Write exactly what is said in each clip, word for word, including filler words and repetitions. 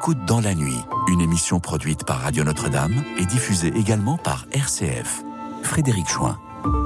Écoute dans la nuit, une émission produite par Radio Notre-Dame et diffusée également par R C F. Frédéric Chouin.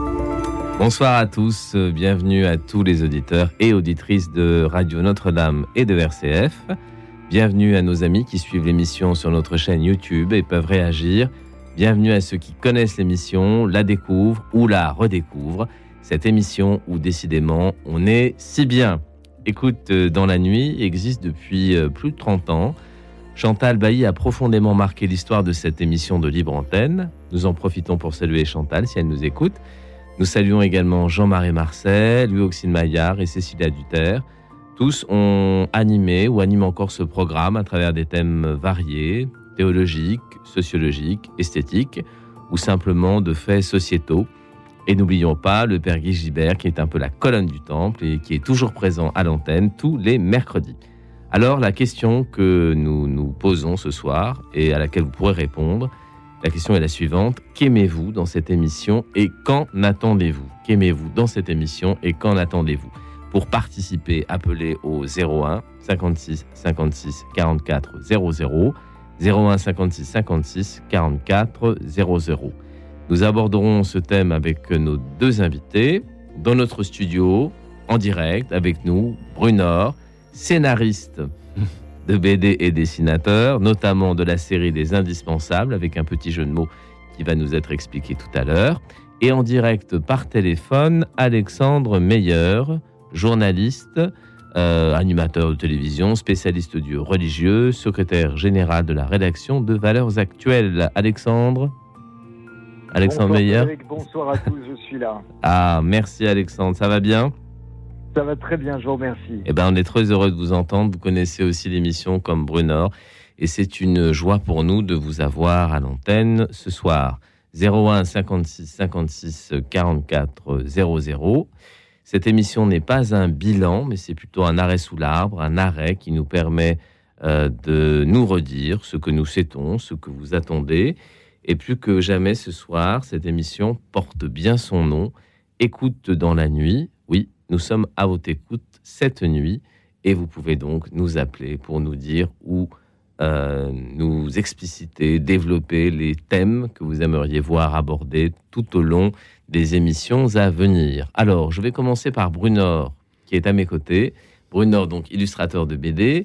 Bonsoir à tous, bienvenue à tous les auditeurs et auditrices de Radio Notre-Dame et de R C F. Bienvenue à nos amis qui suivent l'émission sur notre chaîne YouTube et peuvent réagir. Bienvenue à ceux qui connaissent l'émission, la découvrent ou la redécouvrent. Cette émission où décidément on est si bien. Écoute dans la nuit existe depuis plus de trente ans. Chantal Bailly a profondément marqué l'histoire de cette émission de Libre Antenne. Nous en profitons pour saluer Chantal si elle nous écoute. Nous saluons également Jean-Marie Marcel, Louis-Auxine Maillard et Cécilia Duterre. Tous ont animé ou animent encore ce programme à travers des thèmes variés, théologiques, sociologiques, esthétiques ou simplement de faits sociétaux. Et n'oublions pas le Père Guy Gibert qui est un peu la colonne du temple et qui est toujours présent à l'antenne tous les mercredis. Alors la question que nous nous posons ce soir et à laquelle vous pourrez répondre, la question est la suivante. Qu'aimez-vous dans cette émission et qu'en attendez-vous ? Qu'aimez-vous dans cette émission et qu'en attendez-vous ? Pour participer, appelez au zéro un cinquante-six cinquante-six quarante-quatre zéro zéro, zéro un cinquante-six cinquante-six quarante-quatre zéro zéro. Nous aborderons ce thème avec nos deux invités dans notre studio, en direct, avec nous, Brunor, scénariste de B D et dessinateur, notamment de la série des Indispensables, avec un petit jeu de mots qui va nous être expliqué tout à l'heure. Et en direct par téléphone, Alexandre Meyer, journaliste, euh, animateur de télévision, spécialiste du religieux, secrétaire général de la rédaction de Valeurs Actuelles. Alexandre Alexandre bonsoir, Meyer. Frédéric, bonsoir à tous, je suis là. Ah, merci Alexandre, ça va bien ? Ça va très bien, je vous remercie. Eh ben, on est très heureux de vous entendre. Vous connaissez aussi l'émission comme Brunor. Et c'est une joie pour nous de vous avoir à l'antenne ce soir. zéro un cinquante-six cinquante-six quarante-quatre zéro zéro. Cette émission n'est pas un bilan, mais c'est plutôt un arrêt sous l'arbre, un arrêt qui nous permet euh, de nous redire ce que nous souhaitons, ce que vous attendez. Et plus que jamais ce soir, cette émission porte bien son nom. Écoute dans la nuit. Oui, nous sommes à votre écoute cette nuit. Et vous pouvez donc nous appeler pour nous dire ou euh, nous expliciter, développer les thèmes que vous aimeriez voir abordés tout au long des émissions à venir. Alors, je vais commencer par Brunor, qui est à mes côtés. Brunor, donc illustrateur de B D,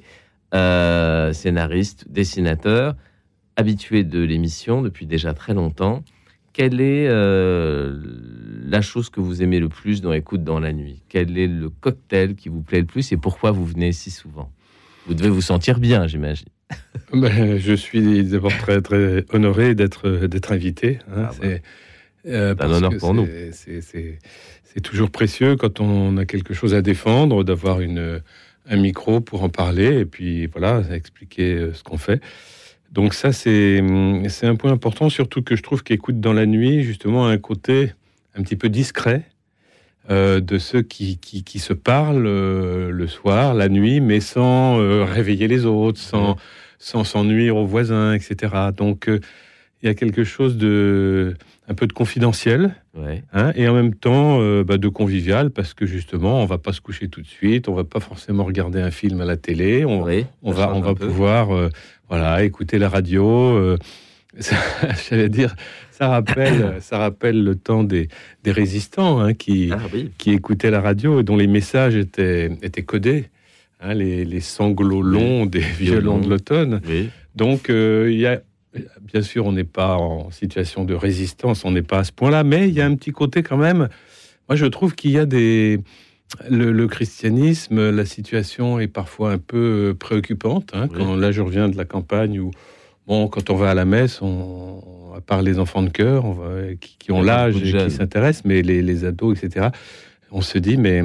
euh, scénariste, dessinateur, habitué de l'émission depuis déjà très longtemps. Quelle est euh, la chose que vous aimez le plus dans Écoute dans la nuit ? Quel est le cocktail qui vous plaît le plus et pourquoi vous venez si souvent ? Vous devez vous sentir bien, j'imagine. Ben, je suis d'abord très, très honoré d'être, d'être invité. Hein, ah c'est euh, un honneur pour c'est, nous. C'est, c'est, c'est toujours précieux quand on a quelque chose à défendre, d'avoir une, un micro pour en parler et puis voilà, expliquer ce qu'on fait. Donc ça, c'est, c'est un point important, surtout que je trouve qu'Écoute dans la nuit, justement, a un côté un petit peu discret euh, de ceux qui, qui, qui se parlent euh, le soir, la nuit, mais sans euh, réveiller les autres, sans, mmh. sans, sans nuire aux voisins, et cetera. Donc, euh, il y a quelque chose de un peu de confidentiel, ouais. hein, et en même temps euh, bah, de convivial, parce que justement, on va pas se coucher tout de suite, on va pas forcément regarder un film à la télé, on, oui, on va, on va pouvoir... Euh, Voilà, écouter la radio, euh, ça, j'allais dire, ça rappelle, ça rappelle le temps des, des résistants hein, qui, ah, oui. qui écoutaient la radio et dont les messages étaient, étaient codés, hein, les, les sanglots longs oui. des violons de l'automne. Oui. Donc, euh, il y a, bien sûr, on n'est pas en situation de résistance, on n'est pas à ce point-là, mais il y a un petit côté quand même. Moi, je trouve qu'il y a des... Le, le christianisme, la situation est parfois un peu préoccupante. Hein, oui. Quand, là, je reviens de la campagne où, bon, quand on va à la messe, on, à part les enfants de chœur, on va, qui, qui ont l'âge et qui s'intéressent, mais les, les ados, et cetera, on se dit, mais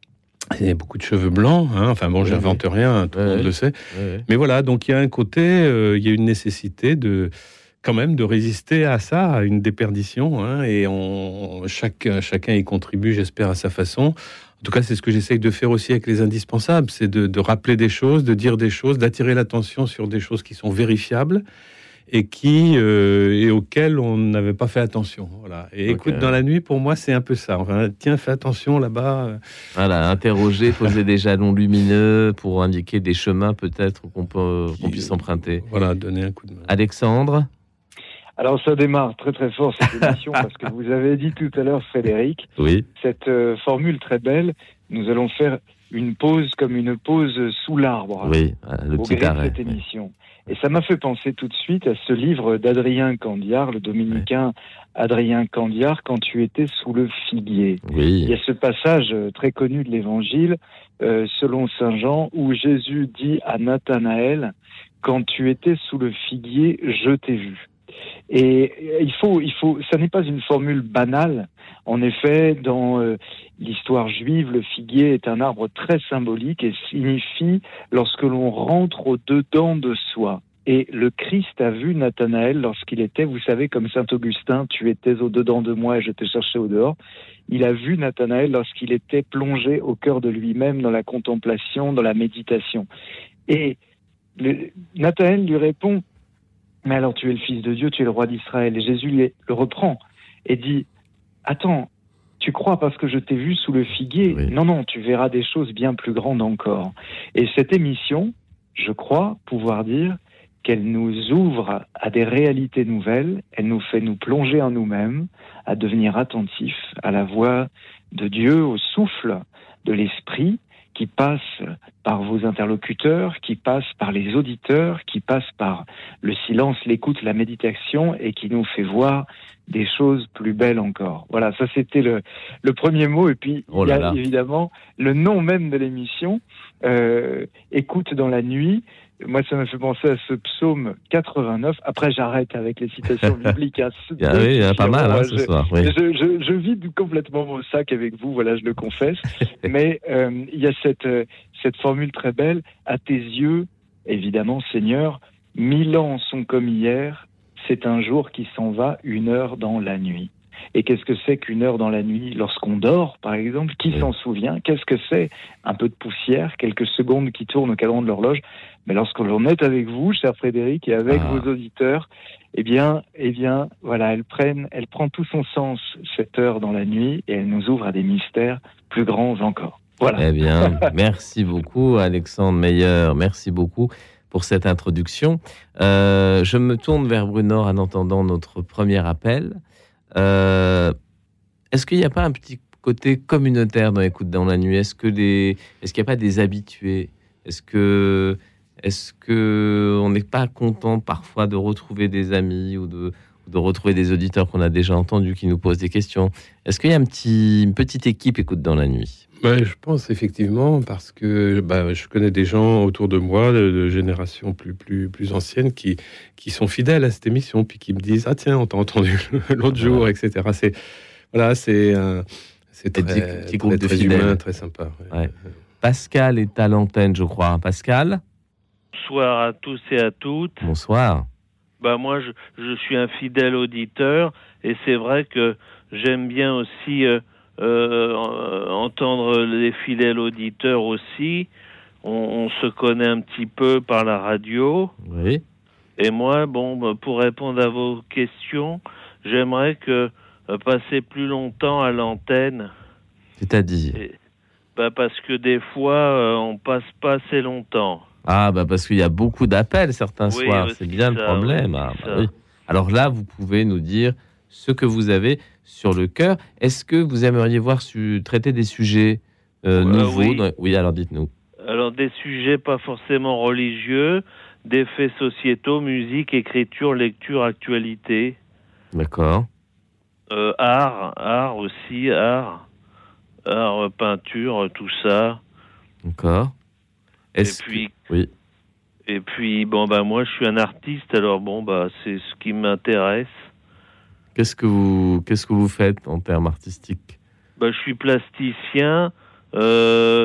il y a beaucoup de cheveux blancs. Hein, enfin, bon, oui, j'invente oui. rien, tout le monde oui. le sait. Oui. Mais voilà, donc il y a un côté, euh, il y a une nécessité de... quand même de résister à ça, à une déperdition, hein, et on, chaque, chacun y contribue, j'espère, à sa façon. En tout cas, c'est ce que j'essaye de faire aussi avec les Indispensables, c'est de, de rappeler des choses, de dire des choses, d'attirer l'attention sur des choses qui sont vérifiables et qui euh, et auquel on n'avait pas fait attention. Voilà. Et okay. Écoute dans la nuit, pour moi, c'est un peu ça. Enfin, tiens, fais attention là-bas. Voilà, interroger, poser des jalons lumineux pour indiquer des chemins peut-être qu'on peut, qui, qu'on puisse emprunter. Voilà, donner un coup de main. Alexandre. Alors ça démarre très très fort cette émission parce que vous avez dit tout à l'heure, Frédéric, oui. cette euh, formule très belle. Nous allons faire une pause comme une pause sous l'arbre. Oui, le au petit gré arrêt. De cette émission. Oui. Et ça m'a fait penser tout de suite à ce livre d'Adrien Candiard, le dominicain oui. Adrien Candiard, Quand tu étais sous le figuier. Oui. Il y a ce passage très connu de l'Évangile, euh, selon saint Jean, où Jésus dit à Nathanaël, quand tu étais sous le figuier, je t'ai vu. Et il faut, il faut, ça n'est pas une formule banale. En effet, dans euh, l'histoire juive, le figuier est un arbre très symbolique et signifie lorsque l'on rentre au-dedans de soi. Et le Christ a vu Nathanaël lorsqu'il était, vous savez, comme saint Augustin, tu étais au-dedans de moi et je te cherchais au-dehors. Il a vu Nathanaël lorsqu'il était plongé au cœur de lui-même dans la contemplation, dans la méditation. Et le, Nathanaël lui répond, mais alors tu es le Fils de Dieu, tu es le roi d'Israël. Et Jésus le reprend et dit, attends, tu crois parce que je t'ai vu sous le figuier ? Oui. Non, non, tu verras des choses bien plus grandes encore. Et cette émission, je crois pouvoir dire qu'elle nous ouvre à des réalités nouvelles, elle nous fait nous plonger en nous-mêmes, à devenir attentifs à la voix de Dieu, au souffle de l'Esprit, qui passe par vos interlocuteurs, qui passe par les auditeurs, qui passe par le silence, l'écoute, la méditation, et qui nous fait voir des choses plus belles encore. Voilà, ça c'était le, le premier mot. Et puis, oh là il y a là. évidemment le nom même de l'émission, euh, Écoute dans la nuit. Moi, ça me fait penser à ce psaume quatre-vingt-neuf. Après, j'arrête avec les citations bibliques. Hein. Ah oui, il y a pas mal hein, ce je, soir. Oui. Je, je, je vide complètement mon sac avec vous, voilà, je le confesse. Mais euh, il y a cette, euh, cette formule très belle. À tes yeux, évidemment, Seigneur, mille ans sont comme hier. C'est un jour qui s'en va, une heure dans la nuit. Et qu'est-ce que c'est qu'une heure dans la nuit lorsqu'on dort, par exemple ? Qui oui. s'en souvient ? Qu'est-ce que c'est ? Un peu de poussière, quelques secondes qui tournent au cadran de l'horloge. Mais lorsque l'on est avec vous, cher Frédéric, et avec ah. vos auditeurs, eh bien, eh bien, voilà, elle prenne, elle prend tout son sens, cette heure dans la nuit, et elle nous ouvre à des mystères plus grands encore. Voilà. Eh bien, merci beaucoup, Alexandre Meyer. Merci beaucoup pour cette introduction. Euh, je me tourne vers Bruno en entendant notre premier appel. Euh, est-ce qu'il n'y a pas un petit côté communautaire dans Écoute dans la nuit ? Est-ce que les, est-ce qu'il n'y a pas des habitués ? Est-ce que, est-ce que on n'est pas content parfois de retrouver des amis ou de, de retrouver des auditeurs qu'on a déjà entendus qui nous posent des questions ? Est-ce qu'il y a un petit, une petite équipe Écoute dans la nuit ? Ben, je pense effectivement parce que ben, je connais des gens autour de moi de, de générations plus plus plus anciennes qui qui sont fidèles à cette émission puis qui me disent ah tiens on t'a entendu l'autre jour ouais. et cetera. C'est voilà c'est un c'est très, petit, petit groupe très, de très humain, très sympa. Ouais. Ouais. Pascal est à l'antenne, je crois. Pascal. Bonsoir à tous et à toutes. Bonsoir. Bah moi je je suis un fidèle auditeur et c'est vrai que j'aime bien aussi euh, Euh, entendre les fidèles auditeurs aussi. On, on se connaît un petit peu par la radio. Oui. Et moi, bon, pour répondre à vos questions, j'aimerais que euh, passer plus longtemps à l'antenne. C'est-à-dire Et, bah parce que des fois, euh, on passe pas assez longtemps. Ah, bah parce qu'il y a beaucoup d'appels certains oui, soirs. C'est bien ça, le problème. Oui, ah, bah oui. Alors là, vous pouvez nous dire ce que vous avez sur le cœur. Est-ce que vous aimeriez voir su- traiter des sujets euh, euh, nouveaux oui. Dans... oui, alors dites-nous. Alors des sujets pas forcément religieux, des faits sociétaux, musique, écriture, lecture, actualité. D'accord. Euh, art, art aussi, art, art, peinture, tout ça. D'accord. Est-ce et puis, que... oui. Et puis, bon, bah, moi, je suis un artiste, alors bon, bah, c'est ce qui m'intéresse. Qu'est-ce que vous, qu'est-ce que vous faites en termes artistiques ? Bah, je suis plasticien, euh,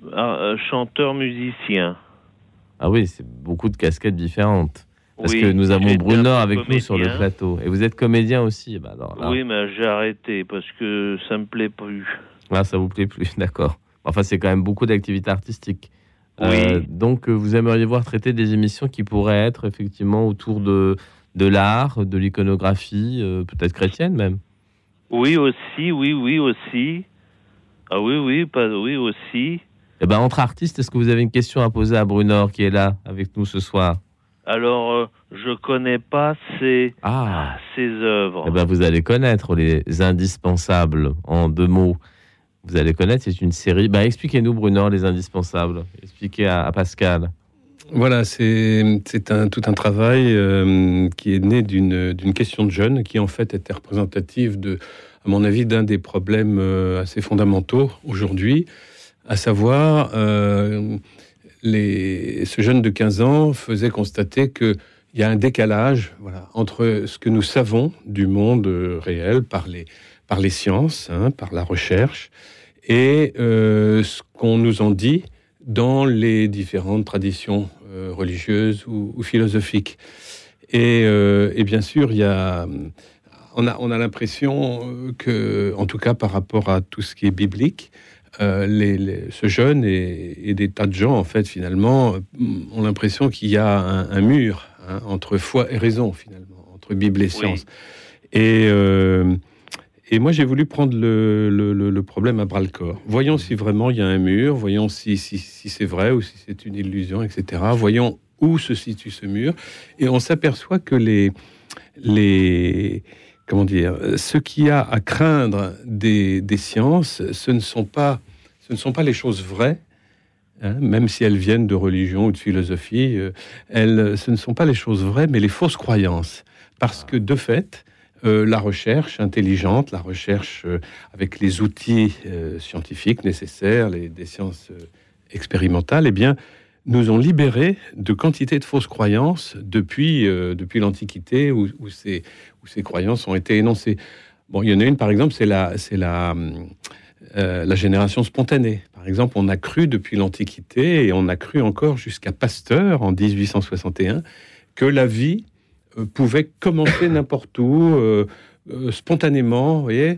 chanteur, musicien. Ah oui, c'est beaucoup de casquettes différentes. Parce oui, que nous avons Bruno avec comédien. nous sur le plateau. Et vous êtes comédien aussi. Bah alors là... Oui, mais j'ai arrêté parce que ça me plaît plus. Ah, ça vous plaît plus, d'accord. Enfin, c'est quand même beaucoup d'activités artistiques. Oui. Euh, donc, vous aimeriez voir traiter des émissions qui pourraient être effectivement autour de, de l'art, de l'iconographie, euh, peut-être chrétienne même. Oui, aussi, oui, oui, aussi. Ah oui, oui, pas, oui, aussi. Eh ben, entre artistes, est-ce que vous avez une question à poser à Brunor qui est là avec nous ce soir? Alors, euh, je connais pas ces, Ah. ces œuvres. Eh ben, vous allez connaître les Indispensables en deux mots. Vous allez connaître, c'est une série. Ben, expliquez-nous, Brunor, les Indispensables. Expliquez à, à Pascal. Voilà, c'est, c'est un, tout un travail euh, qui est né d'une, d'une question de jeunes qui, en fait, était représentative, de, à mon avis, d'un des problèmes euh, assez fondamentaux aujourd'hui, à savoir, euh, les, ce jeune de quinze ans faisait constater qu'il y a un décalage voilà, entre ce que nous savons du monde réel par les, par les sciences, hein, par la recherche, et euh, ce qu'on nous en dit dans les différentes traditions euh, religieuses ou, ou philosophiques. Et, euh, et bien sûr, il y a, on a, on a l'impression que, en tout cas par rapport à tout ce qui est biblique, euh, les, les, ce jeune et, et des tas de gens, en fait, finalement, ont l'impression qu'il y a un, un mur hein, entre foi et raison, finalement, entre Bible et science. Oui. Et... Euh, Et moi, j'ai voulu prendre le, le, le problème à bras-le-corps. Voyons si vraiment il y a un mur, voyons si, si, si c'est vrai ou si c'est une illusion, et cetera. Voyons où se situe ce mur. Et on s'aperçoit que les, les, comment dire, ce qu'il y a à craindre des, des sciences, ce ne sont pas, ce ne sont pas les choses vraies, hein, même si elles viennent de religion ou de philosophie. Elles, ce ne sont pas les choses vraies, mais les fausses croyances. Parce que, de fait, Euh, la recherche intelligente, la recherche euh, avec les outils euh, scientifiques nécessaires, les, des sciences euh, expérimentales, eh bien, nous ont libérés de quantité de fausses croyances depuis, euh, depuis l'Antiquité, où, où, ces, où ces croyances ont été énoncées. Bon, il y en a une, par exemple, c'est la, c'est la, euh, la génération spontanée. Par exemple, on a cru depuis l'Antiquité, et on a cru encore jusqu'à Pasteur, en dix-huit cent soixante et un, que la vie pouvait commencer n'importe où, euh, euh, spontanément, vous voyez,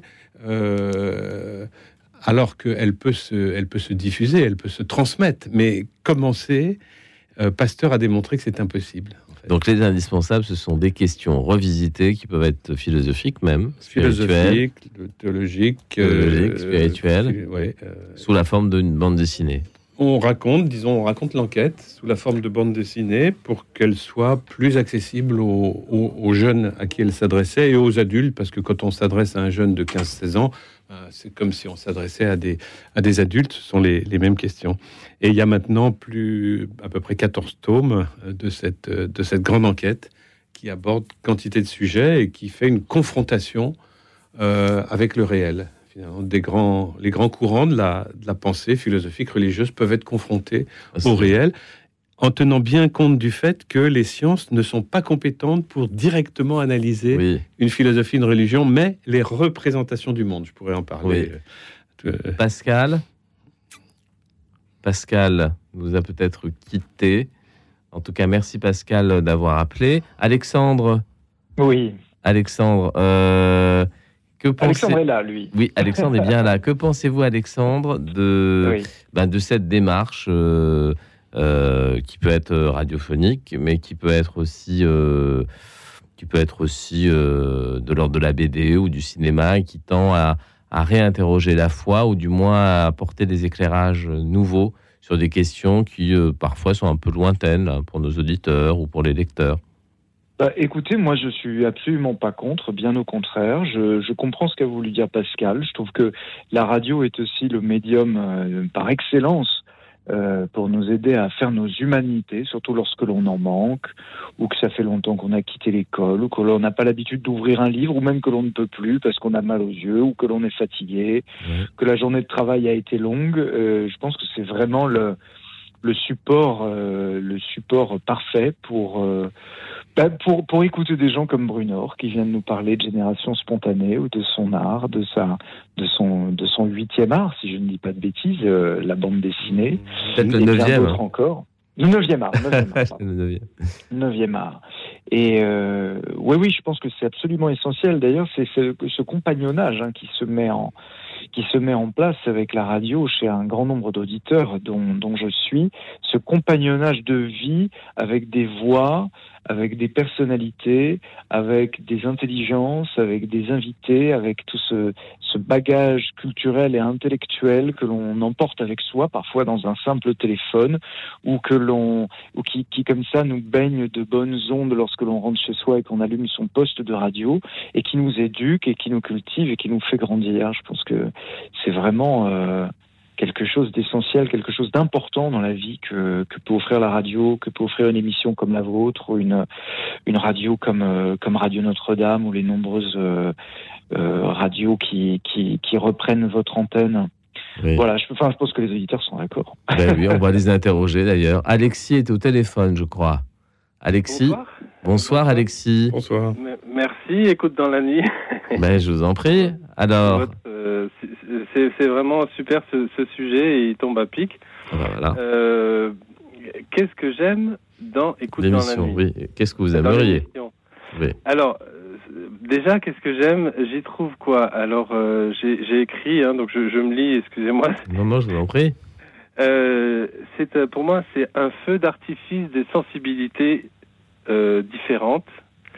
euh, alors qu'elle peut se, elle peut se diffuser, elle peut se transmettre. Mais commencer, euh, Pasteur a démontré que c'est impossible. En fait. Donc les indispensables, ce sont des questions revisitées qui peuvent être philosophiques même, philosophiques, théologiques, théologiques euh, spirituelles, euh, ouais, euh, sous la forme d'une bande dessinée. On raconte, disons, on raconte l'enquête sous la forme de bande dessinée pour qu'elle soit plus accessible aux, aux, aux jeunes à qui elle s'adressait et aux adultes, parce que quand on s'adresse à un jeune de quinze seize ans, c'est comme si on s'adressait à des, à des adultes, ce sont les, les mêmes questions. Et il y a maintenant plus, à peu près quatorze tomes de cette, de cette grande enquête qui aborde quantité de sujets et qui fait une confrontation euh, avec le réel. Des grands, les grands courants de la, de la pensée philosophique religieuse peuvent être confrontés ah, au réel, en tenant bien compte du fait que les sciences ne sont pas compétentes pour directement analyser oui. une philosophie, une religion, mais les représentations du monde. Je pourrais en parler. Oui. Euh... Pascal, Pascal nous a peut-être quittés. En tout cas, merci Pascal d'avoir appelé. Alexandre. Oui. Alexandre. Euh... Que pensez... Alexandre est là, lui. Oui, Alexandre est bien là. Que pensez-vous, Alexandre, de, oui. ben, de cette démarche euh, euh, qui peut être radiophonique, mais qui peut être aussi, euh, qui peut être aussi euh, de l'ordre de la B D ou du cinéma, et qui tend à, à réinterroger la foi, ou du moins à apporter des éclairages nouveaux sur des questions qui, euh, parfois, sont un peu lointaines hein, pour nos auditeurs ou pour les lecteurs? Bah, écoutez, moi je suis absolument pas contre, bien au contraire. Je, je comprends ce qu'a voulu dire Pascal. Je trouve que la radio est aussi le médium euh, par excellence euh, pour nous aider à faire nos humanités, surtout lorsque l'on en manque, ou que ça fait longtemps qu'on a quitté l'école, ou que l'on n'a pas l'habitude d'ouvrir un livre, ou même que l'on ne peut plus parce qu'on a mal aux yeux, ou que l'on est fatigué, mmh. que la journée de travail a été longue. Euh, je pense que c'est vraiment le, le support, euh, le support parfait pour... Euh, Ben pour, pour écouter des gens comme Brunor qui viennent nous parler de génération spontanée ou de son art, de sa, de son, de son huitième art, si je ne dis pas de bêtises, euh, la bande dessinée. Peut-être le neuvième. D'autres encore. Le neuvième art. Neuvième art, le neuvième. neuvième art. Et euh, oui, oui, je pense que c'est absolument essentiel. D'ailleurs, c'est ce, ce compagnonnage hein, qui se met en, qui se met en place avec la radio chez un grand nombre d'auditeurs dont, dont je suis, ce compagnonnage de vie avec des voix, avec des personnalités, avec des intelligences, avec des invités, avec tout ce, ce bagage culturel et intellectuel que l'on emporte avec soi, parfois dans un simple téléphone, ou que l'on, ou qui, qui comme ça nous baigne de bonnes ondes lorsque l'on rentre chez soi et qu'on allume son poste de radio, et qui nous éduque et qui nous cultive et qui nous fait grandir. Je pense que c'est vraiment euh, quelque chose d'essentiel, quelque chose d'important dans la vie que, que peut offrir la radio, que peut offrir une émission comme la vôtre, ou une, une radio comme, euh, comme Radio Notre-Dame, ou les nombreuses euh, euh, radios qui, qui, qui reprennent votre antenne. Oui. Voilà, je, enfin, je pense que les auditeurs sont d'accord. Ben oui, on va les interroger d'ailleurs. Alexis est au téléphone, je crois. Alexis. Bonsoir. Bonsoir Alexis. Bonsoir. Merci, écoute dans la nuit. Ben, je vous en prie. Alors. Votre, euh, c'est, c'est vraiment super ce, ce sujet et il tombe à pic. Ah ben voilà. euh, qu'est-ce que j'aime dans Écoute l'émission, dans la nuit. Oui. Qu'est-ce que vous aimeriez oui. Alors, euh, déjà, qu'est-ce que j'aime J'y trouve quoi Alors, euh, j'ai, j'ai écrit, hein, donc je, je me lis, excusez-moi. Non, non, je vous en prie. Euh, c'est, pour moi, c'est un feu d'artifice des sensibilités euh, différentes.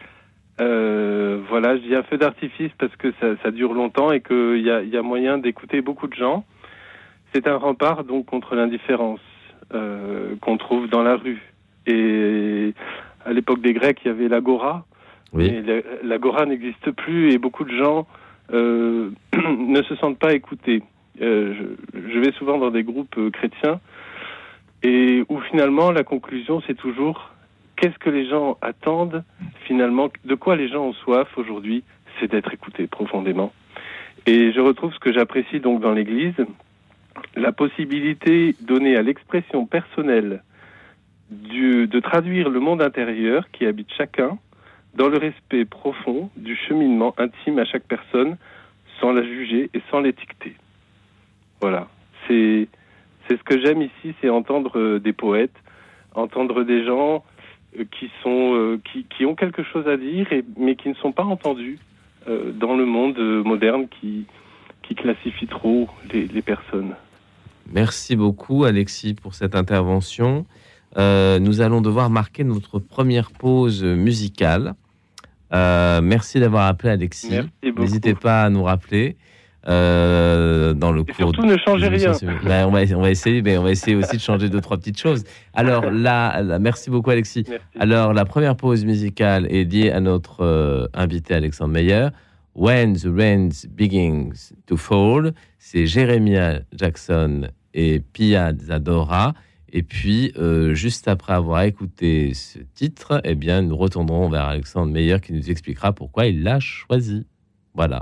Euh, voilà, je dis un feu d'artifice parce que ça, ça dure longtemps et qu'il y a, y a moyen d'écouter beaucoup de gens. C'est un rempart donc contre l'indifférence euh, qu'on trouve dans la rue. Et à l'époque des Grecs, il y avait l'agora. Oui. Mais l'agora n'existe plus et beaucoup de gens euh, ne se sentent pas écoutés. Euh, je, je vais souvent dans des groupes euh, chrétiens et où finalement la conclusion c'est toujours qu'est-ce que les gens attendent finalement, de quoi les gens ont soif aujourd'hui, c'est d'être écoutés profondément. Et je retrouve ce que j'apprécie donc dans l'Église, la possibilité donnée à l'expression personnelle du, de traduire le monde intérieur qui habite chacun dans le respect profond du cheminement intime à chaque personne sans la juger et sans l'étiqueter. Voilà, c'est, c'est ce que j'aime ici, c'est entendre euh, des poètes, entendre des gens euh, qui, sont, euh, qui, qui ont quelque chose à dire, et, mais qui ne sont pas entendus euh, dans le monde euh, moderne qui, qui classifie trop les, les personnes. Merci beaucoup Alexis pour cette intervention. Euh, nous allons devoir marquer notre première pause musicale. Euh, merci d'avoir appelé Alexis. Merci beaucoup. N'hésitez pas à nous rappeler. Euh, dans le et cours surtout, de... ne changez rien. Ben, on, va, on va essayer, mais on va essayer aussi de changer deux trois petites choses. Alors là, là merci beaucoup Alexis. Merci. Alors la première pause musicale est liée à notre euh, invité Alexandre Meyer. When the Rain Begins to Fall, c'est Jeremiah Jackson et Pia Zadora. Et puis, euh, juste après avoir écouté ce titre, eh bien, nous retournerons vers Alexandre Meyer qui nous expliquera pourquoi il l'a choisi. Voilà.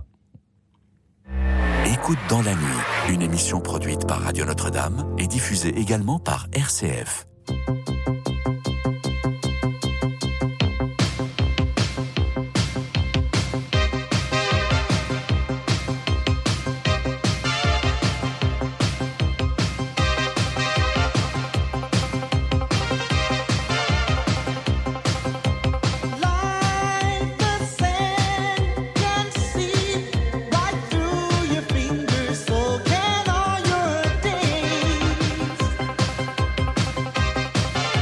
Écoute dans la nuit, une émission produite par Radio Notre-Dame et diffusée également par R C F. So can all your days.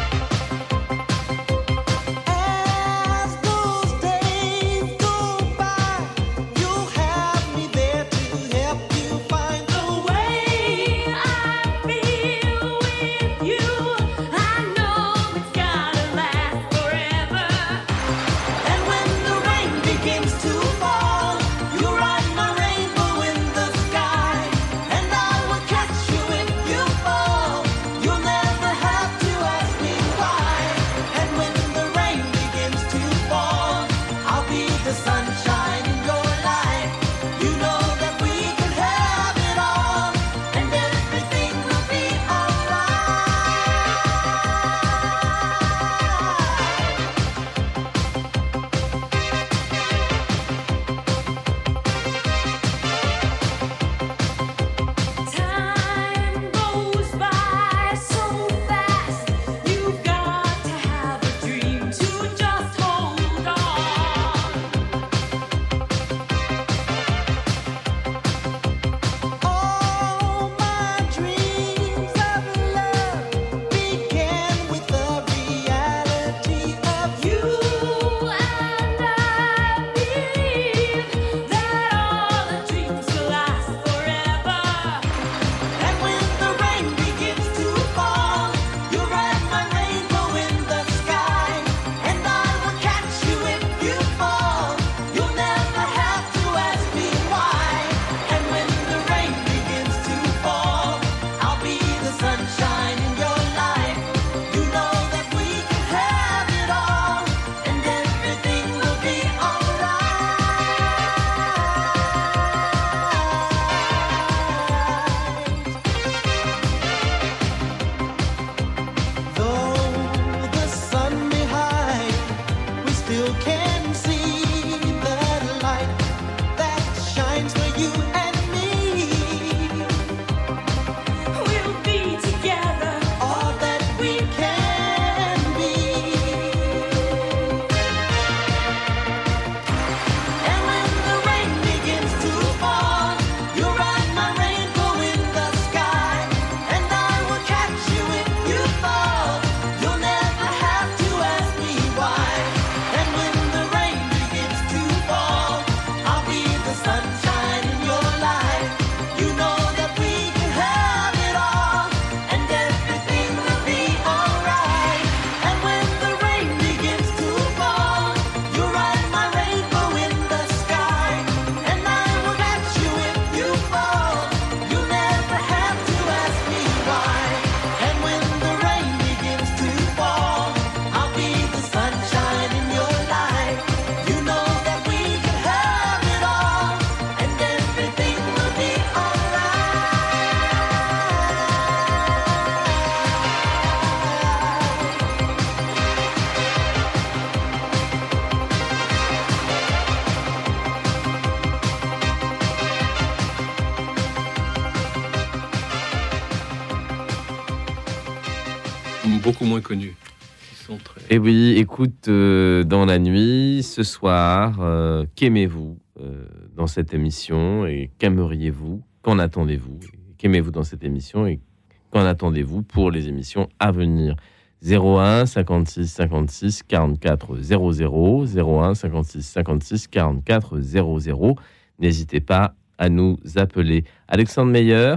Beaucoup moins connus. Ils sont très... Et oui, écoute, euh, dans la nuit, ce soir, euh, qu'aimez-vous euh, dans cette émission et qu'aimeriez-vous, qu'en attendez-vous, qu'aimez-vous dans cette émission et qu'en attendez-vous pour les émissions à venir. zéro un cinquante-six cinquante-six quarante-quatre zéro zéro, zéro un cinquante-six cinquante-six quarante-quatre zéro zéro. N'hésitez pas à nous appeler. Alexandre Meyer.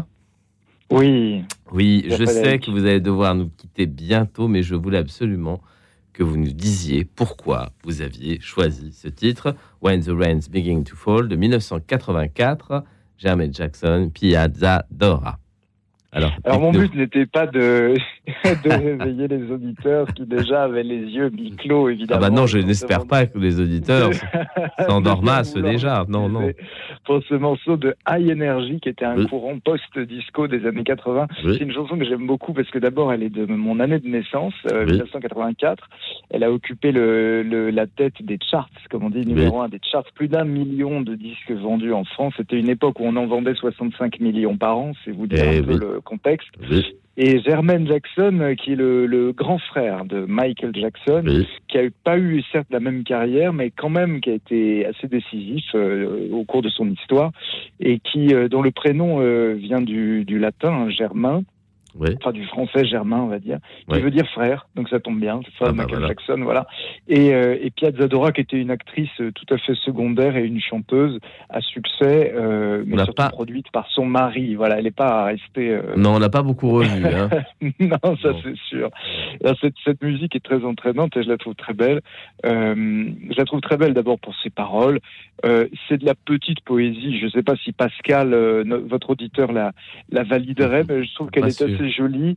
Oui. Oui, je sais que vous allez devoir nous quitter bientôt, mais je voulais absolument que vous nous disiez pourquoi vous aviez choisi ce titre, When the Rain's Beginning to Fall, de dix-neuf cent quatre-vingt-quatre, Jermaine Jackson, Piazza Dora. Alors, Alors mon but n'était pas de, de réveiller les auditeurs qui déjà avaient les yeux mi-clos, évidemment. Ah bah non, je n'espère pas que les auditeurs s'endormassent déjà. Non, non. Pour ce morceau de High Energy, qui était un oui. courant post-disco des années quatre-vingts. Oui. C'est une chanson que j'aime beaucoup parce que d'abord, elle est de mon année de naissance, euh, oui. dix-neuf cent quatre-vingt-quatre. Elle a occupé le, le, la tête des charts, comme on dit, numéro oui. un des charts. Plus d'un million de disques vendus en France. C'était une époque où on en vendait soixante-cinq millions par an, c'est vous dire Et un oui. peu le contexte. Oui. Et Jermaine Jackson, qui est le, le grand frère de Michael Jackson, oui. qui n'a pas eu certes la même carrière, mais quand même qui a été assez décisif euh, au cours de son histoire, et qui, euh, dont le prénom euh, vient du, du latin, hein, Germain, oui. enfin du français Germain, on va dire, qui oui. veut dire frère, donc ça tombe bien, c'est ça, ah Michael bah voilà. Jackson, voilà. Et, euh, et Piazza Dora, qui était une actrice tout à fait secondaire et une chanteuse à succès, euh, mais surtout pas... produite par son mari, voilà, elle n'est pas restée... Euh... Non, on n'a pas beaucoup revu, hein. Non, ça non. c'est sûr. Alors, cette, cette musique est très entraînante et je la trouve très belle. Euh, je la trouve très belle d'abord pour ses paroles. Euh, c'est de la petite poésie, je ne sais pas si Pascal, euh, no, votre auditeur, la, la validerait, mais je trouve qu'elle pas est sûr. assez jolie.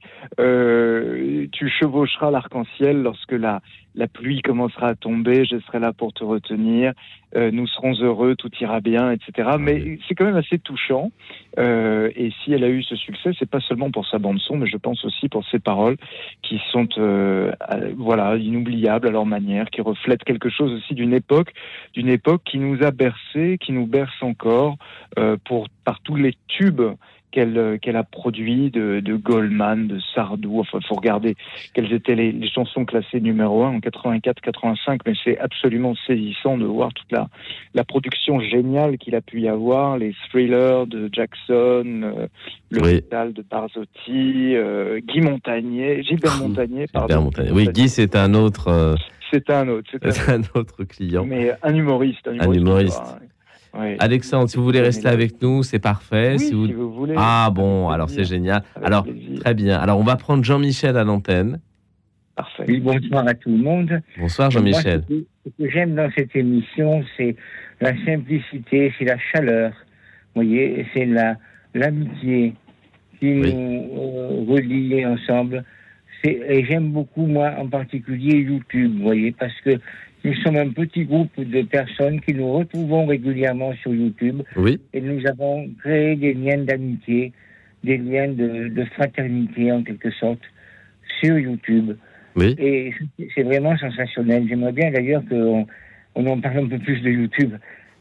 Euh, tu chevaucheras l'arc-en-ciel lorsque la, la pluie commencera à tomber, je serai là pour te retenir, euh, nous serons heureux, tout ira bien, et cetera. Mais c'est quand même assez touchant. Euh, et si elle a eu ce succès, c'est pas seulement pour sa bande-son, mais je pense aussi pour ses paroles qui sont euh, voilà, inoubliables à leur manière, qui reflètent quelque chose aussi d'une époque, d'une époque qui nous a bercés, qui nous berce encore euh, pour, par tous les tubes qu'elle, qu'elle a produit de, de Goldman, de Sardou. Enfin, il faut regarder quelles étaient les, les chansons classées numéro un en quatre-vingt-quatre quatre-vingt-cinq, mais c'est absolument saisissant de voir toute la, la production géniale qu'il a pu y avoir, les thrillers de Jackson, euh, le oui. métal de Barzotti, euh, Guy Montagnier, Gilbert Montagnier, pardon. Gilbert Montagnier. Oui, Guy, c'est un autre... Euh... C'est un autre. C'est, c'est un autre client. Mais un humoriste. Un humoriste. Un humoriste. Oui. Alexandre, si vous voulez rester avec nous, c'est parfait. Oui, si, vous... si vous voulez. Ah bon, alors plaisir. C'est génial. Avec alors, plaisir. Très bien. Alors, on va prendre Jean-Michel à l'antenne. Parfait. Oui, bonsoir à tout le monde. Bonsoir Jean-Michel. Moi, ce que j'aime dans cette émission, c'est la simplicité, c'est la chaleur. Vous voyez, c'est la, l'amitié qui oui. nous euh, relie ensemble. C'est, et j'aime beaucoup, moi, en particulier, YouTube, vous voyez, parce que nous sommes un petit groupe de personnes qui nous retrouvons régulièrement sur YouTube. Oui. Et nous avons créé des liens d'amitié, des liens de, de fraternité, en quelque sorte, sur YouTube. Oui. Et c'est vraiment sensationnel. J'aimerais bien, d'ailleurs, qu'on on en parle un peu plus de YouTube.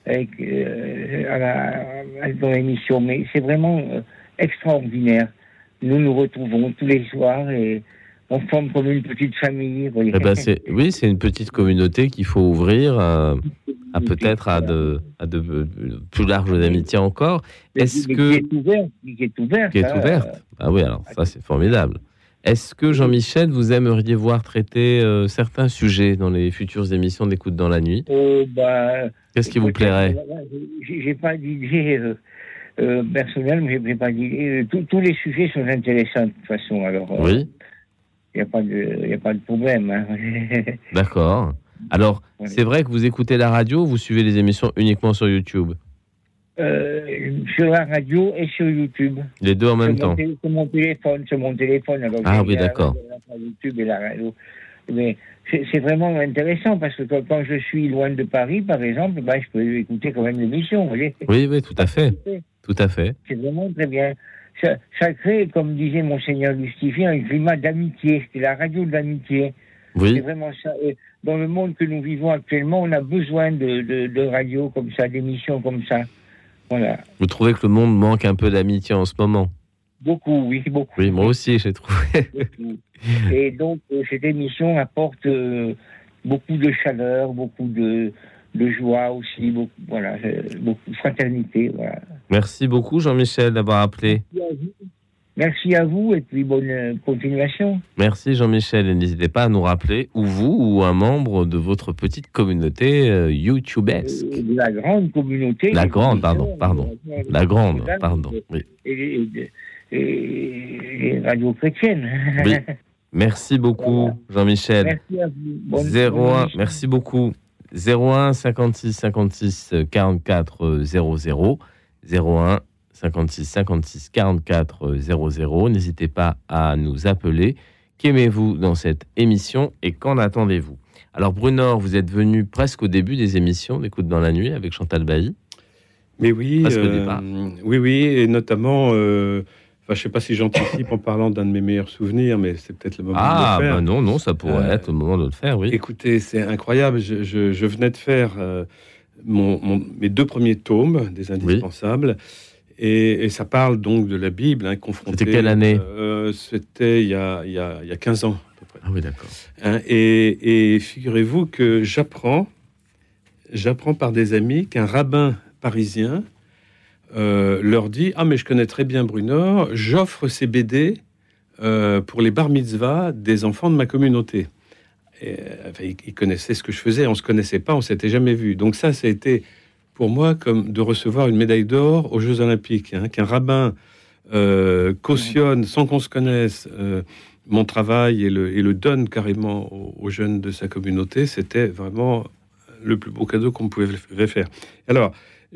avec, euh, à la, dans l'émission, mais c'est vraiment euh, extraordinaire. Nous nous retrouvons tous les soirs et on forme comme une petite famille. Eh ben c'est, oui, c'est une petite communauté qu'il faut ouvrir à, à peut-être à de, à de, de plus larges amitiés encore. Est-ce mais que qui est ouverte, qui est ouverte, qui est hein, ouverte Ah oui, alors ça c'est formidable. Est-ce que Jean-Michel, vous aimeriez voir traiter euh, certains sujets dans les futures émissions d'Écoute dans la nuit euh, bah, Qu'est-ce qui vous plairait? J'ai, j'ai pas d'idée euh, euh, personnelle, mais j'ai pas d'idée. Tous, tous les sujets sont intéressants de toute façon. Alors. Euh, Oui. Il n'y a pas de, il y a pas de problème. Hein. D'accord. Alors, ouais. C'est vrai que vous écoutez la radio ou vous suivez les émissions uniquement sur YouTube? euh, Sur la radio et sur YouTube. Les deux en même sur temps mon, Sur mon téléphone, sur mon téléphone. Alors, ah oui, d'accord. La, la YouTube et la radio. Mais c'est, c'est vraiment intéressant parce que quand, quand je suis loin de Paris, par exemple, bah, je peux écouter quand même l'émission. Vous voyez. Oui, oui, tout à fait. Tout à fait. C'est vraiment très bien. Ça, ça crée, comme disait Monseigneur Lustifié, un climat d'amitié. C'est la radio de l'amitié. Oui. C'est vraiment ça. Et dans le monde que nous vivons actuellement, on a besoin de, de, de radio comme ça, d'émissions comme ça. Voilà. Vous trouvez que le monde manque un peu d'amitié en ce moment? Beaucoup, oui, beaucoup. Oui, moi aussi, j'ai trouvé. Et donc, euh, cette émission apporte euh, beaucoup de chaleur, beaucoup de, de joie aussi, beaucoup, voilà, euh, beaucoup de fraternité. Voilà. Merci beaucoup, Jean-Michel, d'avoir appelé. Merci à vous, Merci à vous et puis bonne euh, continuation. Merci, Jean-Michel. Et n'hésitez pas à nous rappeler, ou vous, ou un membre de votre petite communauté euh, YouTubesque. Euh, la grande communauté. La grande, pardon, pardon. La grande, pardon, oui. Et, et, et les radios chrétiennes. Oui. Merci beaucoup, voilà. Jean-Michel. Merci à vous. Bonne zéro un, merci beaucoup. zéro un cinquante-six cinquante-six quarante-quatre zéro zéro. zéro un cinquante-six cinquante-six quarante-quatre zéro zéro. N'hésitez pas à nous appeler. Qu'aimez-vous dans cette émission et qu'en attendez-vous? Alors, Brunor, vous êtes venu presque au début des émissions d'Écoute dans la nuit avec Chantal Bailly. Mais oui, presque euh, au départ. Oui, oui, et notamment. Euh... Enfin, je ne sais pas si j'anticipe en parlant d'un de mes meilleurs souvenirs, mais c'est peut-être le moment ah, de le faire. Ah, bah non, non, ça pourrait euh, être le moment de le faire, oui. Écoutez, c'est incroyable. Je, je, je venais de faire euh, mon, mon, mes deux premiers tomes, des indispensables, oui. et, et ça parle donc de la Bible, hein, confrontée... C'était quelle année euh, C'était il y, a, il, y a, il y a quinze ans, à peu près. Ah oui, d'accord. Hein, et, et figurez-vous que j'apprends, j'apprends par des amis qu'un rabbin parisien... Euh, leur dit « Ah, mais je connais très bien Brunor, j'offre ces B D euh, pour les bar mitzvahs des enfants de ma communauté. » Et, enfin, ils, ils connaissaient ce que je faisais, on ne se connaissait pas, on ne s'était jamais vu. Donc ça, ça a été pour moi comme de recevoir une médaille d'or aux Jeux Olympiques, hein, qu'un rabbin euh, cautionne, sans qu'on se connaisse, euh, mon travail et le, et le donne carrément aux, aux jeunes de sa communauté. C'était vraiment le plus beau cadeau qu'on pouvait faire. Alors,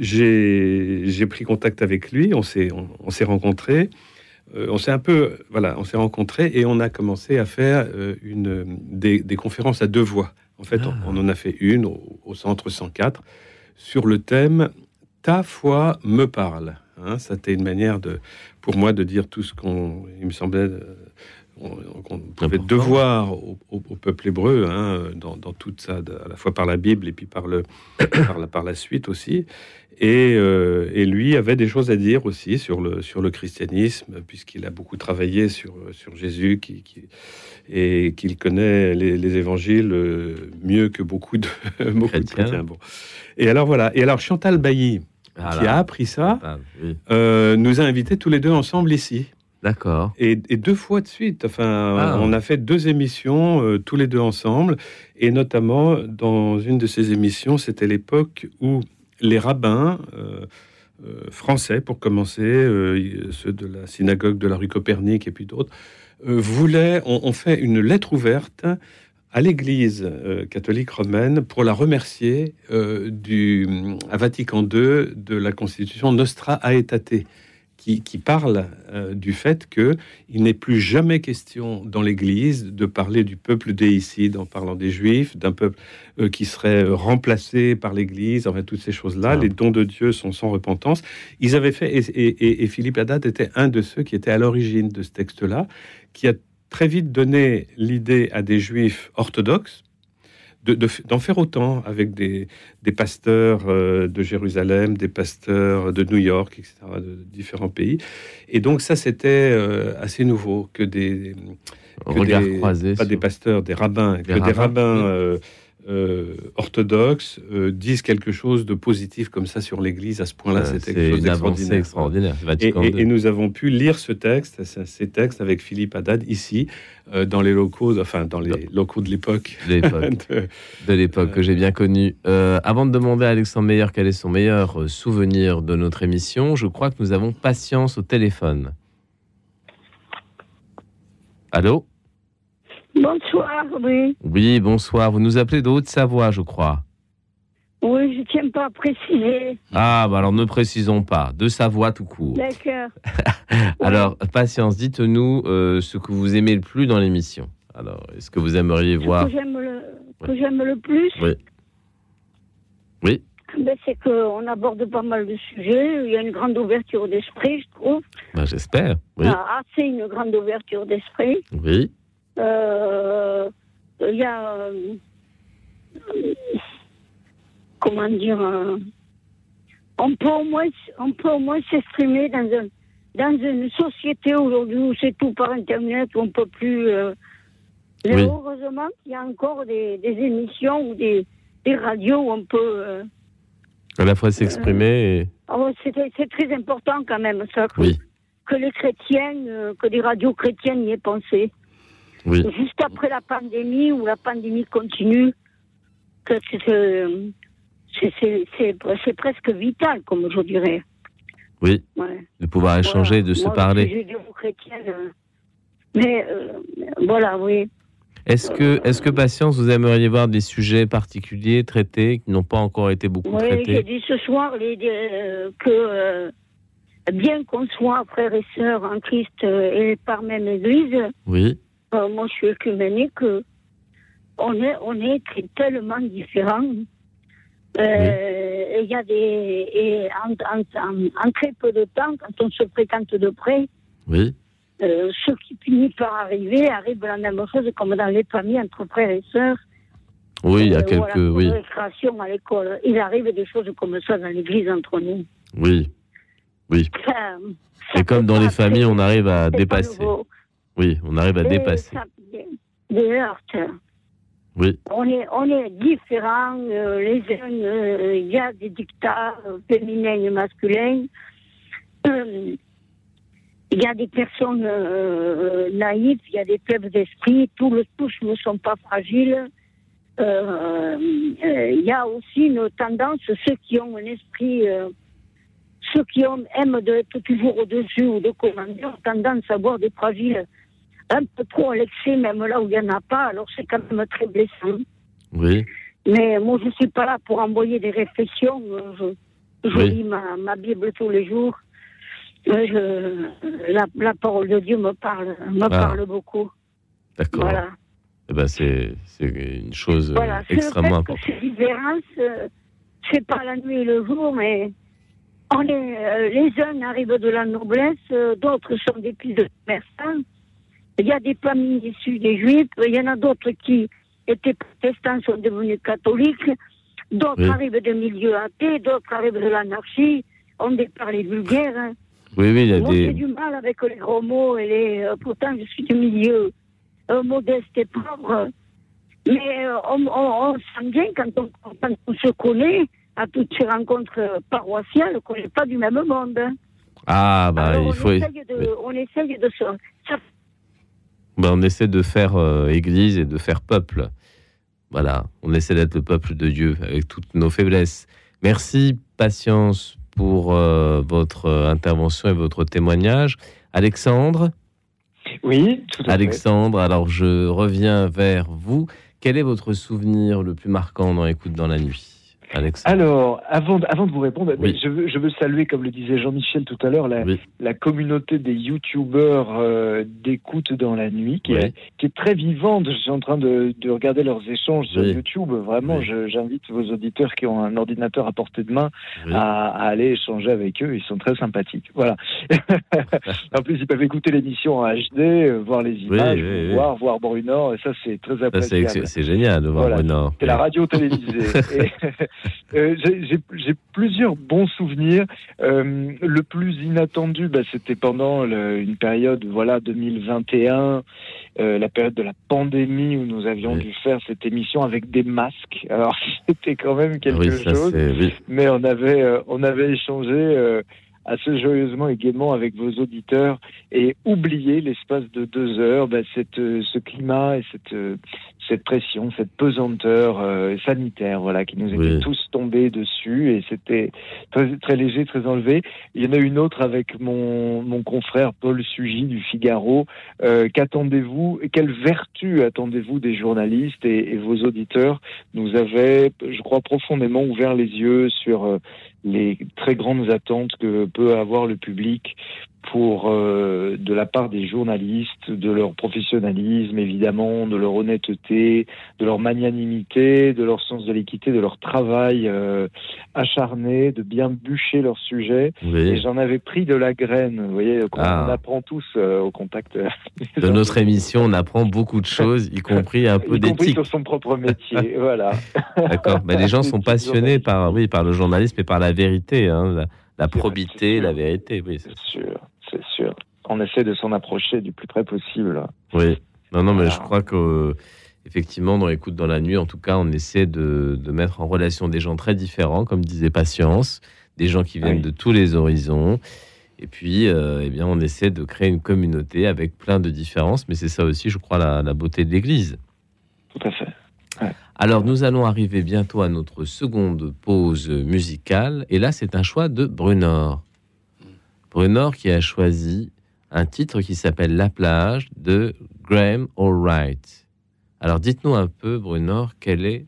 J'ai, j'ai pris contact avec lui, on s'est, on, on s'est rencontrés, euh, on s'est un peu, voilà, on s'est rencontrés et on a commencé à faire euh, une, des, des conférences à deux voix. En fait, ah. on, on en a fait une au, au centre cent quatre sur le thème « Ta foi me parle ». Hein, c'était une manière de, pour moi de dire tout ce qu'on, il me semblait, euh, qu'on pouvait devoir au, au, au peuple hébreu, hein, dans, dans tout ça, de, à la fois par la Bible et puis par, le, par, la, par la suite aussi. Et, euh, et lui avait des choses à dire aussi sur le, sur le christianisme, puisqu'il a beaucoup travaillé sur, sur Jésus qui, qui, et qu'il connaît les, les évangiles mieux que beaucoup de, beaucoup de chrétiens. Bon. Et alors voilà. Et alors Chantal Bailly, ah qui a appris ça, ah, oui. euh, nous a invités tous les deux ensemble ici. D'accord. Et, et deux fois de suite. Enfin, ah. on a fait deux émissions euh, tous les deux ensemble, et notamment dans une de ces émissions, c'était l'époque où les rabbins euh, euh, français, pour commencer, euh, ceux de la synagogue de la rue Copernic et puis d'autres, euh, voulaient, on, on fait une lettre ouverte à l'Église euh, catholique romaine pour la remercier euh, du, à Vatican deux de la constitution Nostra Aetate, qui, qui parle euh, du fait qu'il n'est plus jamais question dans l'Église de parler du peuple déicide en parlant des Juifs, d'un peuple euh, qui serait remplacé par l'Église, enfin toutes ces choses-là. Ah. Les dons de Dieu sont sans repentance. Ils avaient fait, et, et, et Philippe Haddad était un de ceux qui étaient à l'origine de ce texte-là, qui a très vite donné l'idée à des Juifs orthodoxes de, de, d'en faire autant avec des, des pasteurs euh, de Jérusalem, des pasteurs de New York, et cetera, de, de différents pays. Et donc ça, c'était euh, assez nouveau que des... Que Regard des, croisé pas sur... des pasteurs, des rabbins, des que rabbins, des rabbins oui. euh, euh, orthodoxes euh, disent quelque chose de positif comme ça sur l'Église à ce point-là, Euh, c'était c'est quelque chose une avancée d'extraordinaire. extraordinaire. Et, et, et nous avons pu lire ce texte, ces textes avec Philippe Haddad ici, euh, dans les locaux, enfin dans les locaux de l'époque, de l'époque, de, de l'époque que j'ai bien connue. Euh, avant de demander à Alexandre Meyer quel est son meilleur souvenir de notre émission, je crois que nous avons Patience au téléphone. Allô ? Bonsoir, oui. Oui, bonsoir. Vous nous appelez de Haute-Savoie, je crois. Oui, je ne tiens pas à préciser. Ah, bah alors ne précisons pas. De Savoie tout court. D'accord. Alors, Patience, dites-nous euh, ce que vous aimez le plus dans l'émission. Alors, est-ce que vous aimeriez Ce voir... que j'aime le, que Oui. j'aime le plus, Oui. Oui. ben, c'est qu'on aborde pas mal de sujets. Il y a une grande ouverture d'esprit, je trouve. Ben, j'espère. Oui. Ah, assez une grande ouverture d'esprit. Oui. Euh, Il y a... euh, comment dire... euh, on peut au moins, on peut au moins s'exprimer dans, un, dans une société aujourd'hui où c'est tout par Internet, où on ne peut plus... euh, mais Oui. heureusement qu'il y a encore des, des émissions ou des, des radios où on peut... euh, À la fois s'exprimer et... oh, c'est, c'est très important quand même, ça, que, Oui. que les chrétiens, euh, que des radios chrétiennes y aient pensé. Oui. Juste après la pandémie, où la pandémie continue, que c'est, c'est, c'est, c'est, c'est presque vital, comme je dirais. Oui. Ouais. De pouvoir échanger, Voilà. de se Moi, parler. Je suis judéo-chrétienne. euh, Mais euh, voilà, oui. Est-ce que, est-ce que, Patience, vous aimeriez voir des sujets particuliers traités qui n'ont pas encore été beaucoup Oui, j'ai traités? dit ce soir les, euh, que euh, bien qu'on soit frères et sœurs en Christ euh, et par même Église, Oui. euh, moi je suis œcuménique, euh, on est, on est t- tellement différents. Euh, Il y a des... Et en, en, en, en très peu de temps, quand on se fréquente de près, Oui. euh, ce qui finit par arriver arrive la même chose comme dans les familles entre frères et sœurs. Oui, il y a Euh, quelques... voilà, pour Oui. la récréation à l'école. Il arrive des choses comme ça dans l'église entre nous. Oui. Oui. Ça, ça Et comme peut dans pas les familles, très- on arrive à c'est pas dépasser. nouveau. Oui, on arrive à Et dépasser. ça, des, des heurts. Oui. On est, on est différents. euh, les uns, euh, il y a des dictats euh, féminins et masculins. Euh, Il y a des personnes euh, naïves, il y a des faibles d'esprit. Tous, le, tous ne sont pas fragiles. Euh, euh, il y a aussi une tendance, ceux qui ont un esprit, euh, ceux qui ont, aiment de être toujours au-dessus ou de commander, ont tendance à voir des fragiles un peu trop à l'excès, même là où il n'y en a pas. Alors c'est quand même très blessant. Oui. Mais moi, je ne suis pas là pour envoyer des réflexions. Je, je Oui. lis ma, ma Bible tous les jours. Je, la, la parole de Dieu me parle, me Ah. parle beaucoup. D'accord. Voilà. Eh ben, c'est, c'est une chose euh, Voilà. C'est extrêmement le fait importante. que ces différences, euh, c'est pas la nuit et le jour, mais on est, euh, les uns arrivent de la noblesse, euh, d'autres sont des fils de commerçants. Il y a des familles issues des juifs, il y en a d'autres qui étaient protestants, sont devenus catholiques, d'autres Oui. arrivent de milieux athées, d'autres arrivent de l'anarchie, on départ les vulgaires. Hein. Oui, oui, il y a Moi, j'ai des... du mal avec les gros mots, et les, euh, pourtant je suis du milieu euh, modeste et pauvre. Mais euh, on, on, on sent bien quand on, quand on se connaît, à toutes ces rencontres euh, paroissiales, qu'on n'est pas du même monde. Hein. Ah, bah, Alors, il on, faut... essaye de, oui. on essaye de se... ça- Ben, on essaie de faire euh, église et de faire peuple. Voilà, on essaie d'être le peuple de Dieu avec toutes nos faiblesses. Merci, Patience, pour euh, votre euh, intervention et votre témoignage. Alexandre, Oui, tout à fait. Alexandre, alors je reviens vers vous. Quel est votre souvenir le plus marquant dans Écoute dans la nuit? Alex. Alors, avant, avant de vous répondre, Oui. je, veux, je veux saluer, comme le disait Jean-Michel tout à l'heure, la, Oui. la communauté des youtubeurs euh, d'écoute dans la nuit, qui, Oui. est, qui est très vivante. Je suis en train de, de regarder leurs échanges sur Oui. YouTube. Vraiment, Oui. je, j'invite vos auditeurs qui ont un ordinateur à portée de main Oui. à, à aller échanger avec eux. Ils sont très sympathiques. Voilà. En plus, ils peuvent écouter l'émission en H D, euh, voir les images, oui, oui. voir, voir Bruno. Et ça, c'est très Ça, c'est, appréciable. c'est génial de voir Voilà. Bruno. C'est la radio télévisée. Et, euh, j'ai, j'ai, j'ai plusieurs bons souvenirs. Euh, le plus inattendu, bah, c'était pendant le, une période, voilà, deux mille vingt et un, euh, la période de la pandémie où nous avions Oui. dû faire cette émission avec des masques. Alors c'était quand même quelque Oui, ça, chose, c'est... Oui. mais on avait, euh, on avait échangé euh, assez joyeusement et gaiement avec vos auditeurs et oublié l'espace de deux heures bah, cette, euh, ce climat et cette, euh, cette pression, cette pesanteur euh, sanitaire, voilà, qui nous était Oui. tous tombés dessus et c'était très, très léger, très enlevé. Il y en a une autre avec mon, mon confrère Paul Sugy du Figaro. Euh, qu'attendez-vous, quelle vertu attendez-vous des journalistes et, et vos auditeurs nous avaient, je crois, profondément ouvert les yeux sur euh, les très grandes attentes que peut avoir le public pour, euh, de la part des journalistes, de leur professionnalisme, évidemment, de leur honnêteté, de leur magnanimité, de leur sens de l'équité, de leur travail euh, acharné, de bien bûcher leur sujet. Oui. Et j'en avais pris de la graine. Vous voyez, on Ah. apprend tous euh, au contact euh, De notre émission, on apprend beaucoup de choses, y compris un peu y compris d'éthique. sur son propre métier. Voilà. D'accord. Mais les gens sont D'éthique passionnés journalistique. par, oui, par le journalisme et par la vérité, hein, la, la C'est probité, sûr. la vérité. Oui, c'est- C'est sûr, c'est sûr. On essaie de s'en approcher du plus près possible. oui. Non, non, mais Voilà. je crois que euh, effectivement, dans Écoute dans la nuit, en tout cas, on essaie de, de mettre en relation des gens très différents, comme disait Patience, des gens qui viennent Oui. de tous les horizons. Et puis, euh, eh bien, on essaie de créer une communauté avec plein de différences. Mais c'est ça aussi, je crois, la, la beauté de l'Église. Tout à fait. Alors, nous allons arriver bientôt à notre seconde pause musicale. Et là, c'est un choix de Brunor. Brunor qui a choisi un titre qui s'appelle La plage de Graham Allwright. Alors, dites-nous un peu, Brunor, quel est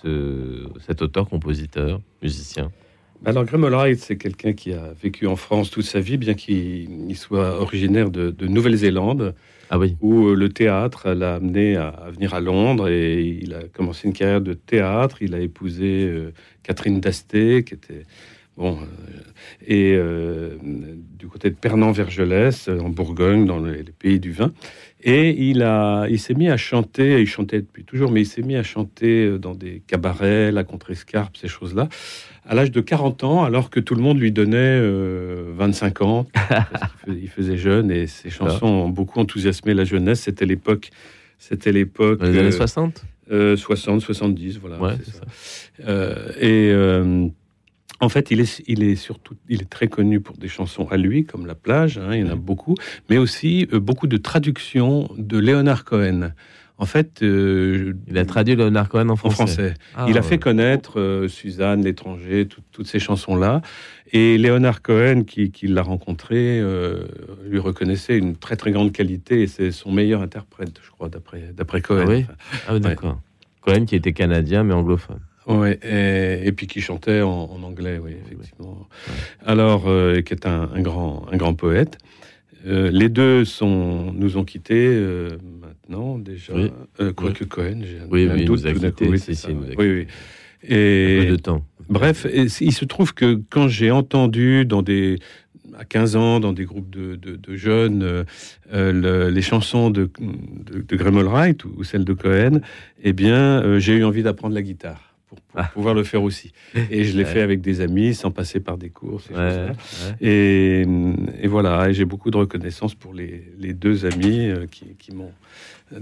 ce, cet auteur, compositeur, musicien? Alors, Graham Allwright, c'est quelqu'un qui a vécu en France toute sa vie, bien qu'il il soit originaire de, de Nouvelle-Zélande, Ah oui, où euh, le théâtre l'a amené à, à venir à Londres, et il a commencé une carrière de théâtre. Il a épousé euh, Catherine d'Asté, qui était bon, euh, et euh, du côté de Pernan-Vergelès, en Bourgogne, dans les, les pays du vin. Et il a, il s'est mis à chanter. Il chantait depuis toujours, mais il s'est mis à chanter dans des cabarets, la Contrescarpe, ces choses-là, à l'âge de quarante ans, alors que tout le monde lui donnait euh, vingt-cinq ans. Parce qu'il faisait, il faisait jeune, et ses chansons ont beaucoup enthousiasmé la jeunesse. C'était l'époque, c'était l'époque dans les années euh, soixante. euh, soixante, soixante-dix, voilà. Ouais, c'est c'est ça. Euh, et euh, en fait, il est, il est surtout, il est très connu pour des chansons à lui, comme La plage. Hein, il y en a beaucoup, mais aussi euh, beaucoup de traductions de Leonard Cohen. En fait, euh, Il a traduit Leonard Cohen en en français. français. Ah, il a ouais. fait connaître euh, Suzanne, l'étranger, tout- toutes ces chansons-là. Et Leonard Cohen, qui, qui l'a rencontré, euh, lui reconnaissait une très très grande qualité, et c'est son meilleur interprète, je crois, d'après, d'après Cohen. Ah oui Enfin, Ah oui, d'accord. Cohen qui était canadien, mais anglophone. ouais, et, et puis qui chantait en, en anglais, oui, effectivement. Alors, euh, qui est un, un grand, un grand poète. Euh, les deux sont, nous ont quittés euh, maintenant déjà. Oui. Euh, Quoique Oui. Cohen, j'ai un, Oui, un oui, il doute nous a tout d'un quittés, coup. Oui, si, c'est si, ça, il nous a oui, quittés. oui. Un Et peu de temps. bref, et il se trouve que quand j'ai entendu dans des à quinze ans, dans des groupes de, de, de jeunes, euh, euh, le- les chansons de, de, de Graham Allwright ou, ou celles de Cohen, eh bien, euh, j'ai eu envie d'apprendre la guitare pour, pour Ah. pouvoir le faire aussi. Et je l'ai Ouais. fait avec des amis, sans passer par des cours, ces Ouais, choses-là. ouais. Et, et voilà, et j'ai beaucoup de reconnaissance pour les, les deux amis euh, qui, qui m'ont euh,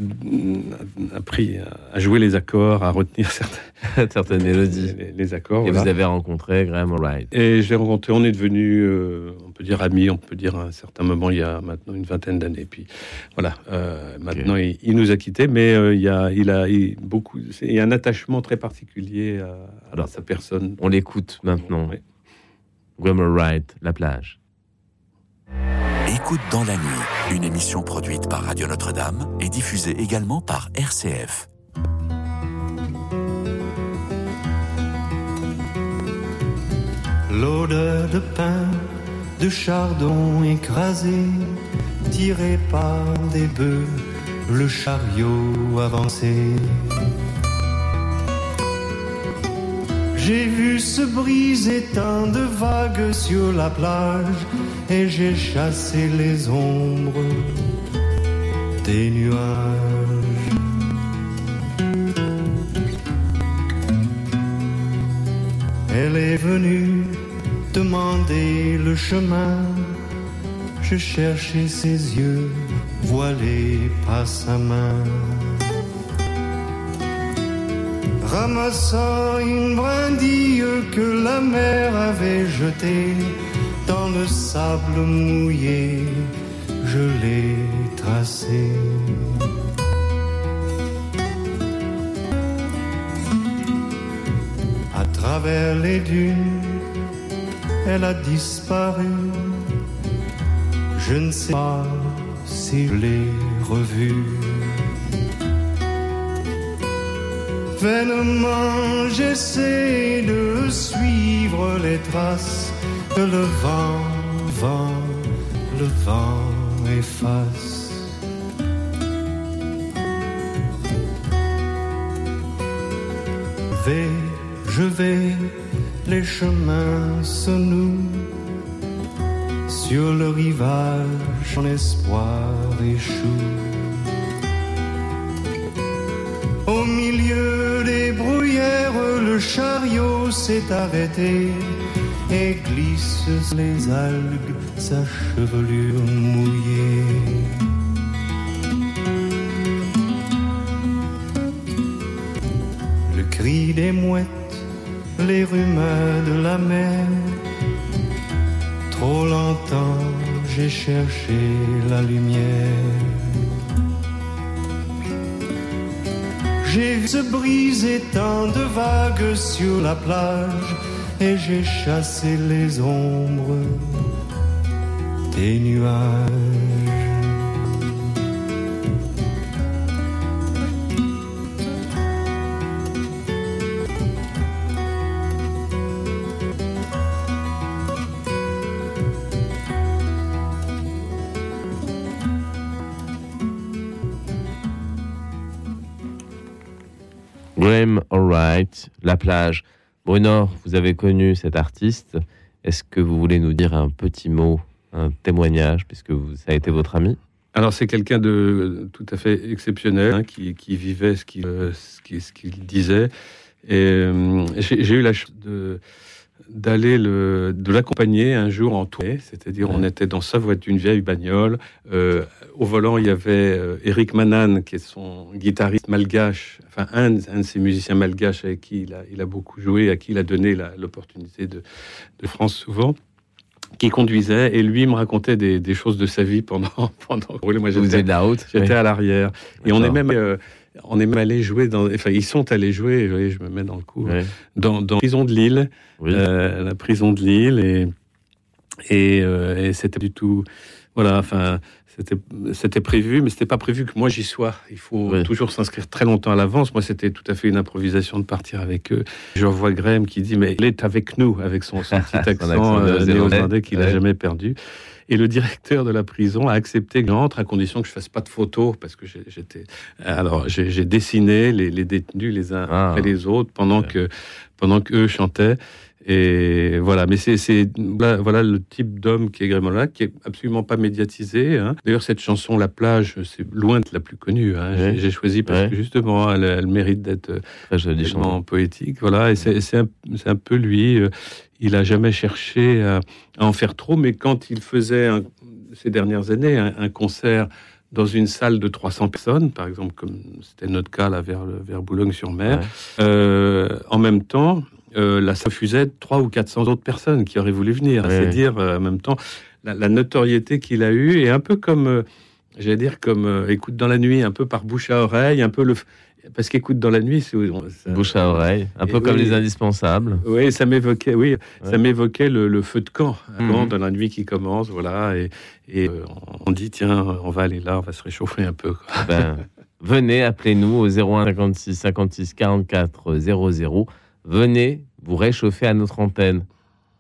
appris à, à jouer les accords, à retenir certains, Certaines mélodies. les, les accords. Et voilà. vous avez rencontré Graham Allwright. Et je l'ai rencontré, on est devenus, euh, on peut dire amis, on peut dire à un certain moment, il y a maintenant une vingtaine d'années. Puis voilà, euh, maintenant il, il nous a quittés, mais euh, il, y a, il a il, beaucoup, il y a un attachement très particulier à, à Alors, sa personne. On l'écoute maintenant. Oui. Graham Allwright, La plage. Écoute dans la nuit, une émission produite par Radio Notre-Dame et diffusée également par R C F. L'odeur de pain, de chardon écrasé, tiré par des bœufs, le chariot avançait. J'ai vu se briser tant de vagues sur la plage et j'ai chassé les ombres des nuages. Elle est venue demander le chemin. Je cherchais ses yeux voilés par sa main. Ramassant une brindille que la mer avait jetée dans le sable mouillé, je l'ai tracée. À travers les dunes, elle a disparu. Je ne sais pas si je l'ai revue. Vainement j'essaie de suivre les traces que le vent, vent, le vent efface. Vais, je vais, les chemins se nouent. Sur le rivage, mon espoir échoue. Au milieu des bruyères, le chariot s'est arrêté et glisse sur les algues sa chevelure mouillée. Le cri des mouettes, les rumeurs de la mer. Trop longtemps j'ai cherché la lumière. J'ai vu se briser tant de vagues sur la plage et j'ai chassé les ombres des nuages. Graham Allwright, La plage. Bruno, vous avez connu cet artiste. Est-ce que vous voulez nous dire un petit mot, un témoignage, puisque vous, ça a été votre ami? Alors, c'est quelqu'un de tout à fait exceptionnel, hein, qui, qui vivait ce qu'il, ce qu'il, ce qu'il disait. Et euh, j'ai, j'ai eu la chance de, d'aller le, de l'accompagner un jour en tournée. C'est-à-dire, ouais. On était dans sa voiture, une vieille bagnole. Euh, au volant, il y avait euh, Eric Manan, qui est son guitariste malgache, enfin un, un de ses musiciens malgaches avec qui il a, il a beaucoup joué, à qui il a donné la, l'opportunité de, de France souvent, qui conduisait, et lui me racontait des, des choses de sa vie pendant pendant. Moi, j'étais, vous êtes là haute, j'étais oui. à l'arrière, et on est même euh, on est même allé jouer dans, enfin ils sont allés jouer, voyez, je me mets dans le coup, oui. dans dans la prison de Lille, oui. euh, la prison de Lille, et et, euh, et c'était du tout, voilà, enfin. C'était, c'était prévu, mais c'était pas prévu que moi j'y sois. Il faut oui. toujours s'inscrire très longtemps à l'avance. Moi, c'était tout à fait une improvisation de partir avec eux. Je revois Graham qui dit, mais il est avec nous, avec son, son petit accent euh, néo-zélandais qu'il n'a ouais. jamais perdu. Et le directeur de la prison a accepté que j'entre à condition que je fasse pas de photos, parce que j'ai, j'étais. Alors, j'ai, j'ai dessiné les, les détenus les uns ah. après les autres pendant ouais. que pendant qu'eux chantaient. Et voilà, mais c'est, c'est voilà, voilà le type d'homme qui est Graham Allwright, qui est absolument pas médiatisé. Hein. D'ailleurs, cette chanson, La plage, c'est loin de la plus connue. Hein. Ouais. J'ai, j'ai choisi parce ouais. que justement, elle, elle mérite d'être vraiment poétique. Voilà, et c'est, c'est, un, c'est un peu lui. Il a jamais cherché à, à en faire trop, mais quand il faisait un, ces dernières années un, un concert dans une salle de trois cents personnes, par exemple, comme c'était notre cas là vers, vers Boulogne-sur-Mer, ouais. euh, en même temps. Euh, là, ça refusait trois ou quatre cents autres personnes qui auraient voulu venir. Ouais. C'est dire, euh, en même temps, la, la notoriété qu'il a eue, et un peu comme, euh, j'allais dire, comme euh, Écoute dans la nuit, un peu par bouche à oreille, un peu le... Parce qu'Écoute dans la nuit, c'est... Ça... Bouche à oreille, un peu et comme oui, les indispensables. Oui, ça m'évoquait, oui, ouais. ça m'évoquait le, le feu de camp, avant, mmh. dans la nuit qui commence, voilà, et, et euh, on dit, tiens, on va aller là, on va se réchauffer un peu. Quoi. Ben, venez, appelez-nous au zéro un cinquante-six cinquante-six quarante-quatre zéro zéro. Venez vous réchauffer à notre antenne.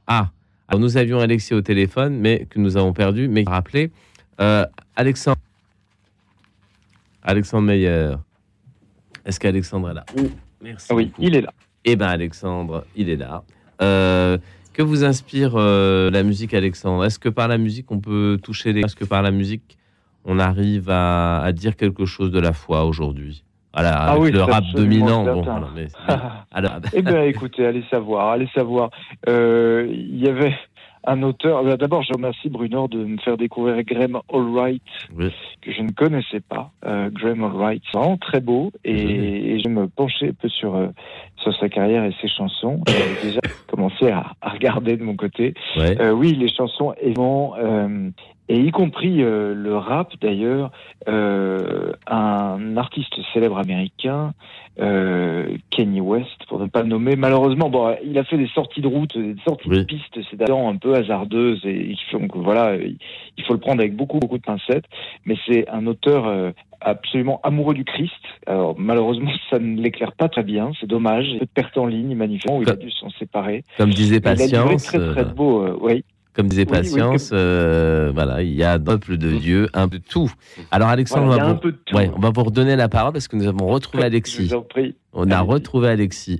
Ah, alors nous avions Alexis au téléphone, mais que nous avons perdu, mais rappelez, euh, Alexandre, Alexandre Meyer, est-ce qu'Alexandre est là? Oh, merci. Oui, beaucoup. il est là. Eh bien, Alexandre, il est là. Euh, que vous inspire euh, la musique, Alexandre? Est-ce que par la musique, on peut toucher les... Est-ce que par la musique, on arrive à, à dire quelque chose de la foi aujourd'hui? Voilà, Ah avec oui, le c'est rap absolument dominant. certain. Bon, voilà, mais, mais, alors, Eh bien, écoutez, allez savoir, allez savoir. Euh, Il y avait un auteur. D'abord, je remercie Brunor de me faire découvrir Graham Allwright, oui. que je ne connaissais pas. Euh, Graham Allwright, c'est vraiment très beau, et, et je me penchais un peu sur euh, sur sa carrière et ses chansons. J'ai déjà commencé à, à regarder de mon côté. Ouais. Euh, oui, les chansons, évidemment, euh, et y compris euh, le rap d'ailleurs. Euh, un artiste célèbre américain, euh, Kanye West, pour ne pas le nommer. Malheureusement, bon, il a fait des sorties de route, des sorties oui. de piste, c'est d'ailleurs un peu hasardeuses, et donc voilà, il faut le prendre avec beaucoup, beaucoup de pincettes. Mais c'est un auteur euh, absolument amoureux du Christ. Alors malheureusement, ça ne l'éclaire pas très bien, c'est dommage. Il y a peu de pertes en ligne, manifestement, où il a dû s'en séparer. Comme disait Patience. Il a livré très, très beau, euh, oui. Comme disait oui, Patience, oui, que... euh, voilà, il y a un peuple de Dieu, un peu de tout. Alors Alexandre, voilà, on, va un vous... peu de tout. Ouais, on va vous redonner la parole parce que nous avons retrouvé Alexis. Je vous en prie. On a Allez-y. retrouvé Alexis.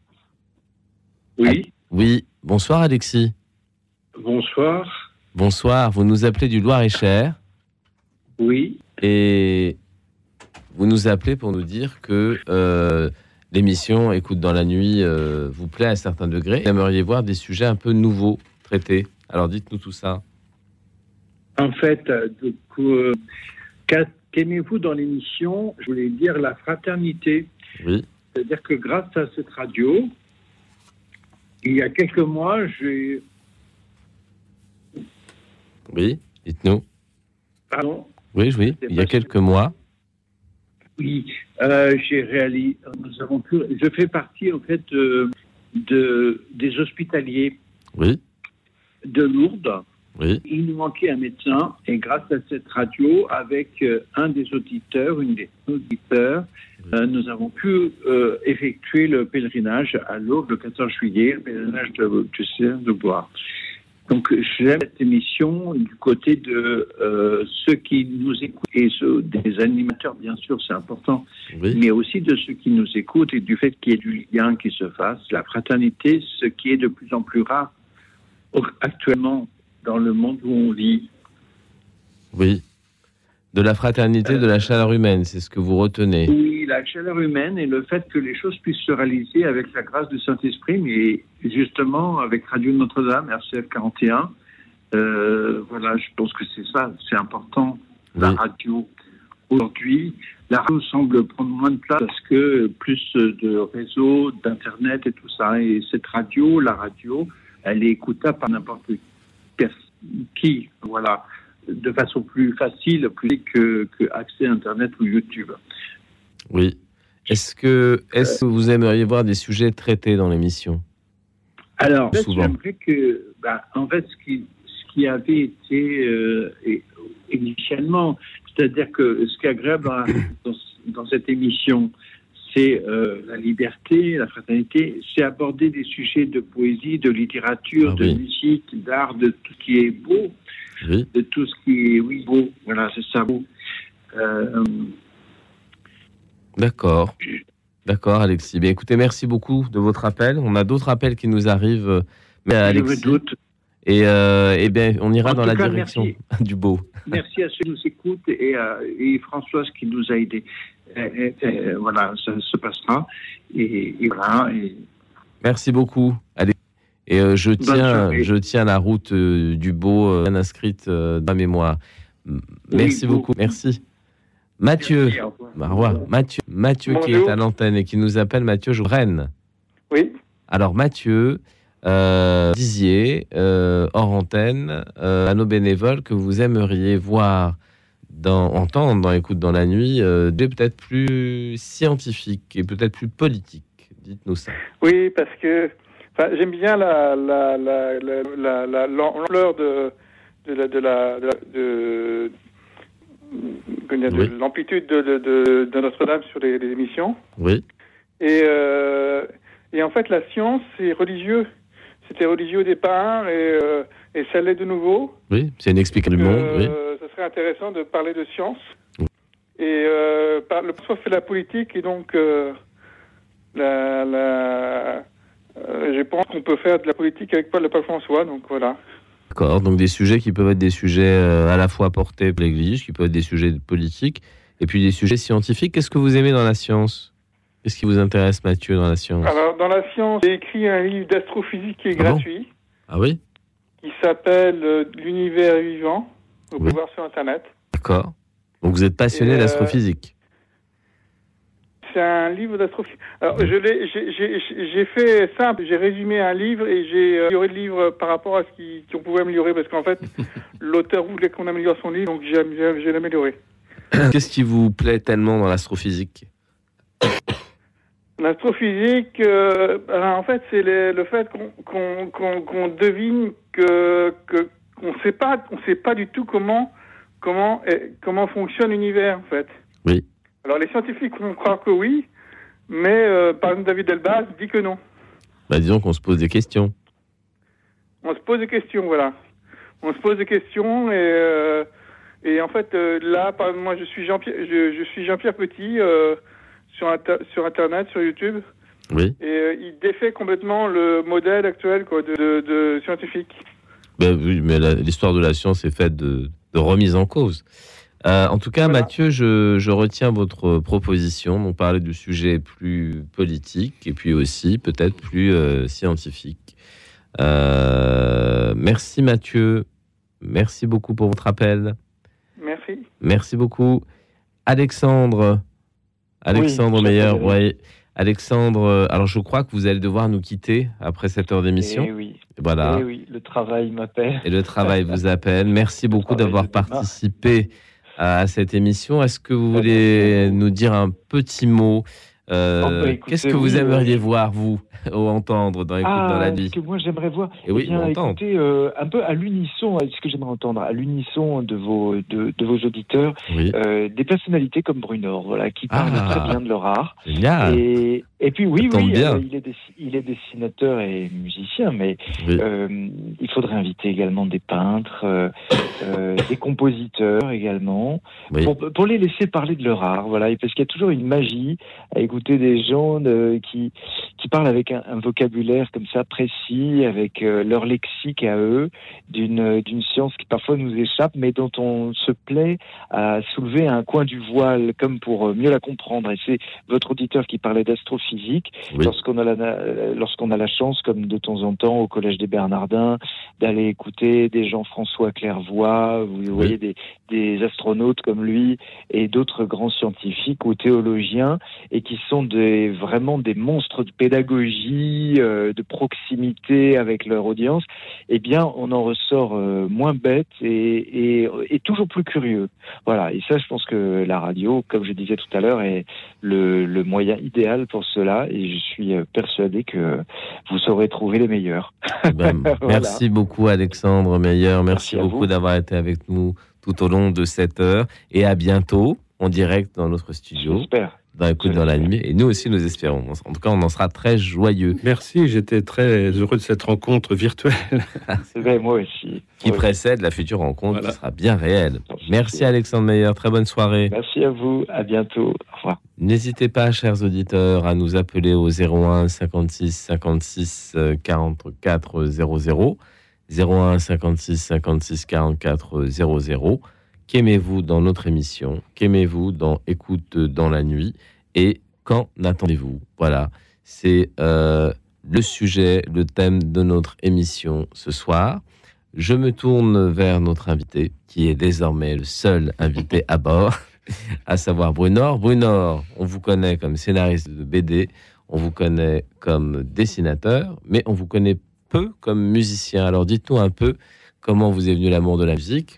Oui. Oui. Bonsoir Alexis. Bonsoir. Bonsoir. Vous nous appelez du Loir-et-Cher. Oui. Et vous nous appelez pour nous dire que euh, l'émission Écoute dans la nuit euh, vous plaît à un certain degré. Vous aimeriez voir des sujets un peu nouveaux traités. Alors dites-nous tout ça. En fait, donc, euh, qu'aimez-vous dans l'émission? Je voulais dire la fraternité. Oui. C'est-à-dire que grâce à cette radio, il y a quelques mois, j'ai... Oui, dites-nous. Pardon? Oui, oui, il y a quelques mois. Oui, euh, j'ai réalisé... Nous avons pu... Je fais partie, en fait, de, de, des hospitaliers. Oui. De Lourdes. Oui. Il nous manquait un médecin, et grâce à cette radio, avec euh, un des auditeurs, une des auditeurs, oui. euh, nous avons pu euh, effectuer le pèlerinage à Lourdes le quatorze juillet, le pèlerinage de, du Seigneur de Bois. Donc j'aime cette émission du côté de euh, ceux qui nous écoutent, et ceux des animateurs, bien sûr, c'est important, oui. mais aussi de ceux qui nous écoutent, et du fait qu'il y ait du lien qui se fasse, la fraternité, ce qui est de plus en plus rare actuellement dans le monde où on vit. Oui. De la fraternité, euh, de la chaleur humaine, c'est ce que vous retenez. Oui, la chaleur humaine et le fait que les choses puissent se réaliser avec la grâce du Saint-Esprit, mais justement avec Radio Notre-Dame, R C F quarante et un, euh, voilà, je pense que c'est ça, c'est important, oui. La radio. Aujourd'hui, la radio semble prendre moins de place parce que plus de réseaux, d'Internet et tout ça, et cette radio, la radio, elle est écoutable par n'importe qui, voilà, de façon plus facile, plus que, que accès à Internet ou YouTube. Oui. Est-ce que, est-ce que vous aimeriez voir des sujets traités dans l'émission? Alors, en fait, j'aimerais que, bah, en fait, ce qui, ce qui avait été euh, initialement, c'est-à-dire que ce qui est agréable dans, dans, dans cette émission, c'est euh, la liberté, la fraternité, c'est aborder des sujets de poésie, de littérature, ah, de oui. musique, d'art, de tout ce qui est beau, oui. de tout ce qui est oui, beau. Voilà, c'est ça, beau. Euh... D'accord. D'accord, Alexis. Bien, écoutez, merci beaucoup de votre appel. On a d'autres appels qui nous arrivent. Mais Alexis, je me doute. Et, euh, et bien, on ira en dans la cas, direction merci. du beau. Merci à ceux qui nous écoutent et, à, et Françoise qui nous a aidés. Et, et, et, voilà, ça se passera. Et, et voilà. Et... Merci beaucoup. Allez. Et euh, je tiens, je tiens la route euh, du beau euh, inscrite euh, dans ma mémoire. Merci oui, beaucoup. Beau. Merci. Mathieu. Merci, au revoir. Au revoir. Mathieu, Mathieu qui est à l'antenne et qui nous appelle Mathieu Rennes. Oui. Alors Mathieu, euh, disiez euh, hors antenne euh, à nos bénévoles que vous aimeriez voir. Dans, entendre dans Écoute dans la nuit, euh, des peut-être plus scientifiques et peut-être plus politiques. Dites-nous ça. Oui, parce que j'aime bien la, la, la, la, la, la, l'ampleur de, de, la, de, la, de, de, de, de oui. l'amplitude de, de, de, de Notre-Dame sur les, les émissions. Oui. Et, euh, et en fait, la science, c'est religieux. c'était religieux au départ et, euh, et ça l'est de nouveau. Oui, c'est une explication du monde. Euh, oui. Ça serait intéressant de parler de science. Oui. Et euh, par, le prof fait la politique et donc euh, la, la, euh, je pense qu'on peut faire de la politique avec Paul le Pape François. Donc voilà. D'accord, donc des sujets qui peuvent être des sujets euh, à la fois portés par l'Église, qui peuvent être des sujets politiques, et puis des sujets scientifiques. Qu'est-ce que vous aimez dans la science ? Qu'est-ce qui vous intéresse, Mathieu, dans la science ? Alors, dans la science, j'ai écrit un livre d'astrophysique qui est Ah gratuit, bon ? Ah oui ? qui s'appelle euh, L'univers vivant. Vous pouvez Oui. voir sur Internet. D'accord. Donc vous êtes passionné Et, euh, d'astrophysique. C'est un livre d'astrophysique. Alors, je l'ai, j'ai, j'ai, j'ai fait simple, j'ai résumé un livre et j'ai euh, amélioré le livre par rapport à ce qui, qu'on pouvait améliorer, parce qu'en fait, l'auteur voulait qu'on améliore son livre, donc j'ai, j'ai, j'ai amélioré. Qu'est-ce qui vous plaît tellement dans l'astrophysique ? L'astrophysique, euh, alors en fait, c'est le, le fait qu'on, qu'on, qu'on, qu'on devine que, que qu'on sait pas, on sait pas du tout comment comment eh, comment fonctionne l'univers en fait. Oui. Alors les scientifiques vont croire que oui, mais euh, par exemple David Elbaz dit que non. Bah, disons qu'on se pose des questions. On se pose des questions, voilà. On se pose des questions et euh, et en fait euh, là, par exemple, moi je suis Jean-Pierre, je, je suis Jean-Pierre Petit. Euh, Sur, inter- sur Internet, sur YouTube. Oui. Et euh, il défait complètement le modèle actuel quoi, de, de, de scientifique. Ben oui, mais la, l'histoire de la science est faite de, de remise en cause. Euh, en tout cas, Voilà. Mathieu, je, je retiens votre proposition, donc parler du sujet plus politique et puis aussi peut-être plus euh, scientifique. Euh, merci Mathieu, merci beaucoup pour votre appel. Merci. Merci beaucoup. Alexandre, Alexandre Oui, Meyer, j'appelle. ouais. Alexandre, alors je crois que vous allez devoir nous quitter après cette heure d'émission. Eh oui. Voilà. Eh oui, le travail m'appelle. Et le travail vous appelle. Merci beaucoup travail d'avoir de demain. participé à cette émission. Est-ce que vous voulez nous dire un petit mot euh, Oh, bah, écoutez, qu'est-ce que vous oui, aimeriez euh, voir, vous, ou entendre dans Écoute Ah, dans la ce nuit que moi j'aimerais voir. Et oui, eh bien, on entend. écoutez, euh, un peu à l'unisson, euh, ce que j'aimerais entendre, à l'unisson de vos de, de vos auditeurs, Oui. euh, des personnalités comme Brunor, voilà, qui parlent Ah. très bien de leur art. Génial. Et, et puis oui, Ça tombe oui, bien. euh, il, est dessi- il est dessinateur et musicien, mais Oui. euh, il faudrait inviter également des peintres, euh, euh, des compositeurs également, Oui. pour, pour les laisser parler de leur art, voilà, et parce qu'il y a toujours une magie à écouter des gens de- qui qui parlent avec un, un vocabulaire comme ça précis, avec euh, leur lexique à eux, d'une d'une science qui parfois nous échappe, mais dont on se plaît à soulever un coin du voile, comme pour euh, mieux la comprendre. Et c'est votre auditeur qui parlait d'astrophysique. Oui. Lorsqu'on a la euh, lorsqu'on a la chance, comme de temps en temps au Collège des Bernardins, d'aller écouter des Jean-François Clairvoy, vous voyez des des astronautes comme lui et d'autres grands scientifiques ou théologiens, et qui sont des vraiment des monstres de pédagogie, euh, de proximité avec leur audience, eh bien, on en ressort euh, moins bête et, et, et toujours plus curieux. Voilà. Et ça, je pense que la radio, comme je disais tout à l'heure, est le, le moyen idéal pour cela. Et je suis euh, persuadé que vous saurez trouver les meilleurs. Ben, Voilà. Merci beaucoup, Alexandre Meyer. Merci, Merci à beaucoup vous. d'avoir été avec nous tout au long de cette heure. Et à bientôt, en direct dans notre studio, J'espère. dans Écoute dans la nuit. Et nous aussi, nous espérons. En tout cas, on en sera très joyeux. Merci, j'étais très heureux de cette rencontre virtuelle. Ben, moi aussi. Qui Moi précède la future rencontre Voilà. qui sera bien réelle. Merci Alexandre Meyer, très bonne soirée. Merci à vous, à bientôt. Au revoir. N'hésitez pas, chers auditeurs, à nous appeler au zéro un cinquante-six cinquante-six quarante-quatre zéro zéro. zéro un cinquante-six cinquante-six quarante-quatre zéro zéro. Qu'aimez-vous dans notre émission? Qu'aimez-vous dans Écoute dans la nuit? Et qu'en attendez-vous? Voilà, c'est euh, le sujet, le thème de notre émission ce soir. Je me tourne vers notre invité, qui est désormais le seul invité à bord, à savoir Brunor. Brunor, on vous connaît comme scénariste de B D, on vous connaît comme dessinateur, mais on vous connaît peu comme musicien. Alors dites-nous un peu comment vous est venu l'amour de la musique.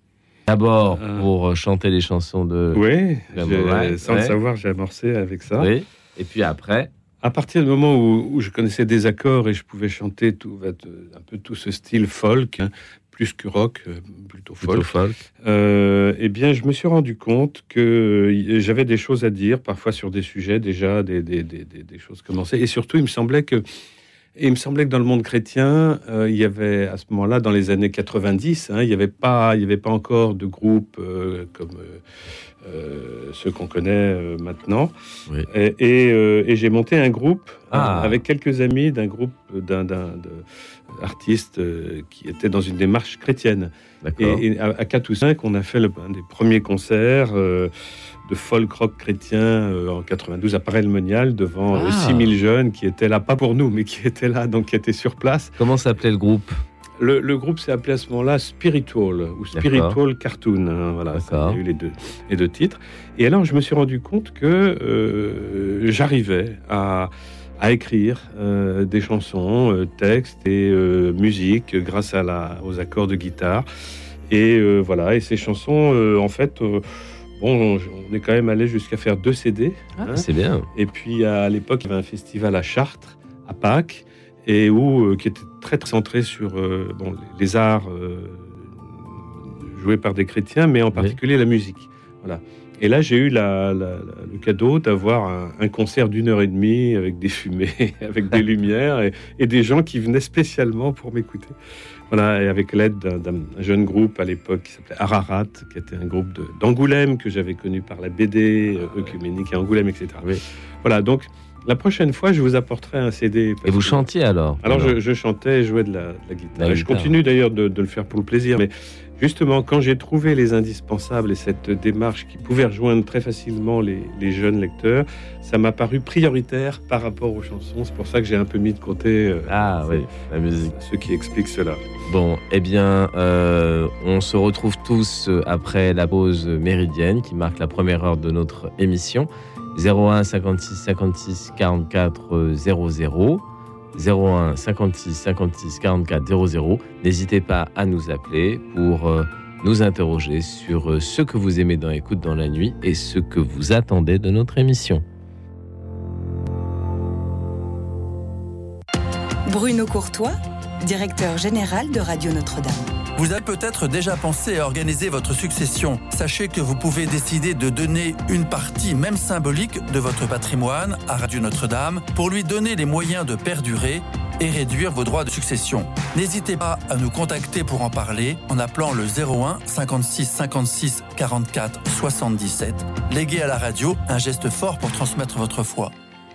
D'abord Euh, pour chanter les chansons de... Oui, Comme j'ai- ouais, sans ouais. le savoir, j'ai amorcé avec ça. Oui. Et puis après, À partir du moment où, où je connaissais des accords et je pouvais chanter tout, un peu tout ce style folk, hein, plus que rock, euh, plutôt folk, plutôt folk. Euh, eh bien, je me suis rendu compte que euh, j'avais des choses à dire, parfois sur des sujets déjà, des, des, des, des, des choses commencées. Et surtout, il me semblait que Et il me semblait que dans le monde chrétien, euh, il y avait à ce moment-là, dans les années quatre-vingt-dix, hein, il n'y avait pas, il y avait pas encore de groupes euh, comme euh, euh, ceux qu'on connaît euh, maintenant. Oui. Et, et, euh, et j'ai monté un groupe Ah. euh, avec quelques amis d'un groupe d'un, d'un de, artistes euh, qui étaient dans une démarche chrétienne. D'accord. Et, et à, à quatre ou cinq, on a fait le, un des premiers concerts euh, de folk rock chrétien euh, en quatre-vingt-douze à Paray-le-Monial devant Ah. euh, six mille jeunes qui étaient là, pas pour nous, mais qui étaient là, donc qui étaient sur place. Comment s'appelait le groupe ? Le, le groupe s'est appelé à ce moment-là Spiritual ou Spiritual D'accord. Cartoon. Hein, voilà, ça, D'accord. il y a eu les deux, les deux titres. Et alors, je me suis rendu compte que euh, j'arrivais à, à écrire euh, des chansons, euh, textes et euh, musique grâce à la, aux accords de guitare. Et euh, voilà, et ces chansons, euh, en fait, euh, bon, on est quand même allé jusqu'à faire deux C D. Ah, hein. c'est bien. Et puis à l'époque, il y avait un festival à Chartres, à Pâques, et où euh, qui était très, très centré sur euh, bon, les, les arts euh, joués par des chrétiens, mais en particulier oui. la musique. Voilà. Et là, j'ai eu la, la, la, le cadeau d'avoir un, un concert d'une heure et demie avec des fumées, avec des lumières et, et des gens qui venaient spécialement pour m'écouter. Voilà, et avec l'aide d'un, d'un jeune groupe à l'époque qui s'appelait Ararat, qui était un groupe de, d'Angoulême que j'avais connu par la B D euh, œcuménique à Angoulême, et cetera. Oui. Voilà, donc la prochaine fois, je vous apporterai un C D. Et vous chantiez alors Alors, alors. Je, je chantais et jouais de la, de la guitare. La et guitare. Je continue d'ailleurs de, de le faire pour le plaisir, mais justement, quand j'ai trouvé les indispensables et cette démarche qui pouvait rejoindre très facilement les, les jeunes lecteurs, ça m'a paru prioritaire par rapport aux chansons. C'est pour ça que j'ai un peu mis de côté euh, ah, oui, la musique. Ce qui explique cela. Bon, eh bien, euh, on se retrouve tous après la pause méridienne qui marque la première heure de notre émission. zéro un cinquante-six cinquante-six quarante-quatre zéro zéro. zéro un cinquante-six cinquante-six quarante-quatre zéro zéro. N'hésitez pas à nous appeler pour euh, nous interroger sur euh, ce que vous aimez dans Écoute dans la nuit et ce que vous attendez de notre émission. Bruno Courtois, directeur général de Radio Notre-Dame. Vous avez peut-être déjà pensé à organiser votre succession. Sachez que vous pouvez décider de donner une partie, même symbolique, de votre patrimoine à Radio Notre-Dame pour lui donner les moyens de perdurer et réduire vos droits de succession. N'hésitez pas à nous contacter pour en parler en appelant le zéro un cinquante-six cinquante-six quarante-quatre soixante-dix-sept. Léguez à la radio un geste fort pour transmettre votre foi.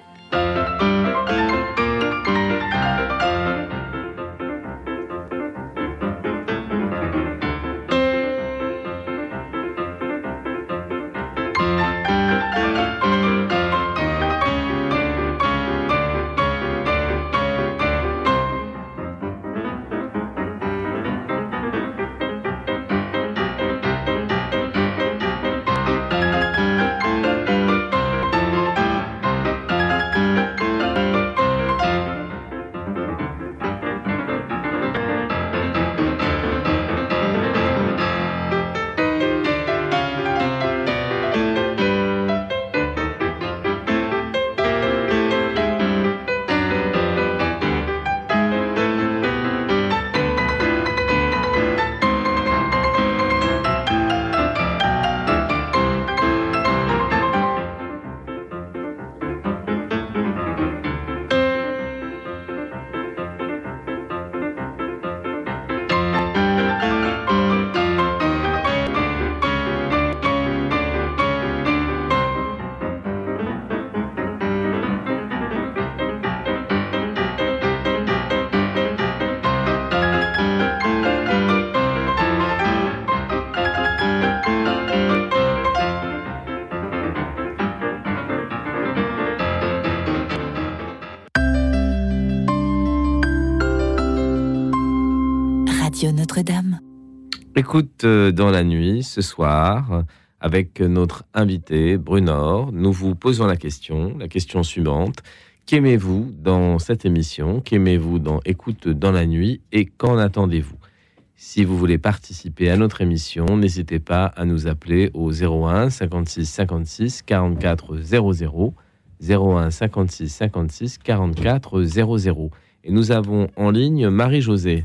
Notre-Dame. Écoute euh, dans la nuit ce soir avec notre invité Brunor. Nous vous posons la question, la question suivante. Qu'aimez-vous dans cette émission ? Qu'aimez-vous dans Écoute dans la nuit ? Et qu'en attendez-vous ? Si vous voulez participer à notre émission, n'hésitez pas à nous appeler au zéro un cinquante-six cinquante-six quarante-quatre zéro zéro. zéro un cinquante-six cinquante-six quarante-quatre zéro zéro. Et nous avons en ligne Marie-Josée.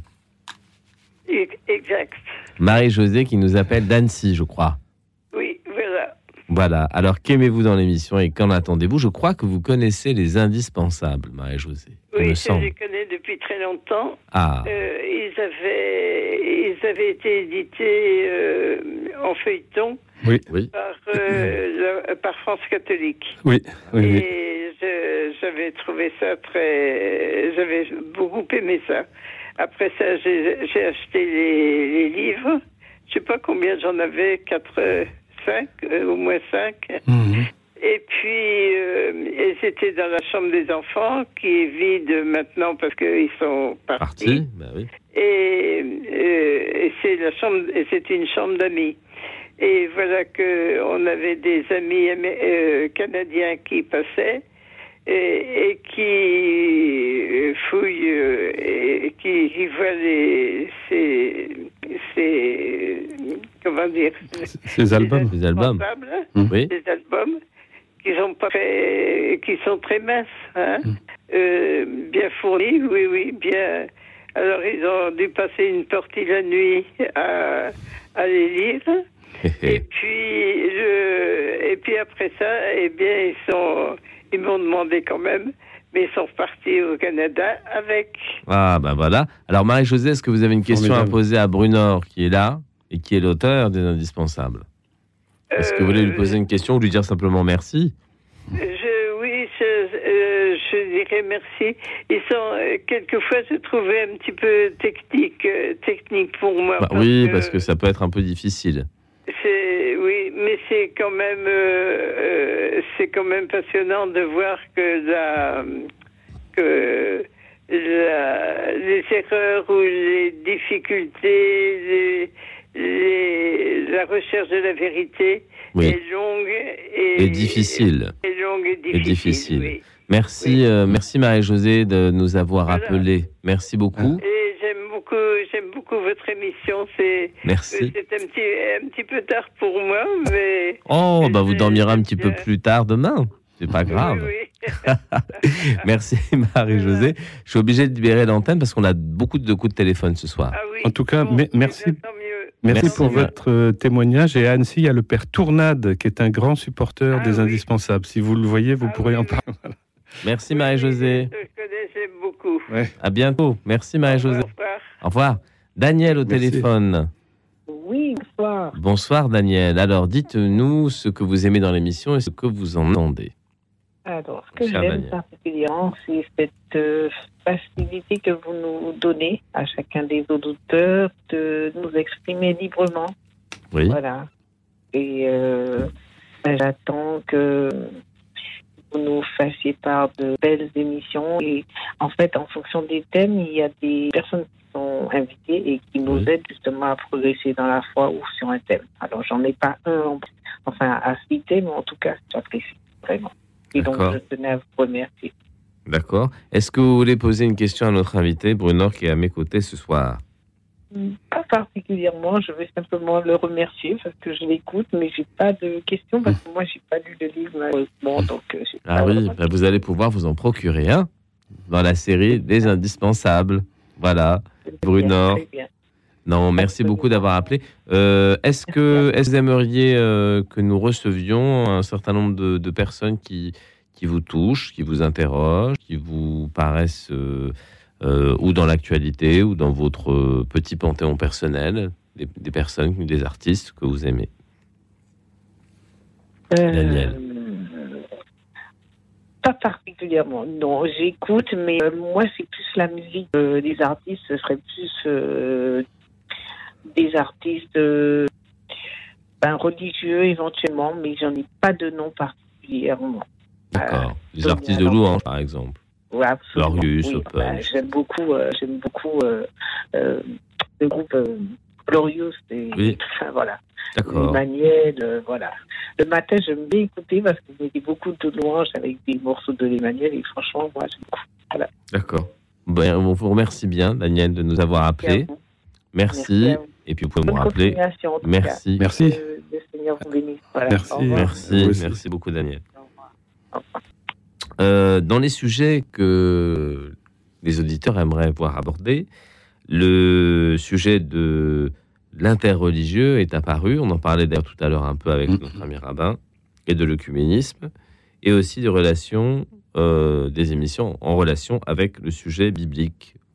Exact. Marie-Josée qui nous appelle d'Annecy, je crois. Oui, voilà. Voilà. Alors, qu'aimez-vous dans l'émission et qu'en attendez-vous ? Je crois que vous connaissez les indispensables, Marie-Josée. Oui, je les connais très longtemps. Ah. Euh, ils, avaient, ils avaient été édités euh, en feuilleton oui. Oui. Par, euh, la, par France Catholique. Oui, oui, Et oui. Je, j'avais trouvé ça très... J'avais beaucoup aimé ça. Après ça, j'ai, j'ai acheté les, les livres. Je sais pas combien j'en avais, quatre, cinq, euh, au moins cinq. Mmh. Et puis, euh, et c'était dans la chambre des enfants, qui est vide maintenant parce qu'ils sont partis. Partis, ben oui. Et, euh, et c'est la chambre, et c'était une chambre d'amis. Et voilà que on avait des amis euh, canadiens qui passaient et, et qui fouillent euh, et qui, qui voient les ces, ces comment dire ces albums, les albums, mmh. oui, des albums qui sont pas très, qui sont très minces, hein, mmh. euh, bien fournis, oui, oui, bien. Alors ils ont dû passer une partie de la nuit à, à les lire. Et puis, je, et puis après ça, eh bien, ils sont, ils m'ont demandé quand même, mais ils sont repartis au Canada avec. Ah ben voilà. Alors Marie-Josée, est-ce que vous avez une question à poser à Brunor qui est là et qui est l'auteur des Indispensables? Est-ce que vous voulez lui poser une question ou lui dire simplement merci? je, Oui, je, euh, je dirais merci. Ils sont euh, quelquefois, je trouvais un petit peu technique, euh, technique pour moi. Bah, parce oui, que parce que ça peut être un peu difficile. C'est oui, mais c'est quand même euh, euh, c'est quand même passionnant de voir que la que la, les erreurs ou les difficultés, les, les, la recherche de la vérité oui. est longue et, et difficile. Et longue et difficile. Et difficile. Oui. Merci, oui. euh, merci Marie-Josée de nous avoir voilà. appelés. Merci beaucoup. Et j'aime beaucoup, j'aime beaucoup votre émission. C'est, merci. C'est un petit, un petit peu tard pour moi, mais. Oh, bah vous dormirez un petit peu plus tard demain. C'est pas grave. Oui, oui. Merci Marie-Josée. Je suis obligé de libérer l'antenne parce qu'on a beaucoup de coups de téléphone ce soir. Ah oui. En tout cas, bon, mais, merci. Merci, merci pour votre euh, témoignage. Et à Annecy, il y a le père Tournade, qui est un grand supporter ah, des oui. Indispensables. Si vous le voyez, vous ah, pourrez oui, en parler. Voilà. Merci Marie-Josée. Je connais, j'aime beaucoup. Ouais. À bientôt. Merci Marie-Josée. Au revoir. Au revoir. Daniel au merci. téléphone. Oui, bonsoir. Bonsoir Daniel. Alors dites-nous ce que vous aimez dans l'émission et ce que vous en entendez. Alors, ce que j'aime particulièrement, c'est cette euh, facilité que vous nous donnez à chacun des auditeurs de nous exprimer librement. Oui. Voilà. Et euh, j'attends que vous nous fassiez part de belles émissions. Et en fait, en fonction des thèmes, il y a des personnes qui sont invitées et qui nous oui. aident justement à progresser dans la foi ou sur un thème. Alors, j'en ai pas un, enfin, à citer, mais en tout cas, j'apprécie vraiment. Et donc, je tenais à vous remercier. D'accord. Est-ce que vous voulez poser une question à notre invité, Brunor, qui est à mes côtés ce soir? Pas particulièrement. Je vais simplement le remercier parce que je l'écoute, mais je n'ai pas de questions parce que moi, je n'ai pas lu de livre, malheureusement. Donc, j'ai ah pas oui, bah vous allez pouvoir vous en procurer un dans la série des Indispensables. Voilà, Brunor. Très bien. Non, merci beaucoup d'avoir appelé. Euh, est-ce que, est-ce que vous aimeriez euh, que nous recevions un certain nombre de, de personnes qui, qui vous touchent, qui vous interrogent, qui vous paraissent euh, euh, ou dans l'actualité ou dans votre petit panthéon personnel, des, des personnes, des artistes que vous aimez? euh, Daniel. Pas particulièrement, non. J'écoute, mais euh, moi, c'est plus la musique. Euh, des artistes, ce serait plus... Euh, des artistes euh, ben, religieux éventuellement, mais j'en ai pas de nom particulièrement. D'accord. Euh, des artistes de louange, par exemple. Oui, absolument. Glorious, oui, ben, j'aime beaucoup, euh, j'aime beaucoup euh, euh, le groupe euh, Glorious et oui. tout ça, voilà. D'accord. Emmanuel, euh, voilà. Le matin, j'aime bien écouter parce que vous mettez beaucoup de louanges avec des morceaux de l'Emmanuel et franchement, moi, j'aime beaucoup. Voilà. D'accord. Ben, on vous remercie bien, Daniel, de nous avoir appelés. Merci. Merci et puis vous pouvez Bonne me rappeler. Merci. Merci. Euh, le Seigneur vous bénisse. Voilà. Merci. Merci. Merci beaucoup, Daniel. Euh, dans les sujets que les auditeurs aimeraient voir abordés, le sujet de l'interreligieux est apparu. On en parlait d'ailleurs tout à l'heure un peu avec mmh. notre ami rabbin, et de l'œcuménisme, et aussi des relations, euh, des émissions en relation avec le sujet biblique.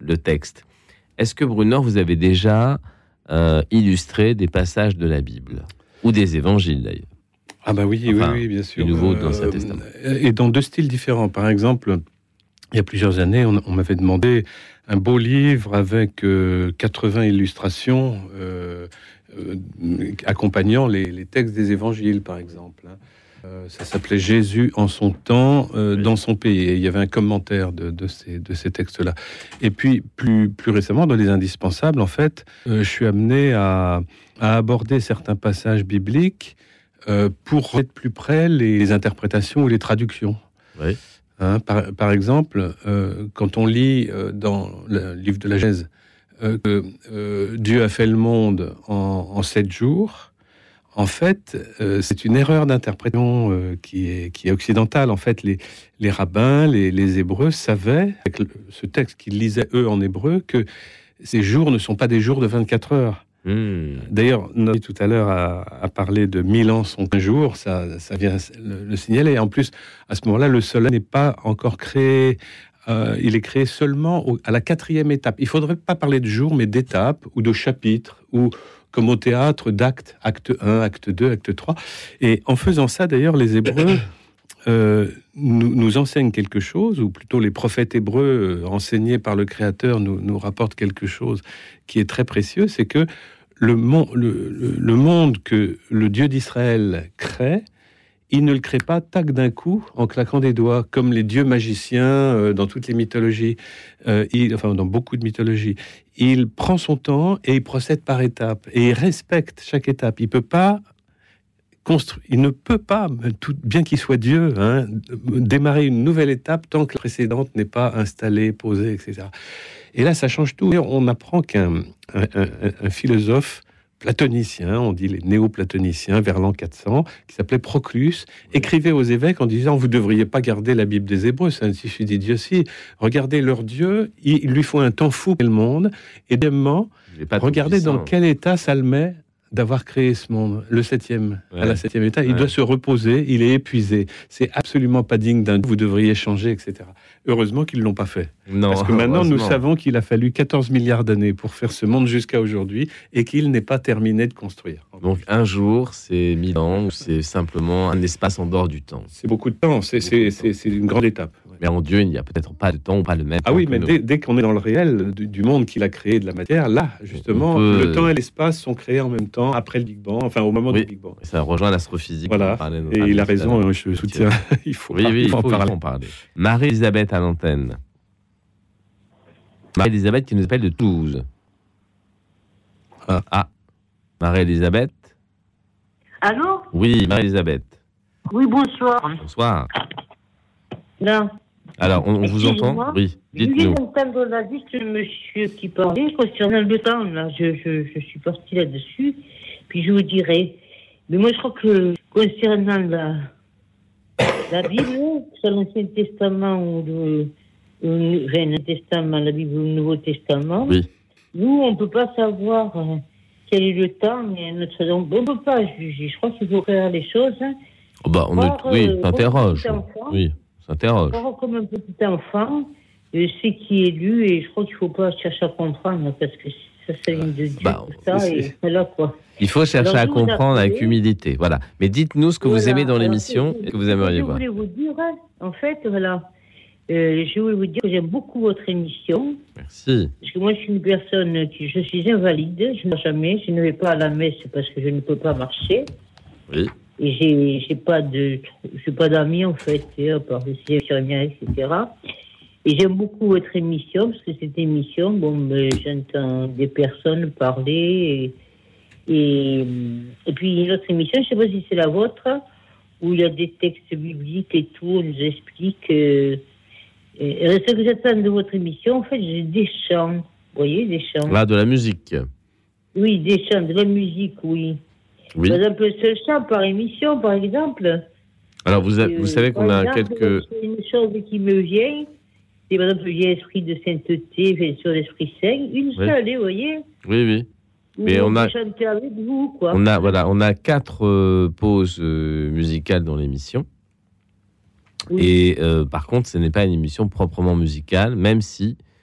le texte. Est-ce que, Brunner, vous avez déjà euh, illustré des passages de la Bible ou des évangiles, d'ailleurs? Ah bah oui, enfin, oui, oui, bien sûr. Du Nouveau dans l'Ancien Testament. Et dans deux styles différents. Par exemple, il y a plusieurs années, on, on m'avait demandé un beau livre avec euh, quatre-vingts illustrations euh, euh, accompagnant les, les textes des évangiles, par exemple. Euh, ça s'appelait Jésus en son temps, euh, dans son pays. Et il y avait un commentaire de, de, ces, de ces textes-là. Et puis, plus, plus récemment, dans les indispensables, en fait, euh, je suis amené à, à aborder certains passages bibliques euh, pour mettre plus près les, les interprétations ou les traductions. Oui. Hein, par, par exemple, euh, quand on lit euh, dans le livre de la Genèse euh, que euh, Dieu a fait le monde en, en sept jours, en fait, euh, c'est une erreur d'interprétation euh, qui, est, qui est occidentale. En fait, les, les rabbins, les, les Hébreux savaient, avec le, ce texte qu'ils lisaient eux en hébreu, que ces jours ne sont pas des jours de vingt-quatre heures. Mmh. D'ailleurs, notre tout à l'heure a, a parlé de mille ans sont un jour, ça, ça vient le, le signaler. Et en plus, à ce moment-là, le soleil n'est pas encore créé. Euh, il est créé seulement au, à la quatrième étape. Il ne faudrait pas parler de jour, mais d'étape ou de chapitre, ou comme au théâtre, d'actes, acte un, acte deux, acte trois. Et en faisant ça, d'ailleurs, les Hébreux euh, nous, nous enseignent quelque chose, ou plutôt les prophètes hébreux euh, enseignés par le Créateur nous, nous rapportent quelque chose qui est très précieux, c'est que le, mon, le, le, le monde que le Dieu d'Israël crée, il ne le crée pas tac d'un coup en claquant des doigts, comme les dieux magiciens euh, dans toutes les mythologies, euh, il, enfin dans beaucoup de mythologies. Il prend son temps et il procède par étapes et il respecte chaque étape. Il peut pas construire, il ne peut pas, tout, bien qu'il soit Dieu, hein, démarrer une nouvelle étape tant que la précédente n'est pas installée, posée, et cetera. Et là, ça change tout. On apprend qu'un un, un, un philosophe platonicien, on dit les néo-platoniciens, vers l'an quatre cents, qui s'appelait Proclus, écrivait aux évêques en disant « Vous ne devriez pas garder la Bible des Hébreux, c'est un tissu d'idiotie. Regardez leur Dieu, il lui faut un temps fou pour le monde. Et deuxièmement, regardez dans quel état ça le met d'avoir créé ce monde, le septième, ouais. à la septième état. Il ouais. doit se reposer, il est épuisé. C'est absolument pas digne d'un... Vous devriez changer, et cetera. Heureusement qu'ils ne l'ont pas fait. Non, parce que maintenant, nous savons qu'il a fallu quatorze milliards d'années pour faire ce monde jusqu'à aujourd'hui et qu'il n'est pas terminé de construire. Donc un jour, c'est mille ans, ou c'est simplement un espace en dehors du temps? C'est beaucoup de temps, c'est, c'est, c'est, c'est une grande étape. Ouais. Mais en Dieu, il n'y a peut-être pas de temps ou pas le même. Ah oui, mais dès, dès qu'on est dans le réel du, du monde qu'il a créé, de la matière, là, justement, peut... le temps et l'espace sont créés en même temps, après le Big Bang, enfin au moment oui, du Big Bang. Ça rejoint l'astrophysique. Voilà, et il a raison, je soutiens, il faut, oui, oui, il faut en parler. en parler. Marie-Elisabeth à l'antenne. Marie-Elisabeth qui nous appelle de Toulouse. Ah, ah. Marie-Elisabeth. Allô? Oui, Marie-Elisabeth. Oui, bonsoir. Bonsoir. Là. Alors, on, on vous entend? Oui, dites-nous. Je viens d'entendre la vie de monsieur qui parlait concernant le temps. Là, je, je, je suis partie là-dessus. Puis je vous dirai. Mais moi, je crois que concernant la, la Bible, c'est l'Ancien Testament ou le, le, enfin, le Testament, la Bible ou le Nouveau Testament, oui. Nous, on ne peut pas savoir euh, quel est le temps. Mais notre, on ne peut pas juger. Je crois qu'il faut faire les choses. Hein, oh bah, on voir, est, oui, euh, s'interroge. Oui, s'interroge. Voir comme un petit enfant, euh, c'est qui est lu, et je crois qu'il ne faut pas chercher à comprendre, parce que ça, ça vient de Dieu, bah, tout ça, et voilà quoi. Il faut chercher alors, à comprendre avec humilité. Voilà. Mais dites-nous ce que voilà. vous aimez dans l'émission et ce que vous aimeriez je voir. Je voulais vous dire, en fait, voilà, euh, je voulais vous dire que j'aime beaucoup votre émission. Merci. Parce que moi, je suis une personne qui, je suis invalide, je ne vais jamais, je ne vais pas à la messe parce que je ne peux pas marcher. Oui. Et j'ai, j'ai pas de, j'ai pas d'amis, en fait, à part les infirmières, et cetera. Et j'aime beaucoup votre émission, parce que cette émission, bon, ben, j'entends des personnes parler, et, et, et puis une autre émission, je ne sais pas si c'est la vôtre, où il y a des textes bibliques et tout, on nous explique. Euh, et, et ce que j'attends de votre émission, en fait, j'ai des chants, vous voyez, des chants. Là, de la musique. Oui, des chants, de la musique, oui. Oui. Par exemple, ce chant par émission, par exemple. Alors, vous, a, vous euh, savez qu'on a exemple, quelques... C'est une chose qui me vient. C'est par exemple, il y a l'esprit de sainteté, bien sûr, l'esprit saint. Une oui. seule, vous voyez. Oui, oui. Mais on, on a chanter avec vous, quoi. On a, voilà, on a quatre euh, pauses euh, musicales dans l'émission. Oui. Et euh, par contre, ce n'est pas une émission proprement musicale, même si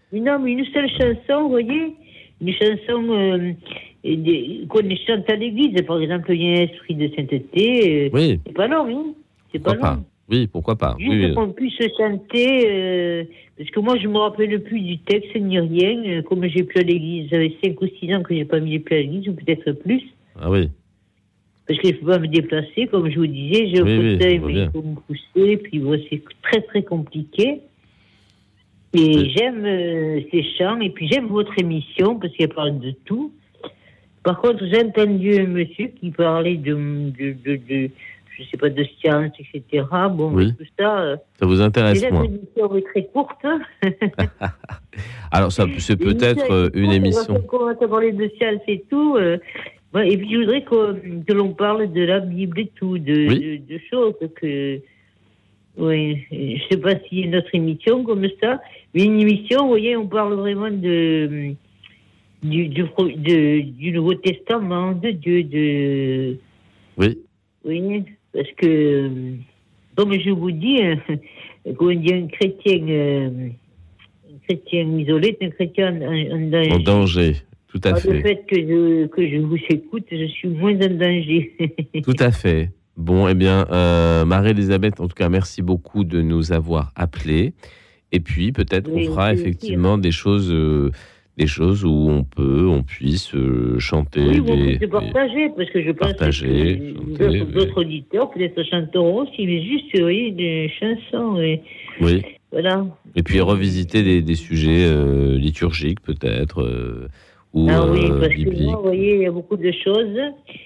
Non, mais une seule chanson, vous voyez, une chanson euh, des, qu'on chante à l'église, par exemple, il y a un esprit de sainteté. Euh, oui. C'est pas long, hein. C'est pas pourquoi long. Pas. Oui, pourquoi pas. Juste oui. qu'on puisse chanter, euh, parce que moi, je me rappelle plus du texte ni rien. Euh, comme j'ai plus à l'église, ça fait cinq ou six ans que j'ai pas mis les pieds à l'église, ou peut-être plus. Ah oui. Parce que je peux pas me déplacer, comme je vous disais, j'ai un oui, fauteuil, oui, mais il faut me pousser, puis bon, c'est très très compliqué. Et oui. j'aime euh, ces chants, et puis j'aime votre émission, parce qu'elle parle de tout. Par contre, j'ai entendu un monsieur qui parlait de, de, de, de je sais pas, de science, et cetera. Bon, oui. tout ça... Euh, ça vous intéresse déjà, moins. L'émission est très courte. Alors, ça, c'est peut-être euh, une émission... Quand on va parler de science et tout... Euh, ouais, et puis, je voudrais que, que l'on parle de la Bible et tout, de, oui. de, de choses que... Oui, je sais pas s'il y a une autre émission comme ça, mais une émission, vous voyez, on parle vraiment de... Du, du, de, du Nouveau Testament, de Dieu, de... Oui. Oui, parce que, comme je vous dis, quand on dit un chrétien, euh, un chrétien isolé, c'est un chrétien en, en danger. En danger, tout à Par fait. Le fait que je, que je vous écoute, je suis moins en danger. Tout à fait. Bon, eh bien, euh, Marie-Elisabeth, en tout cas, merci beaucoup de nous avoir appelés. Et puis, peut-être oui, qu'on fera effectivement dire. des choses... Euh, des choses où on peut, on puisse euh, chanter. Oui, des, on peut se partager, parce que je pense partager, que chanter, d'autres, d'autres oui. auditeurs peut-être chanteront aussi, mais juste, oui, des chansons. Et, oui. Voilà. Et puis revisiter des, des sujets euh, liturgiques, peut-être, euh, ou ah oui, parce bibliques. que moi, vous voyez, il y a beaucoup de choses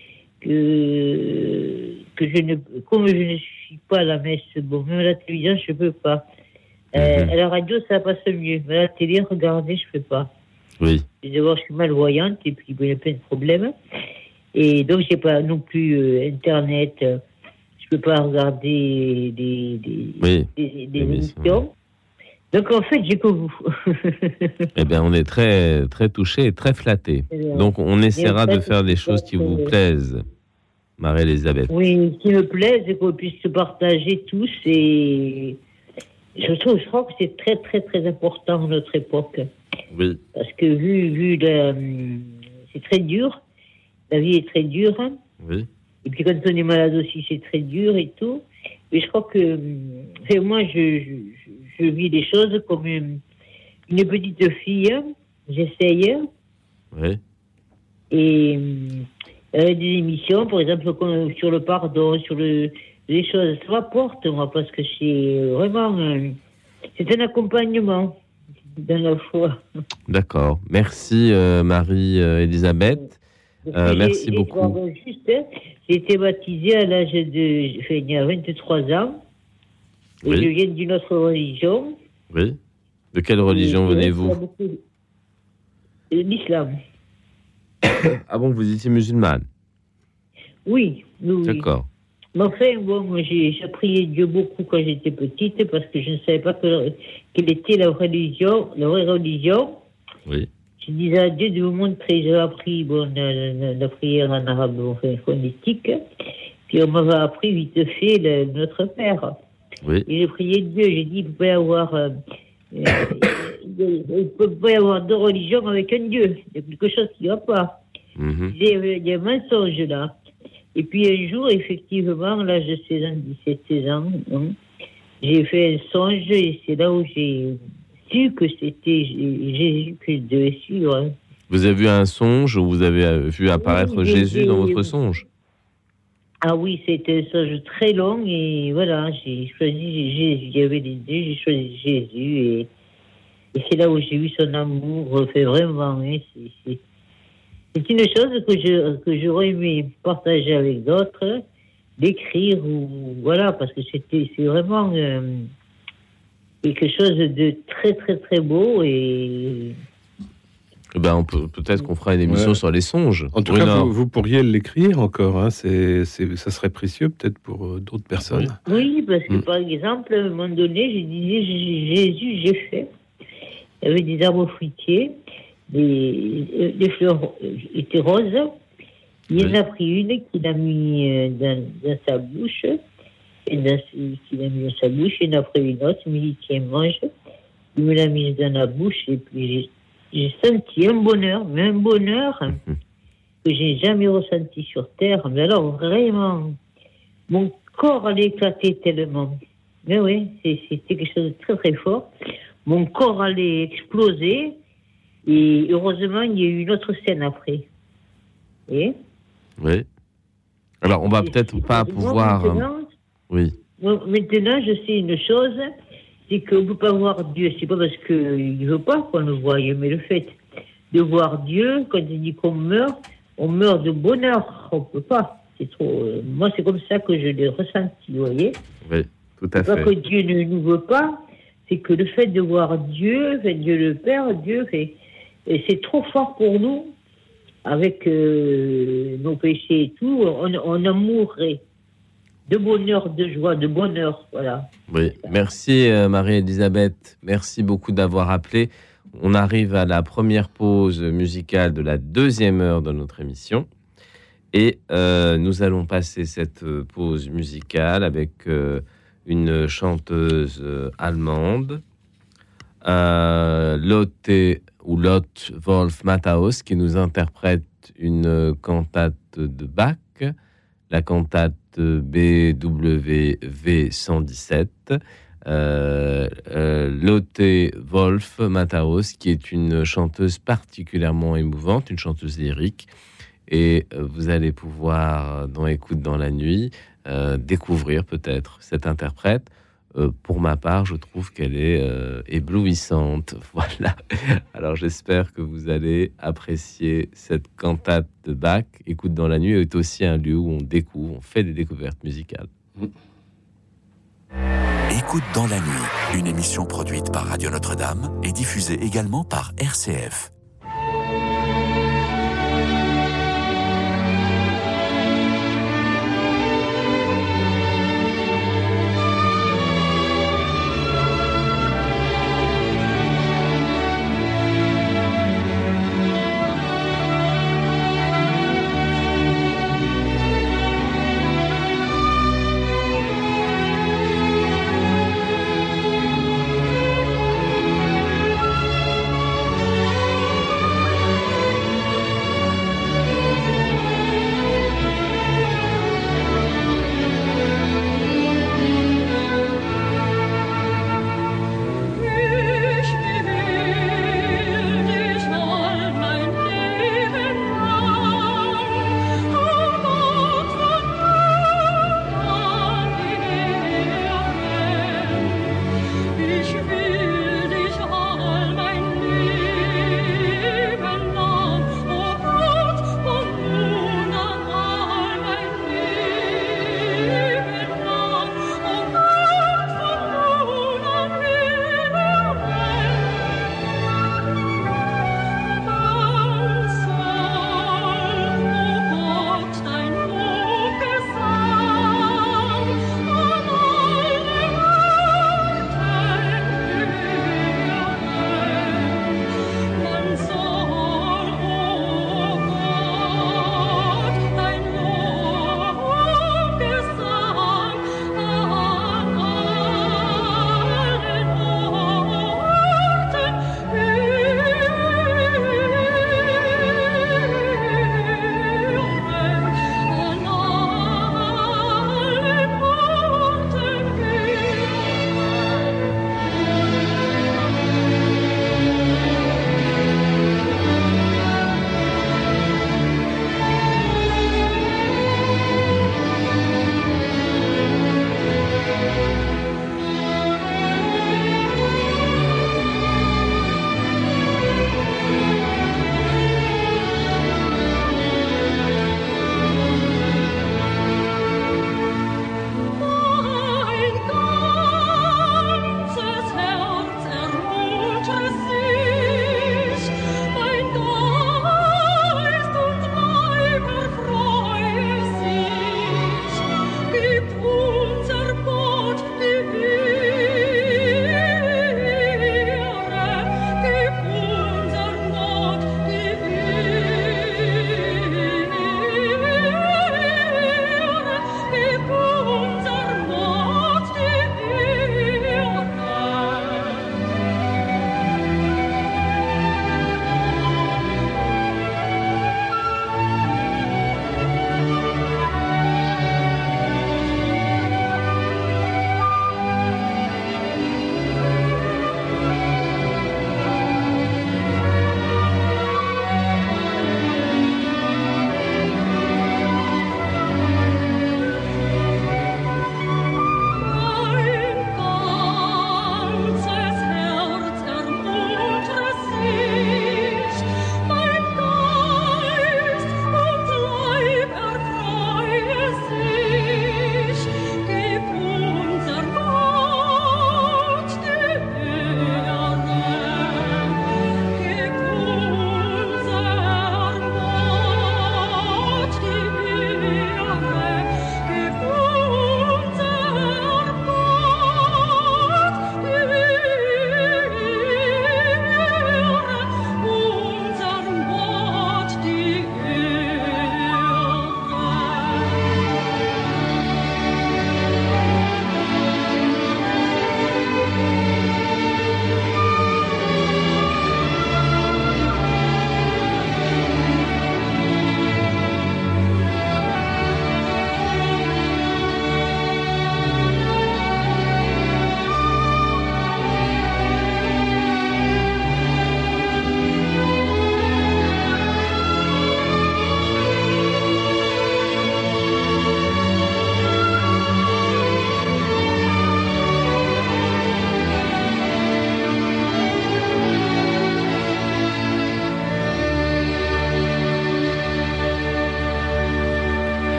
que, que je ne... Comme je ne suis pas à la messe, bon, même à la télévision, je ne peux pas. Euh, mm-hmm. À la radio, ça passe mieux. Mais à la télé, regardez, je ne peux pas. Oui. D'abord, je suis malvoyante et puis bon, il y a plein de problèmes. Et donc, je n'ai pas non plus euh, Internet. Euh, je ne peux pas regarder des, des, oui. des, des émissions. Donc, en fait, j'ai que vous. Eh bien, on est très, très touchés et très flattés. Donc, on essaiera de faire des choses qui vous plaisent, Marie-Elisabeth. Oui, qui me plaisent et qu'on puisse se partager tous. Et je trouve, je crois que c'est très, très, très important dans notre époque. Oui. Parce que vu, vu la, c'est très dur, la vie est très dure. Oui. Et puis quand on est malade aussi, c'est très dur et tout. Mais je crois que, enfin, moi, je, je, je vis les choses comme une, une petite fille. J'essaye. Oui. Et euh, des émissions, par exemple, sur le pardon, sur le, les choses, ça m'apporte, moi, parce que c'est vraiment, euh, c'est un accompagnement. Dans la foi. D'accord. Merci euh, Marie-Elisabeth. Euh, merci j'ai, beaucoup. J'ai, juste, j'ai été baptisée à l'âge de enfin, il y a vingt-trois ans. Et oui. je viens d'une autre religion. Oui. De quelle religion et venez-vous? Beaucoup... L'islam. Ah bon, vous étiez musulmane? Oui, oui, oui. D'accord. Mais enfin, bon, moi, j'ai, j'ai prié Dieu beaucoup quand j'étais petite parce que je ne savais pas que, quelle était la religion, la vraie religion. Oui. Je disais à Dieu de me montrer. J'ai appris bon, la, la, la prière en arabe, enfin, phonétique. Puis on m'avait appris vite fait le, notre Père. Oui. Et j'ai prié Dieu. J'ai dit, il ne peut pas y avoir, euh, euh, il peut pas y avoir deux religions avec un Dieu. Il y a quelque chose qui ne va pas. Mm-hmm. Il y a un mensonge là. Et puis un jour, effectivement, à l'âge de seize ans, dix-sept, seize ans, hein, j'ai fait un songe et c'est là où j'ai su que c'était Jésus que je devais suivre. Hein. Vous avez vu un songe ou vous avez vu apparaître oui, Jésus j'ai, dans votre j'ai, songe? Ah oui, c'était un songe très long et voilà, j'ai choisi Jésus. Il y avait les deux, j'ai choisi Jésus et, et c'est là où j'ai eu son amour. Fait vraiment, hein, c'est... c'est C'est une chose que, je, que j'aurais aimé partager avec d'autres, d'écrire, ou voilà, parce que c'était, c'est vraiment euh, quelque chose de très, très, très beau. Et... Eh ben, on peut, peut-être qu'on fera une émission ouais. sur les songes. En tout Bruno. cas, vous, vous pourriez l'écrire encore. Hein, c'est, c'est, ça serait précieux peut-être pour euh, d'autres personnes. Oui, parce que mmh. par exemple, à un moment donné, je disais Jésus, j'ai fait. Il y avait des arbres fruitiers. Les, les fleurs étaient roses. Il oui. en a pris une qu'il a mis dans, dans sa bouche. Et dans, qu'il a mis dans sa bouche. Il en a pris une autre. Il me dit, tiens, mange. il me l'a mise dans la bouche et puis j'ai, j'ai senti un bonheur, mais un bonheur mmh. que j'ai jamais ressenti sur Terre. Mais alors vraiment, mon corps allait éclater tellement. Mais oui, c'est, c'était quelque chose de très très fort. Mon corps allait exploser et heureusement il y a eu une autre scène après. Et oui. Alors on va et peut-être pas pouvoir. Maintenant, oui. Maintenant, je sais une chose, c'est qu'on ne peut pas voir Dieu. C'est pas parce qu'il ne veut pas qu'on le voie, mais le fait de voir Dieu, quand il dit qu'on meurt, on meurt de bonheur. On ne peut pas. C'est trop. Moi, c'est comme ça que je l'ai ressenti, vous voyez. Oui, tout à c'est fait. Pas que Dieu ne nous veut pas, c'est que le fait de voir Dieu, Dieu le Père, Dieu, fait, et c'est trop fort pour nous, avec euh, nos péchés et tout, on, on en mourrait. De bonheur, de joie, de bonheur, voilà. Oui, merci euh, Marie-Elisabeth, merci beaucoup d'avoir appelé. On arrive à la première pause musicale de la deuxième heure de notre émission. Et euh, nous allons passer cette pause musicale avec euh, une chanteuse euh, allemande, euh, Lotte ou Lotte Wolf Matthäus, qui nous interprète une cantate de Bach, la cantate B W V cent dix-sept. Euh, euh, Lotte Wolf Matthäus, qui est une chanteuse particulièrement émouvante, une chanteuse lyrique. Et vous allez pouvoir, dans Écoute dans la nuit, euh, découvrir peut-être cette interprète. Euh, pour ma part, je trouve qu'elle est euh, éblouissante. Voilà. Alors j'espère que vous allez apprécier cette cantate de Bach. Écoute dans la nuit est aussi un lieu où on découvre, on fait des découvertes musicales. Écoute dans la nuit, une émission produite par Radio Notre-Dame et diffusée également par R C F.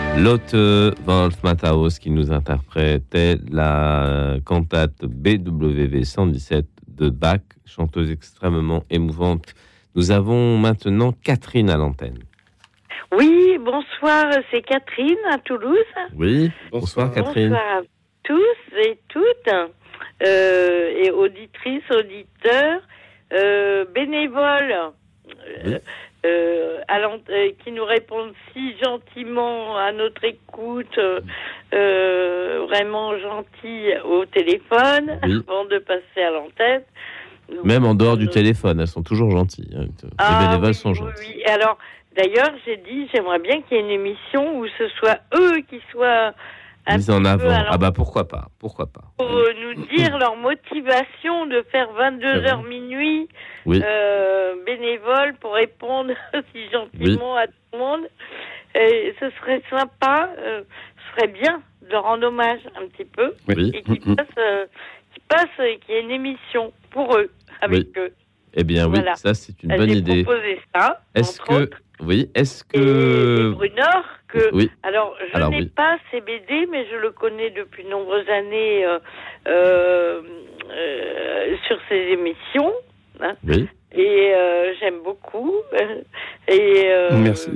Lotte Wolf Matthaus qui nous interprétait la cantate B W V cent dix-sept de Bach, chanteuse extrêmement émouvante. Nous avons maintenant Catherine à l'antenne. Oui, bonsoir, c'est Catherine à Toulouse. Oui, bonsoir Catherine. Bonsoir à tous et toutes, euh, et auditrices, auditeurs, euh, bénévoles. Oui. Euh, à euh, qui nous répondent si gentiment à notre écoute, euh, vraiment gentils au téléphone, oui. avant de passer à l'antenne. Même en dehors du téléphone, elles sont toujours gentilles. Les ah, bénévoles oui, sont gentils. Oui, oui. Alors, d'ailleurs, j'ai dit, j'aimerais bien qu'il y ait une émission où ce soit eux qui soient mis en avant. Ah bah pourquoi pas, pourquoi pas. Pour euh, nous dire leur motivation de faire vingt-deux heures minuit oui. euh, bénévole pour répondre si gentiment oui. à tout le monde. Et ce serait sympa, euh, ce serait bien de leur rendre hommage un petit peu oui. et qu'ils passent, euh, qu'ils passent et qu'il y ait une émission pour eux, avec oui. eux. Eh bien oui, voilà. Ça c'est une bonne J'ai idée. J'ai proposé ça, Est-ce entre que autres. Oui, est-ce que... Et, et Brunor, que... Oui. Alors, je Alors, n'ai oui. pas ces B D, mais je le connais depuis de nombreuses années euh, euh, euh, sur ses émissions. Hein, oui. Et euh, j'aime beaucoup. Et, euh, Merci.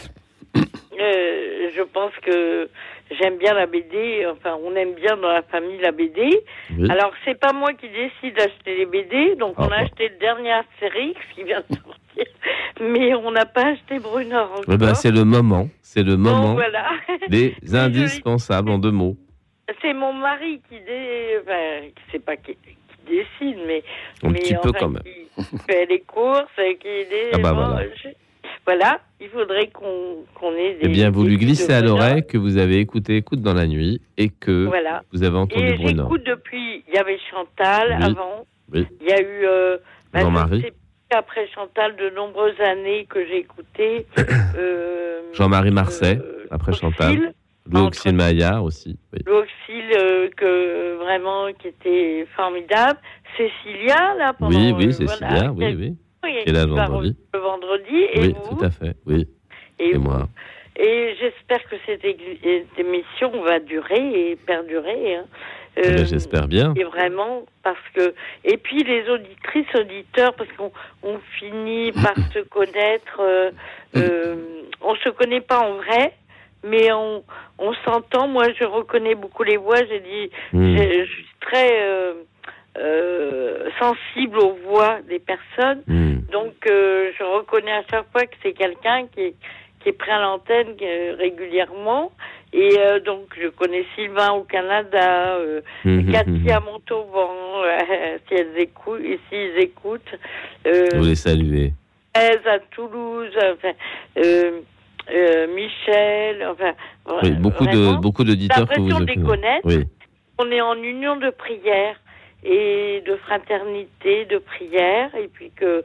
Euh, je pense que j'aime bien la B D. Enfin, on aime bien dans la famille la B D. Oui. Alors, c'est pas moi qui décide d'acheter les B D. Donc, ah, on a bah. acheté le dernier Astérix qui vient de sortir. Mais on n'a pas acheté Brunor encore. Eh ben, c'est le moment. C'est le moment. Donc, voilà. Des indispensables en deux mots. C'est mon mari qui dé... enfin, c'est pas qui, qui décide, mais un mais petit enfin, peu quand même. Qui fait les courses, qui dé... ah bah bon, voilà. Je... voilà, il faudrait qu'on qu'on ait des. Eh bien, vous des lui glissez de à Brunor. l'oreille que vous avez écouté Écoute dans la nuit et que voilà. vous avez entendu et Brunor. J'écoute depuis. Il y avait Chantal oui. avant. Oui. Il y a eu. Euh, bah, Jean-Marie. je sais plus, après Chantal, de nombreuses années que j'ai écouté. euh, Jean-Marie Marseille, euh, après Auxil, Chantal. Louis Auxil Maillard aussi. Oui. Louis Auxil, euh, que vraiment qui était formidable. Cécilia là pendant. Oui, oui, euh, Cécilia, voilà, oui, oui. oui. Qui est là le vendredi. Le vendredi. Et oui, vous tout à fait. Oui. Et, et moi. Et j'espère que cette émission va durer et perdurer. Hein. Euh, ben, j'espère bien. Et vraiment, parce que... Et puis les auditrices, auditeurs, parce qu'on on finit par se connaître. Euh, euh, on ne se connaît pas en vrai, mais on, on s'entend. Moi, je reconnais beaucoup les voix. J'ai dit... Mmh. Je suis très... Euh, euh, sensible aux voix des personnes. Mmh. Donc, euh, je reconnais à chaque fois que c'est quelqu'un qui est... qui est pris à l'antenne euh, régulièrement. Et euh, donc, je connais Sylvain au Canada, euh, mmh, Cathy mmh. à Montauban, euh, si elles écoutent, et s'ils écoutent. Euh, vous les saluez. à Toulouse, enfin, euh, euh, Michel, enfin... Oui, beaucoup, vraiment, de, beaucoup d'auditeurs que vous l'impression de les connaître. Oui. On est en union de prière et de fraternité, de prière, et puis que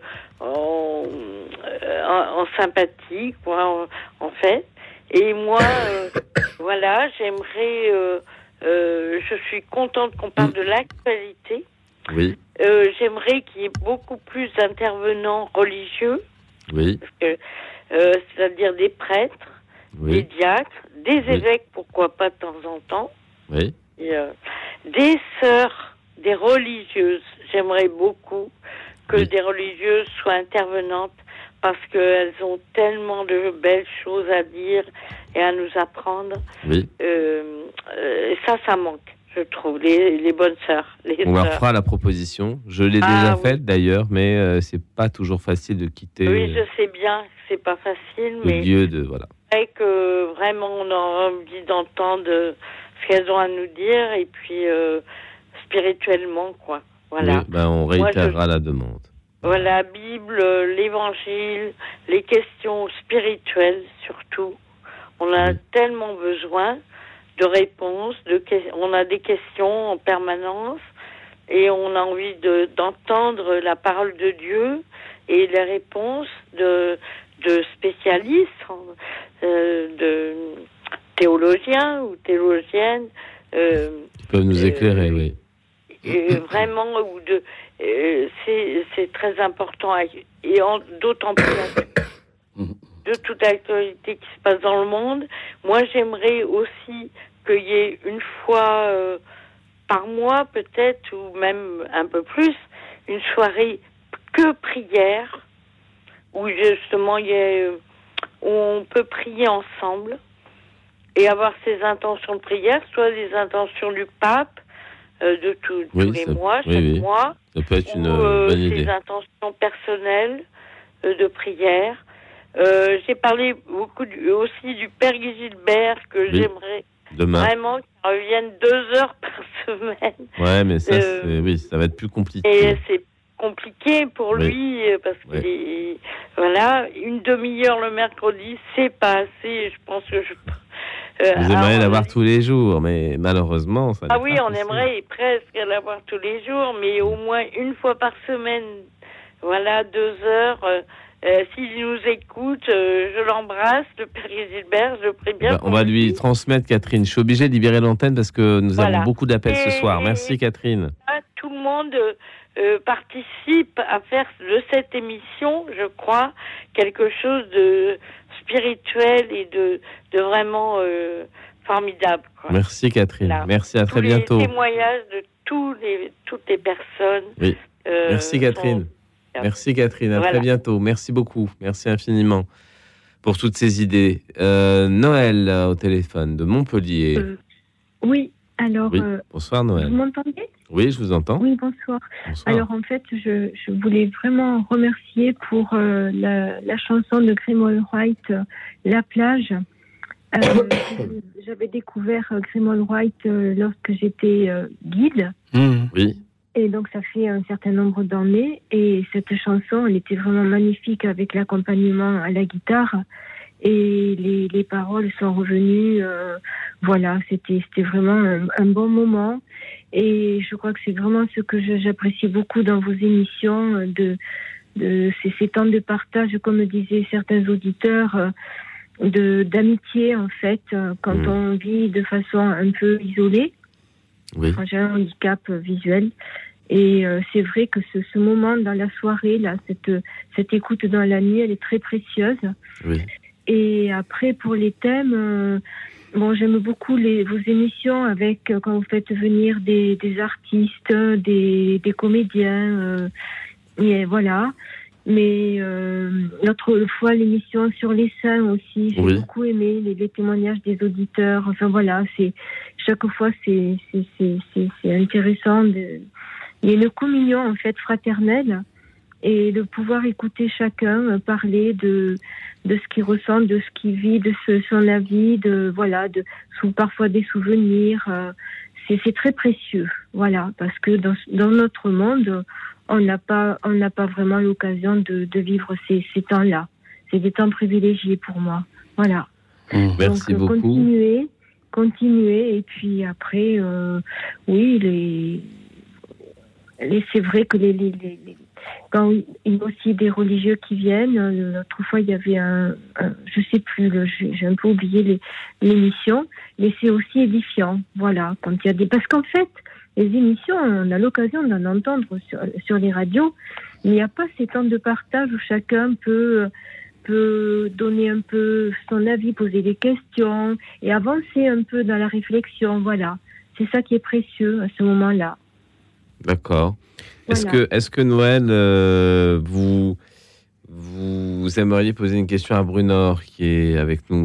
en, en, en sympathie, quoi, en, en fait. Et moi, euh, voilà, j'aimerais, euh, euh, je suis contente qu'on parle de l'actualité. Oui. Euh, j'aimerais qu'il y ait beaucoup plus d'intervenants religieux, oui. parce que, euh, c'est-à-dire des prêtres, oui. des diacres, des oui. évêques, pourquoi pas de temps en temps, oui. et, euh, des sœurs, des religieuses. J'aimerais beaucoup que oui. des religieuses soient intervenantes parce qu'elles ont tellement de belles choses à dire et à nous apprendre. Oui. Euh, euh, ça, ça manque, je trouve, les, les bonnes sœurs. Les On sœurs. leur fera la proposition. Je l'ai ah, déjà oui. faite d'ailleurs, mais euh, c'est pas toujours facile de quitter. Oui, je sais bien, c'est pas facile, le mais lieu de voilà. C'est vrai que vraiment on a envie d'entendre ce qu'elles ont à nous dire et puis euh, spirituellement, quoi. Voilà. Oui, ben on réitérera Moi, je... la demande. Voilà, la Bible, l'Évangile, les questions spirituelles surtout. On a oui. tellement besoin de réponses, de que... on a des questions en permanence et on a envie de, d'entendre la parole de Dieu et les réponses de, de spécialistes, euh, de théologiens ou théologiennes. Euh, Ils peuvent nous éclairer, euh, oui. Et vraiment, ou de, euh, c'est, c'est très important, et en, d'autant plus de toute l'actualité qui se passe dans le monde. Moi, j'aimerais aussi qu'il y ait une fois euh, par mois, peut-être, ou même un peu plus, une soirée que prière, où justement il y a, où on peut prier ensemble et avoir ses intentions de prière, soit les intentions du pape euh, de tout, oui, tous les ça, mois, oui, chaque oui. mois, Ça peut être une ou euh, bonne idée. ses intentions personnelles euh, de prière. Euh, j'ai parlé beaucoup du, aussi du Père Guy Gilbert, que oui. j'aimerais Demain. vraiment qu'il revienne deux heures par semaine. Ouais, mais ça, Euh, c'est, oui, ça va être plus compliqué. Et c'est compliqué pour Oui. lui, euh, parce que Oui. voilà, une demi-heure le mercredi, c'est pas assez. Je pense que je. euh, Vous aimeriez alors, l'avoir tous les jours, mais malheureusement, ça Ah n'est oui, pas on possible. aimerait presque l'avoir tous les jours, mais au moins une fois par semaine. Voilà, deux heures. Euh, euh, S'il nous écoute, euh, je l'embrasse, le Père Gilbert, je le prie bien. Bah, on va lui transmettre, Catherine. Je suis obligé de libérer l'antenne parce que nous Voilà. avons beaucoup d'appels ce Et- soir. Merci, Catherine. Tout le monde euh, euh, participe à faire de cette émission, je crois, quelque chose de spirituel et de, de vraiment euh, formidable. Quoi. Merci, Catherine. Voilà. Merci, à très Tous bientôt. les témoignages de tous les, toutes les personnes. Oui. euh, Merci, Catherine. sont- Merci, Catherine. À Voilà. très bientôt. Merci beaucoup. Merci infiniment pour toutes ces idées. Euh, Noël, euh, au téléphone de Montpellier. Euh, Oui, alors, Oui. euh, Bonsoir, vous Noël. m'entendez? Oui, je vous entends. Oui, bonsoir. Bonsoir. Alors, en fait, je, je voulais vraiment remercier pour euh, la, la chanson de Grimald Wright, euh, La plage. Euh, J'avais découvert euh, Grimald Wright euh, lorsque j'étais euh, guide. Oui. Et donc, ça fait un certain nombre d'années. Et cette chanson, elle était vraiment magnifique avec l'accompagnement à la guitare. Et les, les paroles sont revenues. Euh, voilà, c'était c'était vraiment un, un bon moment. Et je crois que c'est vraiment ce que je- j'apprécie beaucoup dans vos émissions, euh, de, de ces, ces temps de partage, comme disaient certains auditeurs, euh, de d'amitié, en fait, euh, quand Mmh. on vit de façon un peu isolée. Oui. Quand j'ai un handicap euh, visuel. Et euh, c'est vrai que ce, ce moment dans la soirée, là, cette, cette écoute dans la nuit, elle est très précieuse. Oui. Et après, pour les thèmes, euh, bon, j'aime beaucoup les, vos émissions avec, euh, quand vous faites venir des, des artistes, des, des comédiens, euh, et voilà. Mais euh, l'autre fois, l'émission sur les saints aussi, j'ai Oui. beaucoup aimé les, les témoignages des auditeurs. Enfin voilà, c'est chaque fois c'est c'est c'est c'est, c'est intéressant. De, il y a une communion en fait fraternelle et de pouvoir écouter chacun euh, parler de de ce qu'il ressent, de ce qu'il vit, de ce, son avis, de voilà, de sous parfois des souvenirs. Euh, c'est c'est très précieux, voilà, parce que dans dans notre monde, on n'a pas on n'a pas vraiment l'occasion de de vivre ces ces temps-là. C'est des temps privilégiés pour moi, voilà. Merci Donc, euh, beaucoup. Continuer, continuer, et puis après, euh, oui, les, les, c'est vrai que les, les, les, les- quand il y a aussi des religieux qui viennent, euh, l'autre fois il y avait un, un je sais plus, le, j'ai j'ai un peu oublié les, l'émission, mais c'est aussi édifiant, voilà, quand il y a des, parce qu'en fait, les émissions, on a l'occasion d'en entendre sur, sur les radios, mais il n'y a pas ces temps de partage où chacun peut peut donner un peu son avis, poser des questions et avancer un peu dans la réflexion. Voilà, c'est ça qui est précieux à ce moment-là. D'accord. Est-ce Voilà. que, est-ce que Noël, euh, vous, vous aimeriez poser une question à Brunor qui est avec nous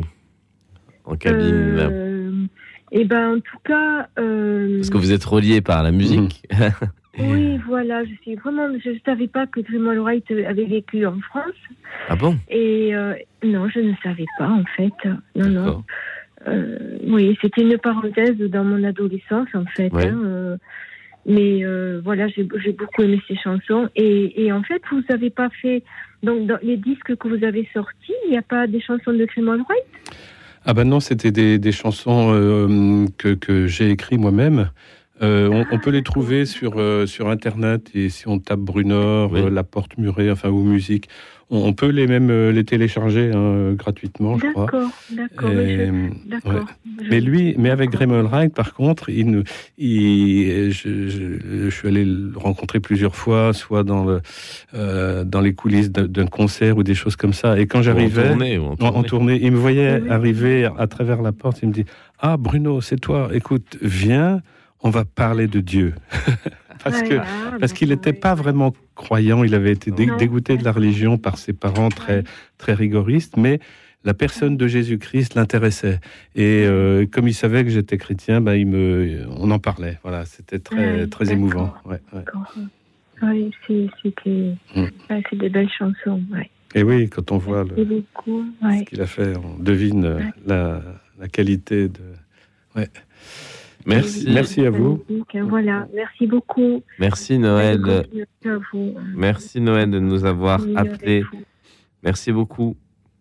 en cabine là Euh, et ben en tout cas, euh, Parce que vous êtes relié par la musique. oui, voilà, je suis vraiment, je ne savais pas que Grimald Wright avait vécu en France. Ah bon? Et euh, non, je ne savais pas en fait. Non, non. Euh, oui, c'était une parenthèse dans mon adolescence en fait. Ouais. hein, euh, mais euh, voilà, j'ai j'ai beaucoup aimé ces chansons. Et, et en fait, vous n'avez pas fait. Donc, dans les disques que vous avez sortis, il n'y a pas des chansons de Grimald Wright? Ah ben non, c'était des, des chansons euh, que, que j'ai écrites moi-même. Euh, on, on peut les trouver sur, euh, sur Internet, et si on tape Brunor, oui. euh, La Porte Murée, enfin, ou musique, on, on peut les même euh, les télécharger hein, gratuitement, je d'accord, crois. D'accord, et, je, d'accord. Ouais. Je... Mais lui, mais avec Raymond Wright, par contre, il, il, je, je, je suis allé le rencontrer plusieurs fois, soit dans, le, euh, dans les coulisses d'un concert ou des choses comme ça. Et quand j'arrivais, en tournée, en tournée. En, en tournée, il me voyait oui. arriver à travers la porte, il me dit « Ah, Bruno, c'est toi, écoute, viens, on va parler de Dieu. » Parce que ah, parce qu'il n'était pas vraiment croyant, il avait été dé- dégoûté de la religion par ses parents très très rigoristes, mais la personne de Jésus-Christ l'intéressait. Et euh, comme il savait que j'étais chrétien, ben il me, on en parlait. Voilà, c'était très oui, très émouvant. Ouais, ouais. Oui, c'est, c'était, mmh. ouais, c'est des belles chansons. Ouais. Et oui, quand on voit le, beaucoup, ouais. ce qu'il a fait, on devine ouais. la la qualité de. Ouais. Merci, merci à vous. Voilà, merci beaucoup. Merci Noël. Merci Noël de nous avoir oui, appelés. Merci beaucoup.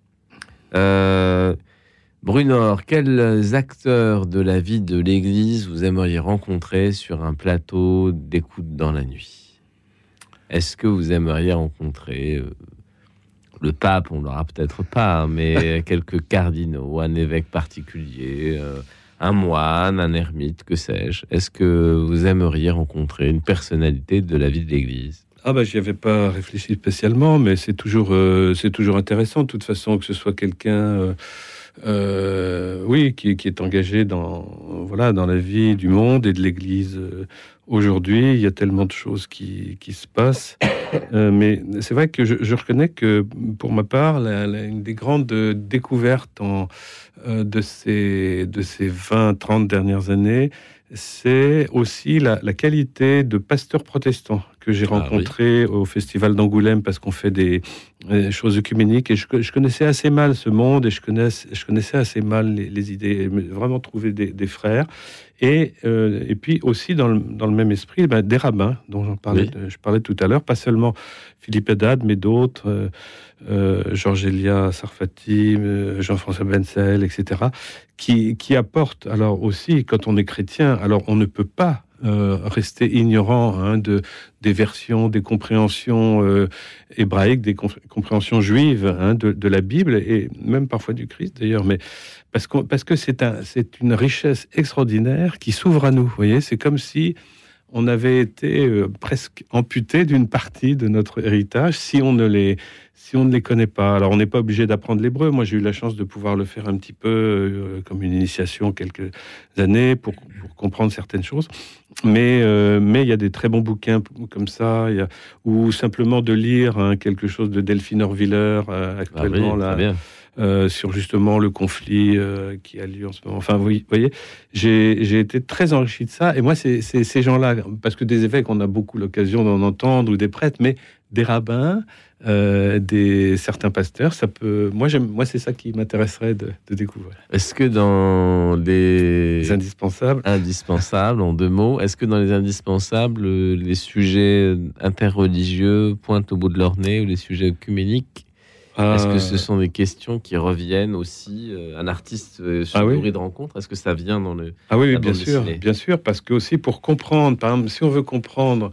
Euh, Brunor, quels acteurs de la vie de l'Église vous aimeriez rencontrer sur un plateau d'écoute dans la nuit ? Est-ce que vous aimeriez rencontrer euh, le pape ? On l'aura peut-être pas, mais quelques cardinaux, un évêque particulier. Euh, un moine, un ermite, que sais-je. Est-ce que vous aimeriez rencontrer une personnalité de la vie de l'Église ? Ah bah j'y avais pas réfléchi spécialement, mais c'est toujours euh, c'est toujours intéressant de toute façon que ce soit quelqu'un euh, euh, oui qui, qui est engagé dans voilà dans la vie du monde et de l'Église euh, aujourd'hui. Il y a tellement de choses qui qui se passent, euh, mais c'est vrai que je, je reconnais que pour ma part la, la, une des grandes découvertes en euh, de ces de ces vingt trente dernières années, c'est aussi la, la qualité de pasteurs protestants que j'ai rencontrés ah oui. au Festival d'Angoulême, parce qu'on fait des, des choses œcuméniques, et je, je connaissais assez mal ce monde, et je connaissais, je connaissais assez mal les, les idées, vraiment trouver des, des frères, et, euh, et puis aussi dans le, dans le même esprit, ben, des rabbins, dont j'en parlais, oui. je parlais tout à l'heure, pas seulement Philippe Haddad, mais d'autres, euh, euh, Georges Elia Sarfati, euh, Jean-François Benzel, et cetera, qui, qui apportent, alors aussi, quand on est chrétien, alors on ne peut pas Euh, rester ignorant hein, de, des versions, des compréhensions euh, hébraïques, des comp- compréhensions juives hein, de, de la Bible, et même parfois du Christ d'ailleurs, mais parce que, parce que c'est, un, c'est une richesse extraordinaire qui s'ouvre à nous. Vous voyez, c'est comme si on avait été euh, presque amputé d'une partie de notre héritage si on ne les si on ne les connaît pas. Alors on n'est pas obligé d'apprendre l'hébreu. Moi j'ai eu la chance de pouvoir le faire un petit peu euh, comme une initiation quelques années pour, pour comprendre certaines choses. Mais euh, mais il y a des très bons bouquins comme ça. Il y a, ou simplement de lire hein, quelque chose de Delphine Orwiller euh, actuellement ah oui, là. Euh, sur justement le conflit euh, qui a lieu en ce moment. Enfin, vous voyez, j'ai, j'ai été très enrichi de ça. Et moi, c'est, c'est ces gens-là, parce que des évêques, on a beaucoup l'occasion d'en entendre, ou des prêtres, mais des rabbins, euh, des certains pasteurs, ça peut. Moi, j'aime. Moi, c'est ça qui m'intéresserait de, de découvrir. Est-ce que dans les... les indispensables, indispensables, en deux mots, est-ce que dans les indispensables, les sujets interreligieux pointent au bout de leur nez, ou les sujets œcuméniques? Est-ce que ce sont des questions qui reviennent aussi euh, un artiste euh, sur ah une oui. de rencontre? Est-ce que ça vient dans le ah oui, oui bien sûr, dessinée? Bien sûr, parce que aussi pour comprendre, par exemple, si on veut comprendre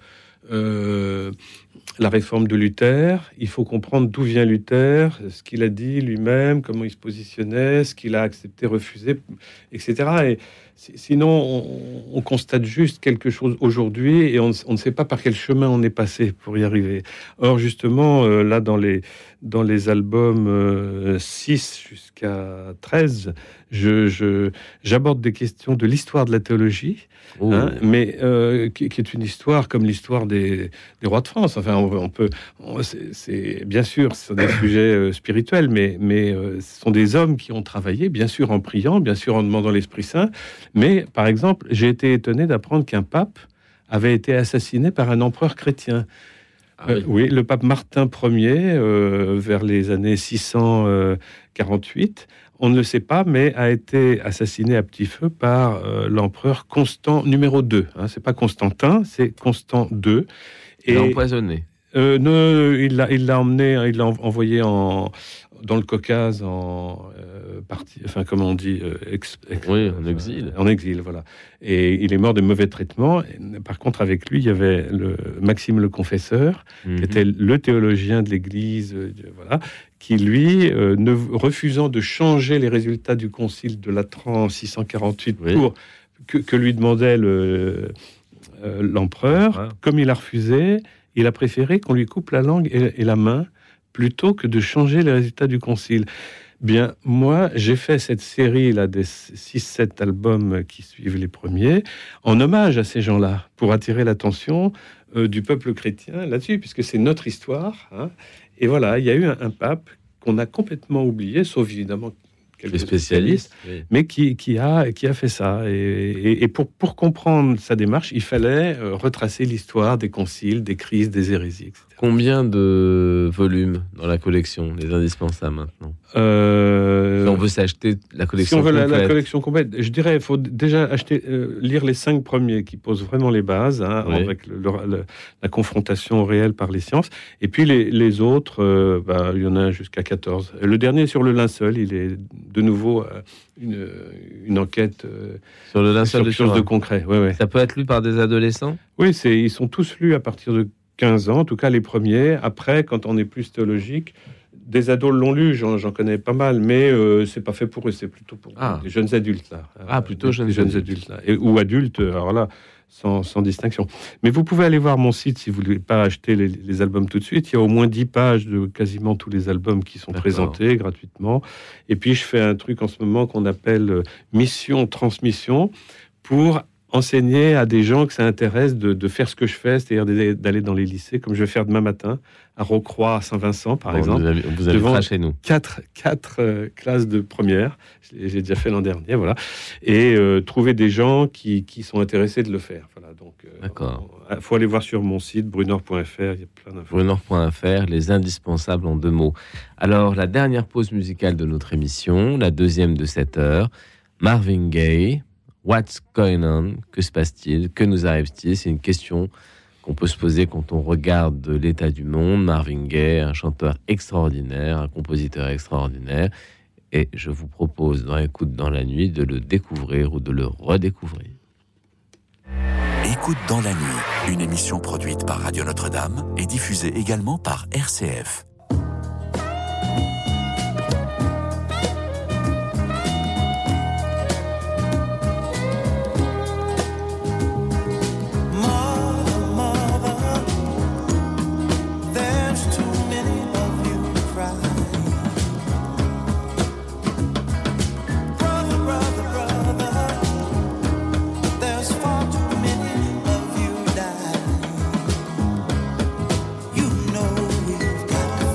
euh, la réforme de Luther, il faut comprendre d'où vient Luther, ce qu'il a dit lui-même, comment il se positionnait, ce qu'il a accepté, refusé, et cetera. Et sinon, on, on constate juste quelque chose aujourd'hui et on, on ne sait pas par quel chemin on est passé pour y arriver. Or, justement, euh, là, dans les, dans les albums euh, six jusqu'à treize, je, je, j'aborde des questions de l'histoire de la théologie, oh. hein, mais euh, qui, qui est une histoire comme l'histoire des, des rois de France. Enfin, on, on peut... On, c'est, c'est, bien sûr, ce sont des sujets euh, spirituels, mais, mais euh, ce sont des hommes qui ont travaillé, bien sûr en priant, bien sûr en demandant l'Esprit Saint. Mais, par exemple, j'ai été étonné d'apprendre qu'un pape avait été assassiné par un empereur chrétien. Ah oui. Euh, oui, le pape Martin Ier, euh, vers les années six cent quarante-huit, on ne le sait pas, mais a été assassiné à petit feu par euh, l'empereur Constant numéro deux. Hein, c'est pas Constantin, c'est Constant deux. Et empoisonné. Euh, non, il l'a, il l'a emmené, il l'a envoyé en, dans le Caucase, en euh, partie, enfin comment on dit, euh, ex, ex, oui, en exil. En exil, voilà. Et il est mort de mauvais traitements. Par contre, avec lui, il y avait le Maxime le Confesseur, mm-hmm. qui était le théologien de l'Église, euh, voilà, qui lui, euh, ne, refusant de changer les résultats du Concile de Latran en six cent quarante-huit oui. pour que, que lui demandait le, euh, l'empereur, ah. comme il a refusé, il a préféré qu'on lui coupe la langue et, et la main plutôt que de changer les résultats du Concile. Bien, moi, j'ai fait cette série-là des six sept albums qui suivent les premiers en hommage à ces gens-là, pour attirer l'attention euh, du peuple chrétien là-dessus, puisque c'est notre histoire. Hein. Et voilà, il y a eu un, un pape qu'on a complètement oublié, sauf évidemment quelques spécialistes, oui. mais qui, qui, a, qui a fait ça. Et, et, et pour, pour comprendre sa démarche, il fallait euh, retracer l'histoire des conciles, des crises, des hérésies, et cetera. Combien de volumes dans la collection, les indispensables maintenant euh... Si on veut s'acheter la collection complète. Si on veut complète. La, la collection complète, je dirais il faut déjà acheter, euh, lire les cinq premiers qui posent vraiment les bases, hein, oui. avec le, le, le, la confrontation réelle par les sciences. Et puis les, les autres, euh, bah, il y en a jusqu'à quatorze. Le dernier sur le linceul, il est de nouveau euh, une, une enquête euh, sur le linceul sur quelque chose de concret. Ouais, ouais. Ça peut être lu par des adolescents ? Oui, c'est, ils sont tous lus à partir de quinze ans, en tout cas les premiers. Après, quand on est plus théologique, des ados l'ont lu, j'en, j'en connais pas mal, mais euh, c'est pas fait pour eux, c'est plutôt pour ah. des jeunes adultes là. Ah, plutôt des, jeunes, des jeunes adultes là, et, ou adultes. Alors là, sans, sans distinction. Mais vous pouvez aller voir mon site si vous voulez pas acheter les, les albums tout de suite. Il y a au moins dix pages de quasiment tous les albums qui sont D'accord. présentés gratuitement. Et puis je fais un truc en ce moment qu'on appelle mission transmission pour enseigner à des gens que ça intéresse de, de faire ce que je fais, c'est-à-dire d'aller dans les lycées, comme je vais faire demain matin, à Rocroi, à Saint-Vincent, par bon, exemple. Vous avez, vous avez devant chez nous. Quatre, quatre euh, classes de première. J'ai, j'ai déjà fait l'an dernier, voilà. Et euh, trouver des gens qui, qui sont intéressés de le faire. Voilà, donc, euh, D'accord. Il faut aller voir sur mon site, brunor point f r, il y a plein d'infos. brunor point f r, les indispensables en deux mots. Alors, la dernière pause musicale de notre émission, la deuxième de cette heure, Marvin Gaye, What's going on? Que se passe-t-il? Que nous arrive-t-il? C'est une question qu'on peut se poser quand on regarde l'état du monde. Marvin Gaye, un chanteur extraordinaire, un compositeur extraordinaire. Et je vous propose dans Écoute dans la nuit de le découvrir ou de le redécouvrir. Écoute dans la nuit, une émission produite par Radio Notre-Dame et diffusée également par R C F. You know we've got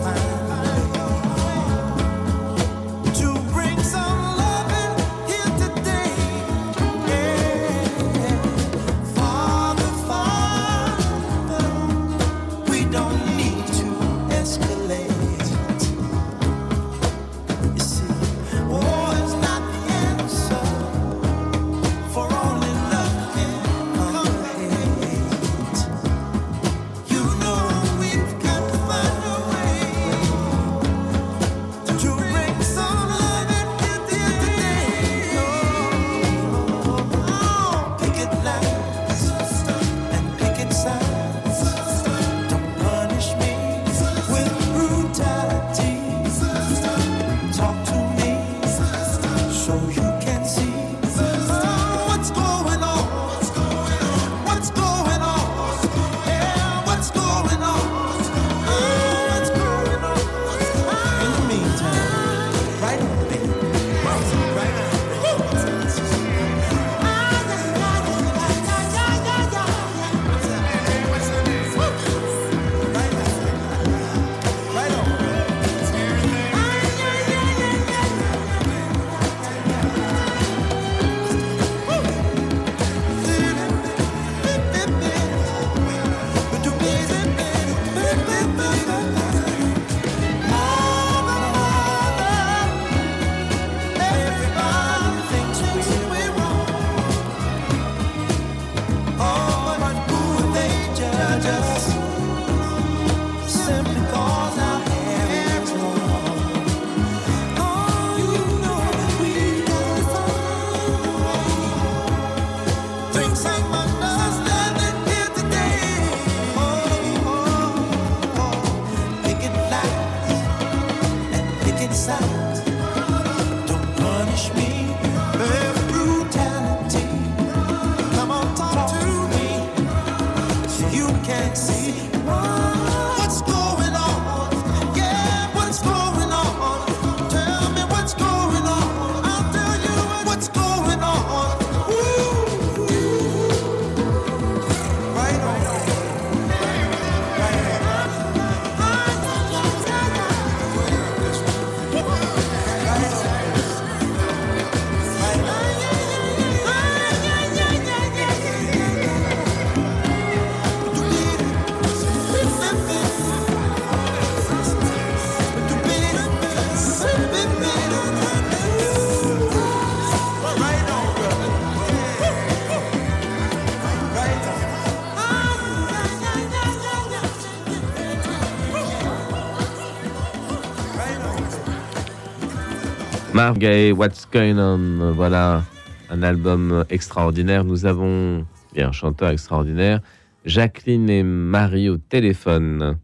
Marv Gaye, What's Going On, voilà un album extraordinaire. Nous avons et un chanteur extraordinaire, Jacqueline et Marie au téléphone.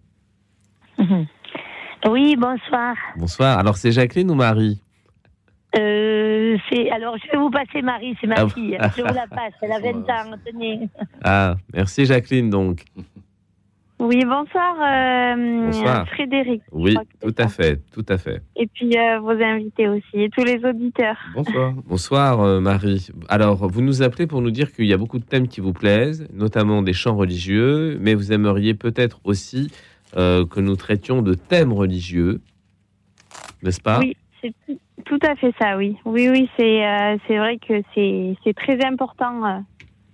Oui, bonsoir. Bonsoir. Alors c'est Jacqueline ou Marie? Euh, c'est, alors, je vais vous passer Marie, c'est ma Ah, fille. Je vous la passe, elle a vingt ans, tenez. Ah, merci Jacqueline donc. Oui, bonsoir, euh, Bonsoir. Frédéric. Oui, tout à fait, tout à fait. Et puis euh, vos invités aussi, et tous les auditeurs. Bonsoir. Bonsoir euh, Marie. Alors, vous nous appelez pour nous dire qu'il y a beaucoup de thèmes qui vous plaisent, notamment des chants religieux, mais vous aimeriez peut-être aussi euh, que nous traitions de thèmes religieux, n'est-ce pas? Oui, c'est tout, tout à fait ça, oui. Oui, oui, c'est, euh, c'est vrai que c'est, c'est très important euh,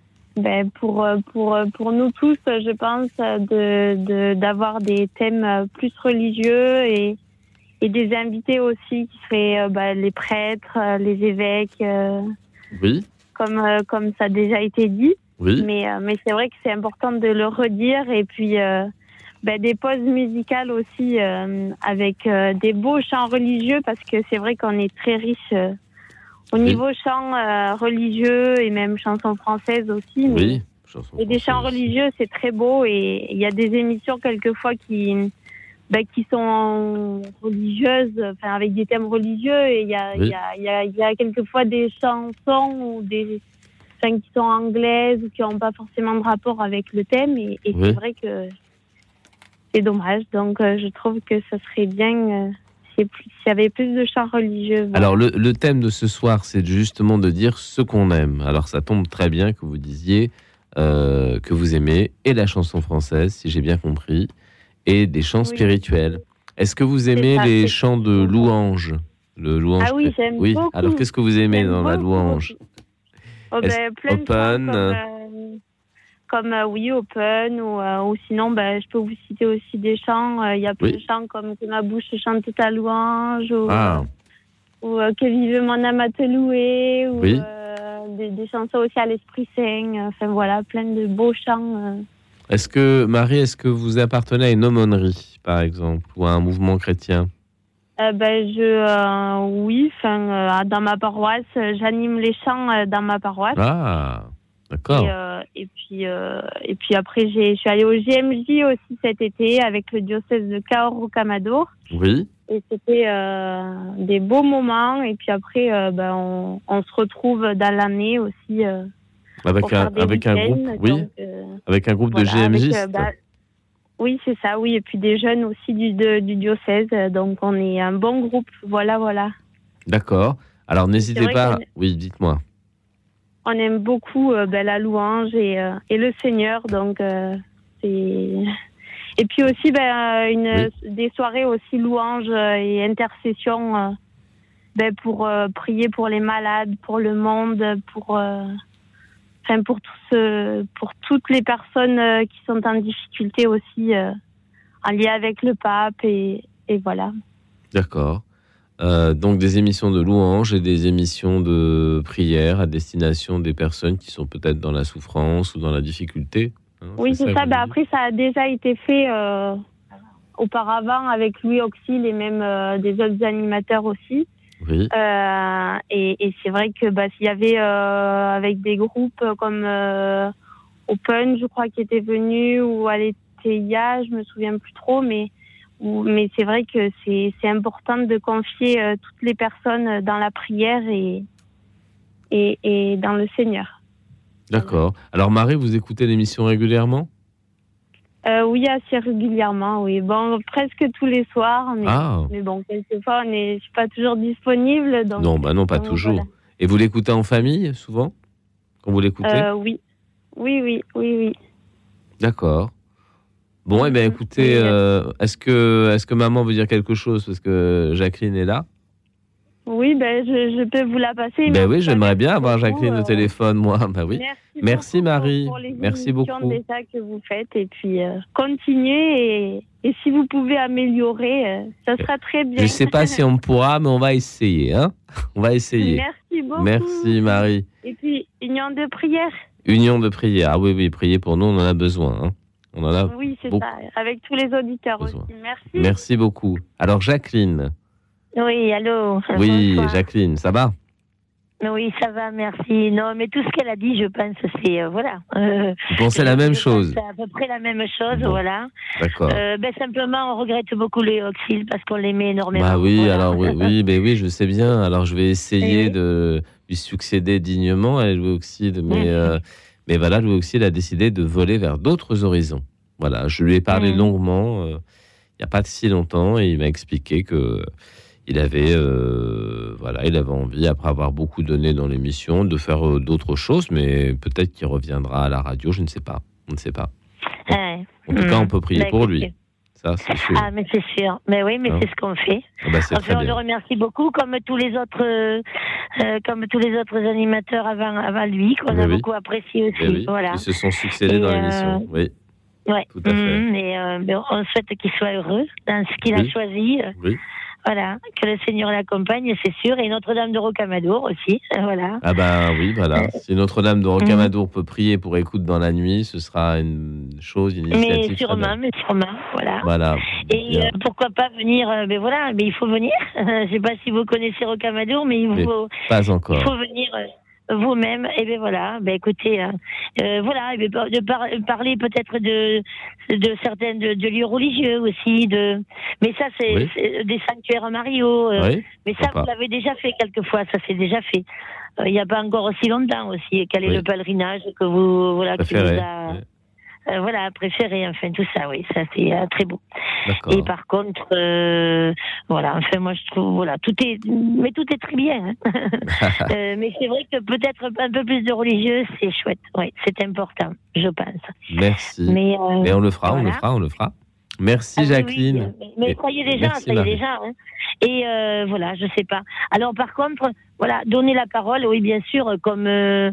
ben, pour, pour, pour nous tous, je pense, de, de, d'avoir des thèmes plus religieux et, et des invités aussi qui seraient euh, ben, les prêtres, les évêques, euh, Oui. comme, euh, comme ça a déjà été dit. Oui. Mais, euh, mais c'est vrai que c'est important de le redire. Et puis, euh, ben, des pauses musicales aussi euh, avec euh, des beaux chants religieux, parce que c'est vrai qu'on est très riche euh, au Oui. niveau chants euh, religieux et même chansons françaises aussi. Mais Oui. Chanson et des chants religieux, c'est très beau, et il y a des émissions quelquefois qui, ben, qui sont religieuses, enfin avec des thèmes religieux, et il y a, il Oui. y a, il y a, il y a quelquefois des chansons ou des, enfin, qui sont anglaises ou qui n'ont pas forcément de rapport avec le thème, et, et Oui. c'est vrai que c'est dommage. Donc euh, je trouve que ça serait bien euh, s'il y ait plus- s'il y avait plus de chants religieux. Voilà. Alors, le, le thème de ce soir, c'est justement de dire ce qu'on aime. Alors, ça tombe très bien que vous disiez euh, que vous aimez et la chanson française, si j'ai bien compris, et des chants Oui. spirituels. Est-ce que vous aimez ça, les c'est- chants de louange? Le louange. Ah oui, j'aime Oui. beaucoup. Alors, qu'est-ce que vous aimez J'aime dans la beaucoup. louange? Oh, Est-ce- ben, plein de Open, chants comme, euh, euh, comme euh, oui, Open, ou, euh, ou sinon, ben, je peux vous citer aussi des chants. euh, Il y a plein Oui. de chants comme Que ma bouche chante ta louange, ou, Ah, ou euh, Que vive mon âme à te louer, ou Oui. euh, des, des chansons aussi à l'Esprit Saint. Enfin voilà, plein de beaux chants. euh. est-ce que, Marie, est-ce que vous appartenez à une aumônerie, par exemple, ou à un mouvement chrétien? Euh, ben, je, euh, oui, enfin, euh, dans ma paroisse, euh, j'anime les chants euh, dans ma paroisse. Ah, d'accord. Et, euh, et puis euh, et puis après j'ai je suis allée au J M J aussi cet été avec le diocèse de Cahors-Rocamadour, Oui. et c'était euh, des beaux moments. Et puis après euh, ben on, on se retrouve dans l'année aussi euh, Avec pour un, faire des avec un week-ends. groupe, oui. Donc, euh, Avec un groupe voilà, de avec, G M J. euh, bah, oui, c'est ça, oui, et puis des jeunes aussi du de- du diocèse, donc on est un bon groupe. Voilà, voilà. D'accord. Alors, n'hésitez vrai pas. qu'on- Oui, dites-moi. On aime beaucoup euh, ben, la louange et, euh, et le Seigneur, donc euh, c'est. Et puis aussi ben, une, des soirées aussi louange euh, et intercession euh, ben, pour euh, prier pour les malades, pour le monde, pour, euh, enfin, pour, tous, euh, pour toutes les personnes euh, qui sont en difficulté aussi, euh, en lien avec le pape, et, et voilà. D'accord. Euh, donc, des émissions de louanges et des émissions de prière à destination des personnes qui sont peut-être dans la souffrance ou dans la difficulté. hein, Oui, c'est que ça. vous Ben, dites après, ça a déjà été fait euh, auparavant avec Louis Auxil et même euh, des autres animateurs aussi. Oui. Euh, et, et c'est vrai que bah, s'il y avait euh, avec des groupes comme euh, Open, je crois, qui était venu, ou Aletheia, je me souviens plus trop, mais ou, mais c'est vrai que c'est c'est important de confier euh, toutes les personnes dans la prière et et, et dans le Seigneur. D'accord. Alors, Marie, vous écoutez l'émission régulièrement? Euh, oui, assez régulièrement, oui. Bon, presque tous les soirs, mais, Ah. mais bon, quelquefois, on est, je suis pas toujours disponible. Donc, Non, bah non, pas donc, toujours. voilà. Et vous l'écoutez en famille, souvent? Quand vous l'écoutez? Euh, oui, oui, oui, oui, oui. D'accord. Bon, eh bien, écoutez, euh, est-ce que, est-ce que maman veut dire quelque chose? Parce que Jacqueline est là. Oui, ben, je, je peux vous la passer. Ben mais oui, j'aimerais bien avoir beaucoup, Jacqueline euh, au téléphone, moi. Ben oui. Merci, Merci Marie. pour les Merci émissions beaucoup. déjà que vous faites, et puis euh, continuez, et, et si vous pouvez améliorer, euh, ça sera très bien. Je ne sais pas si on pourra, mais on va essayer. Hein, on va essayer. Merci beaucoup. Merci Marie. Et puis, union de prière. Union de prière. Ah oui, oui, prier pour nous, on en a besoin. Hein. On en a Oui, c'est beaucoup. ça, avec tous les auditeurs aussi. Merci. Merci beaucoup. Alors Jacqueline, Oui, allô. Oui, Bonsoir. Jacqueline, ça va? Oui, ça va, merci. Non, mais tout ce qu'elle a dit, je pense, c'est euh, voilà. Euh, Vous pensez la même chose? C'est à peu près la même chose, Bon. voilà. D'accord. Euh, ben simplement, on regrette beaucoup les Oxyl parce qu'on les met énormément. Bah oui, voilà. alors oui, oui, mais oui, je sais bien. Alors je vais essayer Oui. de lui succéder dignement à Louis Oxyde, mais, Mhm. euh, mais voilà, Louis Oxyde a décidé de voler vers d'autres horizons. Voilà, je lui ai parlé Mhm. longuement, euh, il n'y a pas si longtemps, et il m'a expliqué que il avait, euh, voilà, il avait envie, après avoir beaucoup donné dans l'émission, de faire euh, d'autres choses, mais peut-être qu'il reviendra à la radio, je ne sais pas, on ne sait pas. Ouais. En tout Mhm. cas, on peut prier Ben, pour écoutez. lui. Ça, c'est sûr. Ah, mais c'est sûr. Mais oui, mais Hein? c'est ce qu'on fait. Ah bah, c'est Enfin, très on le bien. remercie beaucoup, comme tous les autres, euh, euh, comme tous les autres animateurs avant, avant lui, qu'on Oui, a oui. beaucoup apprécié Eh aussi. oui, Voilà. ils se sont succédés Et, dans euh, l'émission. Oui, Ouais. tout à fait. Mhm, et euh, ben, on souhaite qu'il soit heureux dans ce qu'il Oui. a choisi. euh, Oui. Voilà, que le Seigneur l'accompagne, c'est sûr, et Notre-Dame de Rocamadour aussi. euh, Voilà. Ah ben oui, voilà. Si Notre-Dame de Rocamadour peut prier pour écoute dans la nuit, ce sera une chose, une initiative. Mais très sûrement, belle. mais sûrement, voilà. Voilà. Et Bien. euh, pourquoi pas venir euh, Ben voilà, mais il faut venir. Je sais pas si vous connaissez Rocamadour, mais il Mais faut, pas il encore. faut venir euh, vous-même. Et ben voilà, ben écoutez, euh, euh, voilà, et ben, de par- parler peut-être de de certaines de, de lieux religieux aussi, de. Mais ça c'est Oui. c'est des sanctuaires Mario. euh, Oui, mais ça pourquoi vous l'avez déjà fait quelquefois, ça c'est déjà fait. Euh, Il n'y a pas encore aussi longtemps aussi. Quel est Oui. le pèlerinage que vous voilà qui Préféré. vous a Oui. euh, voilà, préféré, enfin tout ça, oui, ça c'est euh, très beau. D'accord. Et par contre, euh, voilà, enfin moi je trouve, voilà, tout est, mais tout est très bien. Hein. Euh, mais c'est vrai que peut-être un peu plus de religieux, c'est chouette, oui, c'est important, je pense. Merci. Mais, euh, Mais on le fera, on le voilà. fera, on le fera. Merci Ah oui, Jacqueline. oui, mais, mais Et- ça y est déjà, merci, ça y est Marie. déjà. Hein. Et euh, voilà, je sais pas. Alors par contre, voilà, donner la parole, oui, bien sûr, comme euh,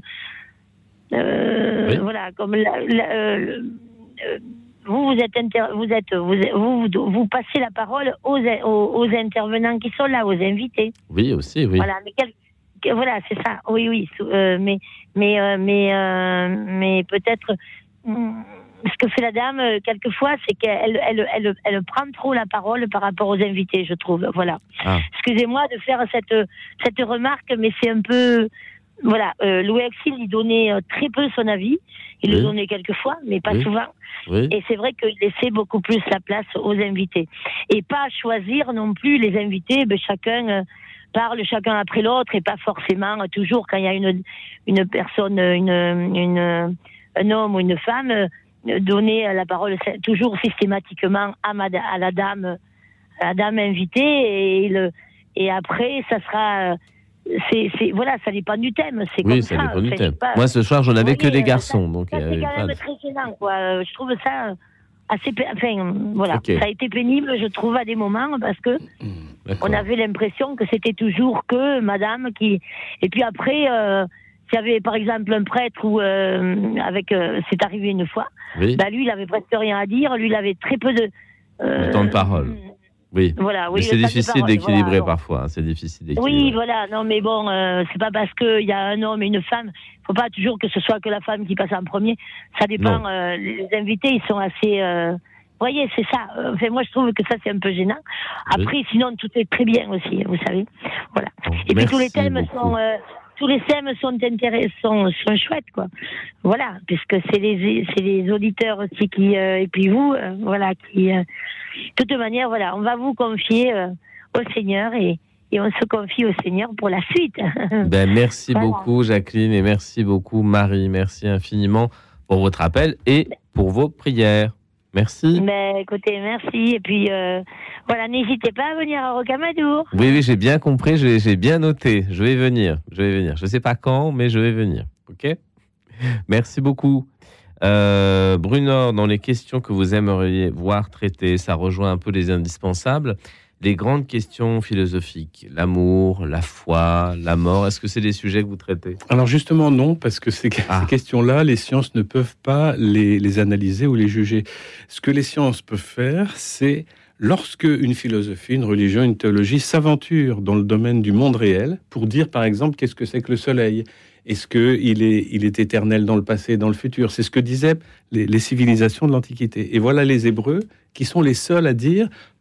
euh, Oui. voilà, comme la, la- euh, euh, vous, vous êtes, inter- vous êtes, vous, vous, vous, vous passez la parole aux, aux, aux intervenants qui sont là, aux invités. Oui, aussi, oui. Voilà, mais quel- que- voilà, c'est ça. Oui, oui. sou- euh, mais, mais, euh, mais, euh, mais peut-être. hum, Ce que fait la dame, euh, quelquefois, c'est qu'elle elle, elle, elle prend trop la parole par rapport aux invités, je trouve. Voilà. Ah. Excusez-moi de faire cette, cette remarque, mais c'est un peu. Voilà. Euh, Louis Axil, il donnait euh, très peu son avis. Il Oui. le donnait quelquefois, mais pas Oui. souvent. Oui. Et c'est vrai qu'il laissait beaucoup plus la place aux invités. Et pas choisir non plus les invités, ben, chacun euh, parle chacun après l'autre et pas forcément euh, toujours quand il y a une, une personne, une, une, un homme ou une femme, euh, donner la parole toujours systématiquement à, ma, à la dame, à la dame invitée et, le, et après ça sera. C'est, c'est, voilà, ça dépend du thème. C'est Oui, comme ça ça. dépend du Enfin, thème. c'est pas- Moi, ce soir, j'en avais Vous que voyez, des garçons, ça, donc ça, il y c'est avait quand pas même de- très gênant, quoi. Euh, Je trouve ça assez, pé- enfin, voilà, Ok. ça a été pénible, je trouve, à des moments, parce que D'accord. on avait l'impression que c'était toujours que Madame qui. Et puis après, euh, s'il y avait par exemple un prêtre ou euh, avec, euh, c'est arrivé une fois, Oui. bah lui, il avait presque rien à dire. Lui, il avait très peu de. euh, Le temps de parole. Oui. Voilà, oui, Mais c'est le temps de difficile parole, d'équilibrer voilà, bon. parfois. hein, C'est difficile d'équilibrer. Oui, voilà. Non, mais bon, euh, c'est pas parce qu'il y a un homme et une femme. Faut pas toujours que ce soit que la femme qui passe en premier. Ça dépend. Non. euh, les invités, ils sont assez. euh, vous voyez, c'est ça. Euh, Enfin, moi, je trouve que ça, c'est un peu gênant. Après, sinon, tout est très bien aussi, vous savez. Voilà. Et puis, tous les merci thèmes beaucoup. sont. euh, tous les thèmes sont intéressants, sont chouettes, quoi. Voilà, puisque c'est les, c'est les auditeurs aussi qui, euh, et puis vous, euh, voilà, qui, euh, de toute manière, voilà, on va vous confier euh, au Seigneur et, et on se confie au Seigneur pour la suite. Ben, merci Voilà. beaucoup, Jacqueline, et merci beaucoup, Marie. Merci infiniment pour votre appel et pour vos prières. Merci. Mais écoutez, merci. Et puis, euh, voilà, n'hésitez pas à venir à Rocamadour. Oui, oui, j'ai bien compris, j'ai j'ai bien noté. Je vais venir, je vais venir. Je ne sais pas quand, mais je vais venir. OK ? Merci beaucoup. Euh, Brunor, dans les questions que vous aimeriez voir traitées, ça rejoint un peu les indispensables. Les grandes questions philosophiques, l'amour, la foi, la mort, est-ce que c'est des sujets que vous traitez ? Alors justement non, parce que ces, Ah. ces questions-là, les sciences ne peuvent pas les, les analyser ou les juger. Ce que les sciences peuvent faire, c'est lorsque une philosophie, une religion, une théologie s'aventure dans le domaine du monde réel pour dire par exemple qu'est-ce que c'est que le soleil. Est-ce qu'il est, il est éternel dans le passé et dans le futur ? C'est ce que disaient les, les civilisations de l'Antiquité. Et voilà les Hébreux qui sont les seuls à dire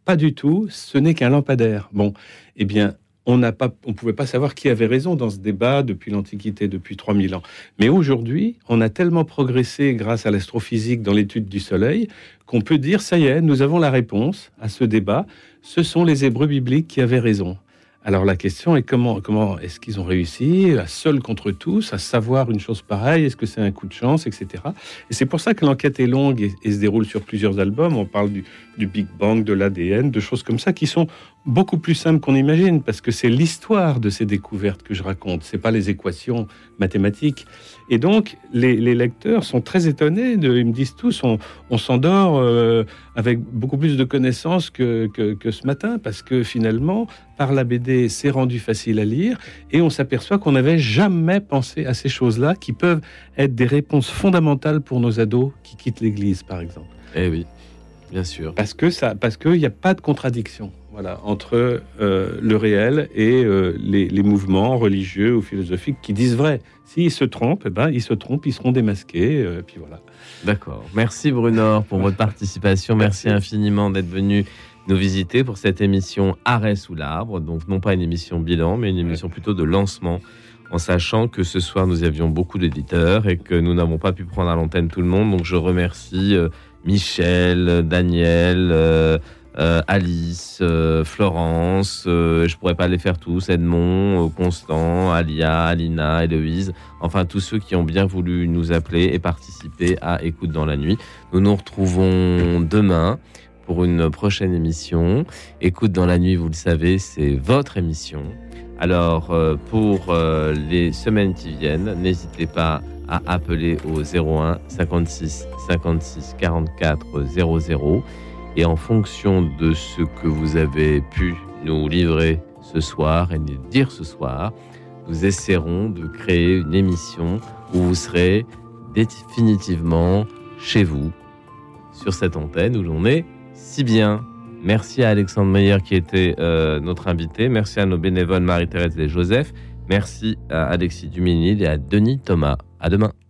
pas du tout, ce n'est qu'un lampadaire. Bon, eh bien, on n'a pas, on pouvait pas savoir qui avait raison dans ce débat depuis l'Antiquité, depuis trois mille ans. Mais aujourd'hui, on a tellement progressé grâce à l'astrophysique dans l'étude du Soleil qu'on peut dire, ça y est, nous avons la réponse à ce débat. Ce sont les Hébreux bibliques qui avaient raison. Alors la question est comment, comment est-ce qu'ils ont réussi, à seuls contre tous, à savoir une chose pareille? Est-ce que c'est un coup de chance, et cetera. Et c'est pour ça que l'enquête est longue et, et se déroule sur plusieurs albums. On parle du, du Big Bang, de l'A D N, de choses comme ça qui sont beaucoup plus simples qu'on imagine, parce que c'est l'histoire de ces découvertes que je raconte. C'est pas les équations mathématiques. Et donc les, les lecteurs sont très étonnés. De, ils me disent tous, on, on s'endort euh, avec beaucoup plus de connaissances que, que, que ce matin, parce que finalement, par la B D, c'est rendu facile à lire et on s'aperçoit qu'on n'avait jamais pensé à ces choses-là qui peuvent être des réponses fondamentales pour nos ados qui quittent l'église, par exemple. Eh oui, bien sûr. Parce que ça, parce qu'il n'y a pas de contradiction, voilà, entre euh, le réel et euh, les, les mouvements religieux ou philosophiques qui disent vrai. S'ils se trompent, eh ben, ils se trompent, ils seront démasqués, euh, puis voilà. D'accord. Merci Brunor pour votre participation. Merci, Merci infiniment d'être venu nous visiter pour cette émission Arrêt sous l'arbre. Donc non pas une émission bilan, mais une émission plutôt de lancement, en sachant que ce soir nous avions beaucoup d'éditeurs et que nous n'avons pas pu prendre à l'antenne tout le monde. Donc je remercie euh, Michel, Daniel, euh, euh, Alice, euh, Florence, euh, je pourrais pas les faire tous, Edmond, euh, Constant, Alia, Alina, Héloïse, enfin tous ceux qui ont bien voulu nous appeler et participer à Écoute dans la nuit. Nous nous retrouvons demain pour une prochaine émission. Écoute dans la nuit, vous le savez, c'est votre émission. Alors, euh, pour euh, les semaines qui viennent, n'hésitez pas à appeler au zéro un cinquante-six cinquante-six quarante-quatre zéro zéro. Et en fonction de ce que vous avez pu nous livrer ce soir et nous dire ce soir, nous essaierons de créer une émission où vous serez définitivement chez vous, sur cette antenne où l'on est si bien. Merci à Alexandre Meyer qui était euh, notre invité. Merci à nos bénévoles Marie-Thérèse et Joseph. Merci à Alexis Duménil et à Denis Thomas. À demain.